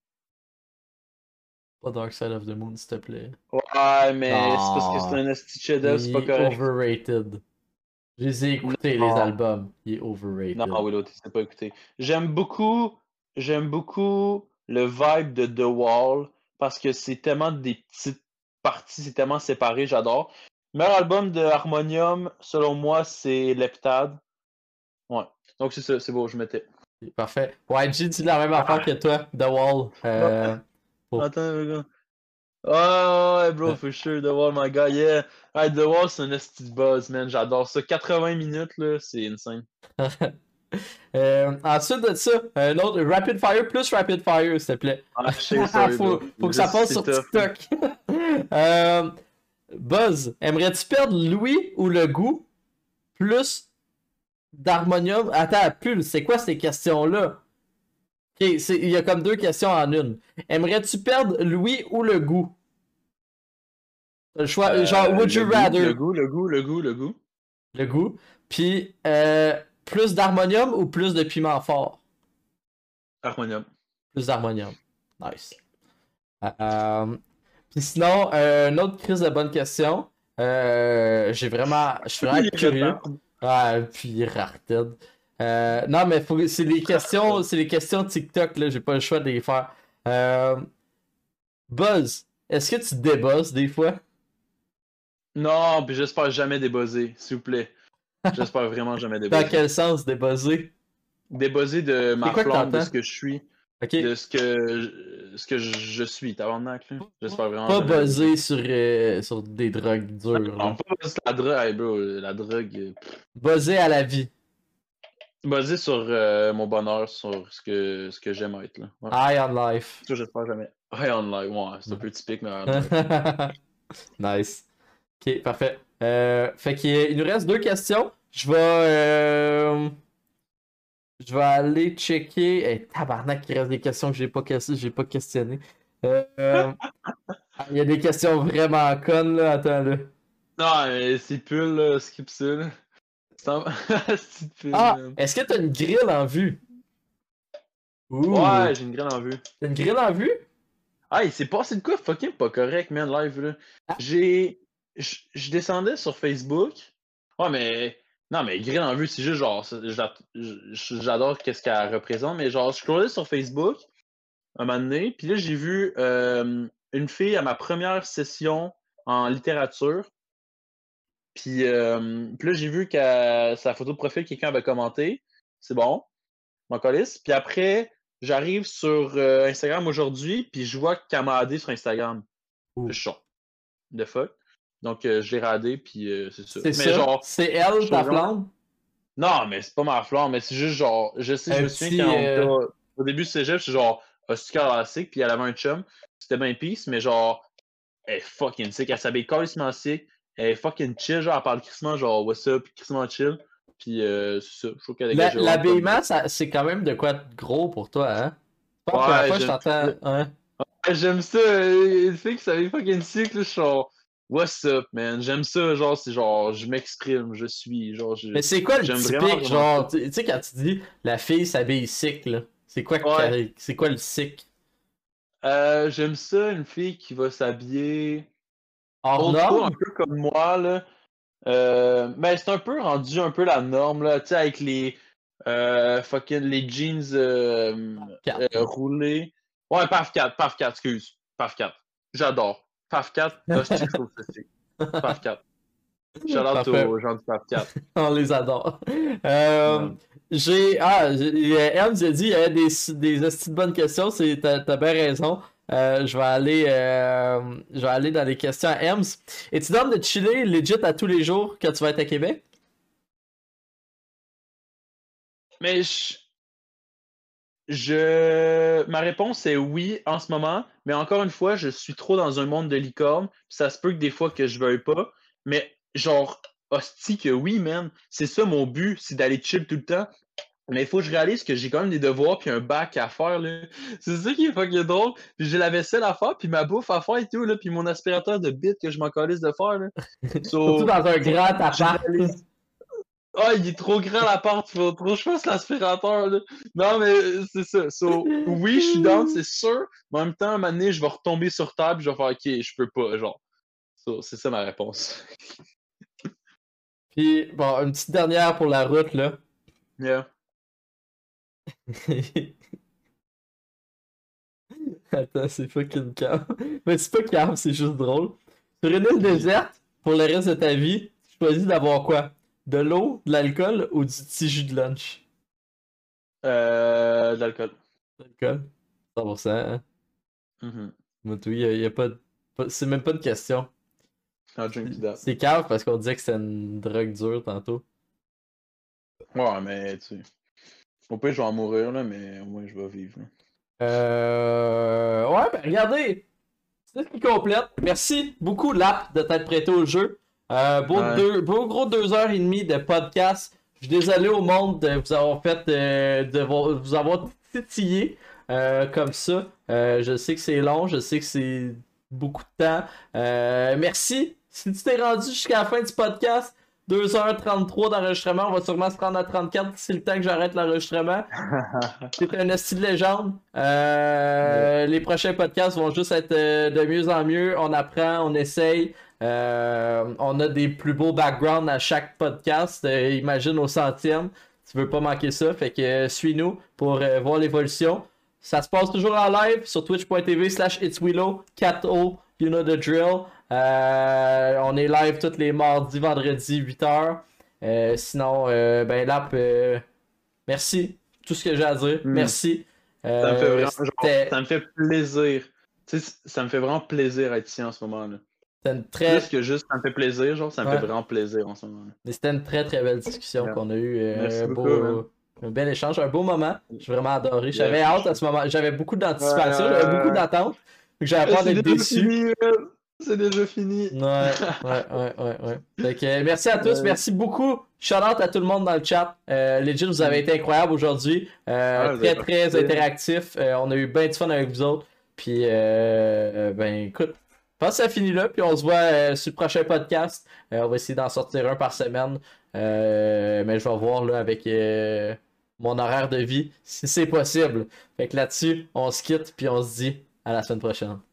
S1: Pas Dark Side of the Moon, s'il te plaît.
S2: Ouais, mais c'est parce que
S1: Non.
S2: c'est un esti chef-d'œuvre, c'est pas
S1: Il est
S2: correct.
S1: overrated. Je les ai écoutés,
S2: Non.
S1: les albums. Il est overrated.
S2: Non, Willow, tu sais pas écouter. J'aime beaucoup, j'aime beaucoup le vibe de The Wall parce que c'est tellement des petites parties, c'est tellement séparé, j'adore. Meilleur album de Harmonium, selon moi, c'est Leptade. Ouais. Donc c'est ça, c'est beau, je mettais.
S1: Parfait. Y G dit la même affaire que toi, The Wall. Euh, Oh.
S2: Attends, regarde. Oh, ouais, bro,
S1: Ouais.
S2: for sure, The Wall, my guy, yeah. Hey, The Wall, c'est un esti de buzz, man, j'adore ça. quatre-vingts minutes, là, c'est insane.
S1: euh, ensuite de ça, un autre Rapid Fire plus Rapid Fire, s'il te plaît.
S2: Ah, je sais, sorry,
S1: faut,
S2: bro.
S1: faut que ça
S2: Juste,
S1: passe
S2: c'est
S1: sur
S2: tough.
S1: TikTok. euh, Buzz, aimerais-tu perdre l'ouïe ou le goût plus d'harmonium? Attends, plus, c'est quoi ces questions-là? Ok, c'est- il y a comme deux questions en une. Aimerais-tu perdre l'ouïe ou le goût? T'as le choix,
S2: Euh,
S1: genre, would
S2: le
S1: you
S2: goût,
S1: rather?
S2: Le goût, le goût, le goût, le goût.
S1: Le goût. Puis, euh, plus d'harmonium ou plus de piment fort?
S2: Harmonium.
S1: Plus d'harmonium. Nice. Euh, puis sinon, euh, une autre crise de bonne question. Euh, j'ai vraiment. Je suis vraiment
S2: Il est
S1: curieux.
S2: retard.
S1: Ouais, puis rareted. Euh, non, mais faut, c'est les questions. C'est les questions TikTok, là. J'ai pas le choix de les faire. Euh, Buzz, est-ce que tu débuzzes des fois?
S2: Non, puis j'espère jamais débuzzer, s'il vous plaît. J'espère vraiment jamais
S1: Dans
S2: débuzzer.
S1: quel sens débuzzer?
S2: Débuzzer de ma
S1: quoi que
S2: flamme, de
S1: t'entends?
S2: ce que je suis,
S1: Ok.
S2: de ce que je, ce que je, je suis, tabarnak, là. J'espère vraiment
S1: Pas
S2: jamais débuzzer.
S1: buzzer sur, euh, sur des drogues dures.
S2: Non,
S1: là.
S2: pas juste la drogue, hey, bro, la drogue. euh, pff.
S1: Buzzer à la vie.
S2: Basé sur euh, mon bonheur, sur ce que, ce que j'aime être. Là. Ouais.
S1: High on life.
S2: Ça, j'espère jamais. High on life, ouais, c'est un peu typique, mais high on life.
S1: Nice. Ok, parfait. Euh, fait qu'il il nous reste deux questions. Je vais. euh, Je vais aller checker. Eh, tabarnak, il reste des questions que j'ai pas, que- j'ai pas questionnées. Euh, euh, Il y a des questions vraiment connes, là. Attends, là.
S2: Non, mais c'est pull, là, skip ça, là. C'est un- c'est pull,
S1: Ah!
S2: man.
S1: Est-ce que t'as une grille en vue? Ouh!
S2: Ouais, j'ai une graine en vue.
S1: T'as une grille en vue?
S2: Ah, il s'est passé de quoi fucking pas correct, man, live, là.
S1: Ah.
S2: J'ai. Je je descendais sur Facebook. Ouais, mais. Non, mais grille en vue, c'est juste genre. c'est- j'a- j'- J'adore qu'est-ce qu'elle représente, mais genre, je scrollais sur Facebook un moment donné, puis là, j'ai vu euh, une fille à ma première session en littérature. Puis, euh, puis là, j'ai vu que sa photo de profil, quelqu'un avait commenté. C'est bon, mon colis. Puis après, j'arrive sur euh, Instagram aujourd'hui, puis je vois qu'elle m'a addé sur Instagram.
S1: Ouh.
S2: Je suis genre, the fuck. Donc, euh, je l'ai radé, puis euh, c'est ça.
S1: C'est
S2: Mais
S1: ça?
S2: genre,
S1: C'est elle,
S2: je
S1: ta
S2: suis vraiment-
S1: flamme?
S2: non, mais c'est pas ma flamme, mais c'est juste genre, je sais, je
S1: Un
S2: me souviens
S1: petit,
S2: quand on
S1: euh,
S2: était au début du cégep, c'est genre, Oscar classique, puis elle avait un chum, c'était bien peace, mais genre, elle est fucking sick, elle s'habille carrément sick, elle est fucking chill, genre, elle parle crissement, genre, what's up, puis crissement chill, puis euh, c'est ça, je trouve qu'elle
S1: La-
S2: dégage vraiment comme-
S1: L'habillement, ça- c'est quand même de quoi de gros pour toi, hein? C'est pas la première
S2: Ouais,
S1: fois que je
S2: j'aime
S1: t'entends. Hein?
S2: Ouais, j'aime ça, euh, une fille qui s'habille fucking sick, là, je suis genre, what's up, man, j'aime ça, genre, c'est genre, je m'exprime, je suis, genre, je...
S1: Mais c'est quoi le
S2: J'aime vraiment,
S1: typique,
S2: vraiment
S1: genre, tu tu sais, quand tu dis la fille s'habille sick, là, c'est quoi,
S2: Ouais.
S1: c'est quoi le sick?
S2: Euh, j'aime ça, une fille qui va s'habiller
S1: Hors
S2: old school, un
S1: norme?
S2: peu comme moi, là. Euh, ben, c'est un peu rendu un peu la norme, là, tu sais, avec les euh, fucking les jeans euh,
S1: Quatre.
S2: euh, roulés. Ouais, Paf quatre, Paf quatre, excuse. Paf quatre. J'adore. Paf quatre, hostie, je trouve que c'est. Paf quatre. Shout out
S1: Parfait.
S2: aux gens du Paf quatre.
S1: On les adore. Euh,
S2: Ouais.
S1: j'ai. Ah, j'ai- Herms a dit il y avait des, des hosties de bonnes questions. c'est- T'as t'as bien raison. Euh, je vais aller euh, je vais aller dans les questions à Herms. Es-tu down de chiller legit à tous les jours quand tu vas être à Québec?
S2: Mais je... je... Ma réponse est oui en ce moment, mais encore une fois, je suis trop dans un monde de licorne, puis ça se peut que des fois que je veuille pas, mais genre, hostie que oui, man, c'est ça mon but, c'est d'aller chill tout le temps, mais il faut que je réalise que j'ai quand même des devoirs puis un bac à faire, là. C'est ça qui est fucking drôle, puis j'ai la vaisselle à faire, puis ma bouffe à faire et tout, là, puis mon aspirateur de bite que je m'en calisse de faire, là.
S1: Surtout
S2: So,
S1: dans un grand
S2: je
S1: appart.
S2: réalise- Ah, il est trop grand l'appart, faut trop que je fasse l'aspirateur, là. Non, mais c'est ça. So, oui, je suis down, c'est sûr, mais en même temps, à un moment donné, je vais retomber sur table, je vais faire, ok, je peux pas, genre. So, c'est ça ma réponse.
S1: Puis, bon, une petite dernière pour la route, là.
S2: Yeah.
S1: Attends, c'est fucking calme. Mais c'est pas calme, c'est juste drôle. Sur une île déserte, pour le reste de ta vie, tu choisis d'avoir quoi? De l'eau, de l'alcool ou du petit jus de lunch?
S2: Euh, de l'alcool.
S1: De l'alcool? cent pour cent, hein?
S2: Mhm.
S1: Moi, tout, y a, y a pas, de- pas- c'est même pas une question.
S2: Un drink to that.
S1: C'est calme parce qu'on disait que c'était une drogue dure tantôt.
S2: Ouais, mais tu sais. Au pire, je vais en mourir, là, mais au moins, je vais vivre. Là.
S1: Euh... Ouais, ben regardez! C'est ce qui complète. Merci beaucoup, Lap, de t'être prêté au jeu. Euh, beau,
S2: Ouais.
S1: deux, beau gros deux heures et demie de podcast. Je suis désolé au monde de vous avoir fait, euh, de vo- vous avoir titillé euh, comme ça. Euh, je sais que c'est long, je sais que c'est beaucoup de temps. Euh, merci. Si tu t'es rendu jusqu'à la fin du podcast, deux heures trente-trois d'enregistrement, on va sûrement se prendre à trente-quatre d'ici le temps que j'arrête l'enregistrement. C'est un esti de légende. Euh, Les prochains podcasts vont juste être euh, de mieux en mieux. On apprend, on essaye. Euh, on a des plus beaux backgrounds à chaque podcast. Euh, imagine au centième. Tu veux pas manquer ça. Fait que euh, suis-nous pour euh, voir l'évolution. Ça se passe toujours en live sur twitch.tv slash itswillow quatre O, you know the drill. Euh, on est live tous les mardis, vendredis, huit heures. Euh, sinon, euh, ben Lap, euh, merci. Tout ce que j'ai à dire.
S2: Mm.
S1: Merci. Euh,
S2: Ça me fait vraiment, genre,
S1: c'était-
S2: ça me fait plaisir. Tu sais, ça me fait vraiment plaisir d'être ici en ce moment, là.
S1: c'était une très,
S2: Plus que juste, ça me fait plaisir, genre, ça me
S1: Ouais.
S2: fait vraiment plaisir en ce moment.
S1: mais c'était une très très belle discussion
S2: Yeah.
S1: qu'on a eue. euh,
S2: Merci
S1: beau,
S2: beaucoup, man.
S1: Un bel échange, un beau moment. J'ai vraiment adoré. J'avais
S2: Yes.
S1: hâte à ce moment. J'avais beaucoup d'anticipation,
S2: Ouais,
S1: j'avais
S2: ouais,
S1: beaucoup
S2: ouais.
S1: d'attentes. J'avais peur
S2: C'est
S1: d'être
S2: déjà
S1: déçu.
S2: fini, man. C'est déjà fini.
S1: Ouais, ouais, ouais, ouais, ouais. Fait que, euh, merci à tous,
S2: Ouais.
S1: merci beaucoup. Shout out à tout le monde dans le chat. Euh, legit, vous avez été incroyables aujourd'hui. Euh,
S2: Ah, vous
S1: très,
S2: avez
S1: très
S2: participé.
S1: interactif. Euh, on a eu bien de fun avec vous autres. Puis, euh, euh, ben, écoute, je pense que ça finit là. Puis, on se voit euh, sur le prochain podcast. Euh, on va essayer d'en sortir un par semaine. Euh, mais je vais voir là avec euh, mon horaire de vie si c'est possible. Fait que là-dessus, on se quitte. Puis, on se dit à la semaine prochaine.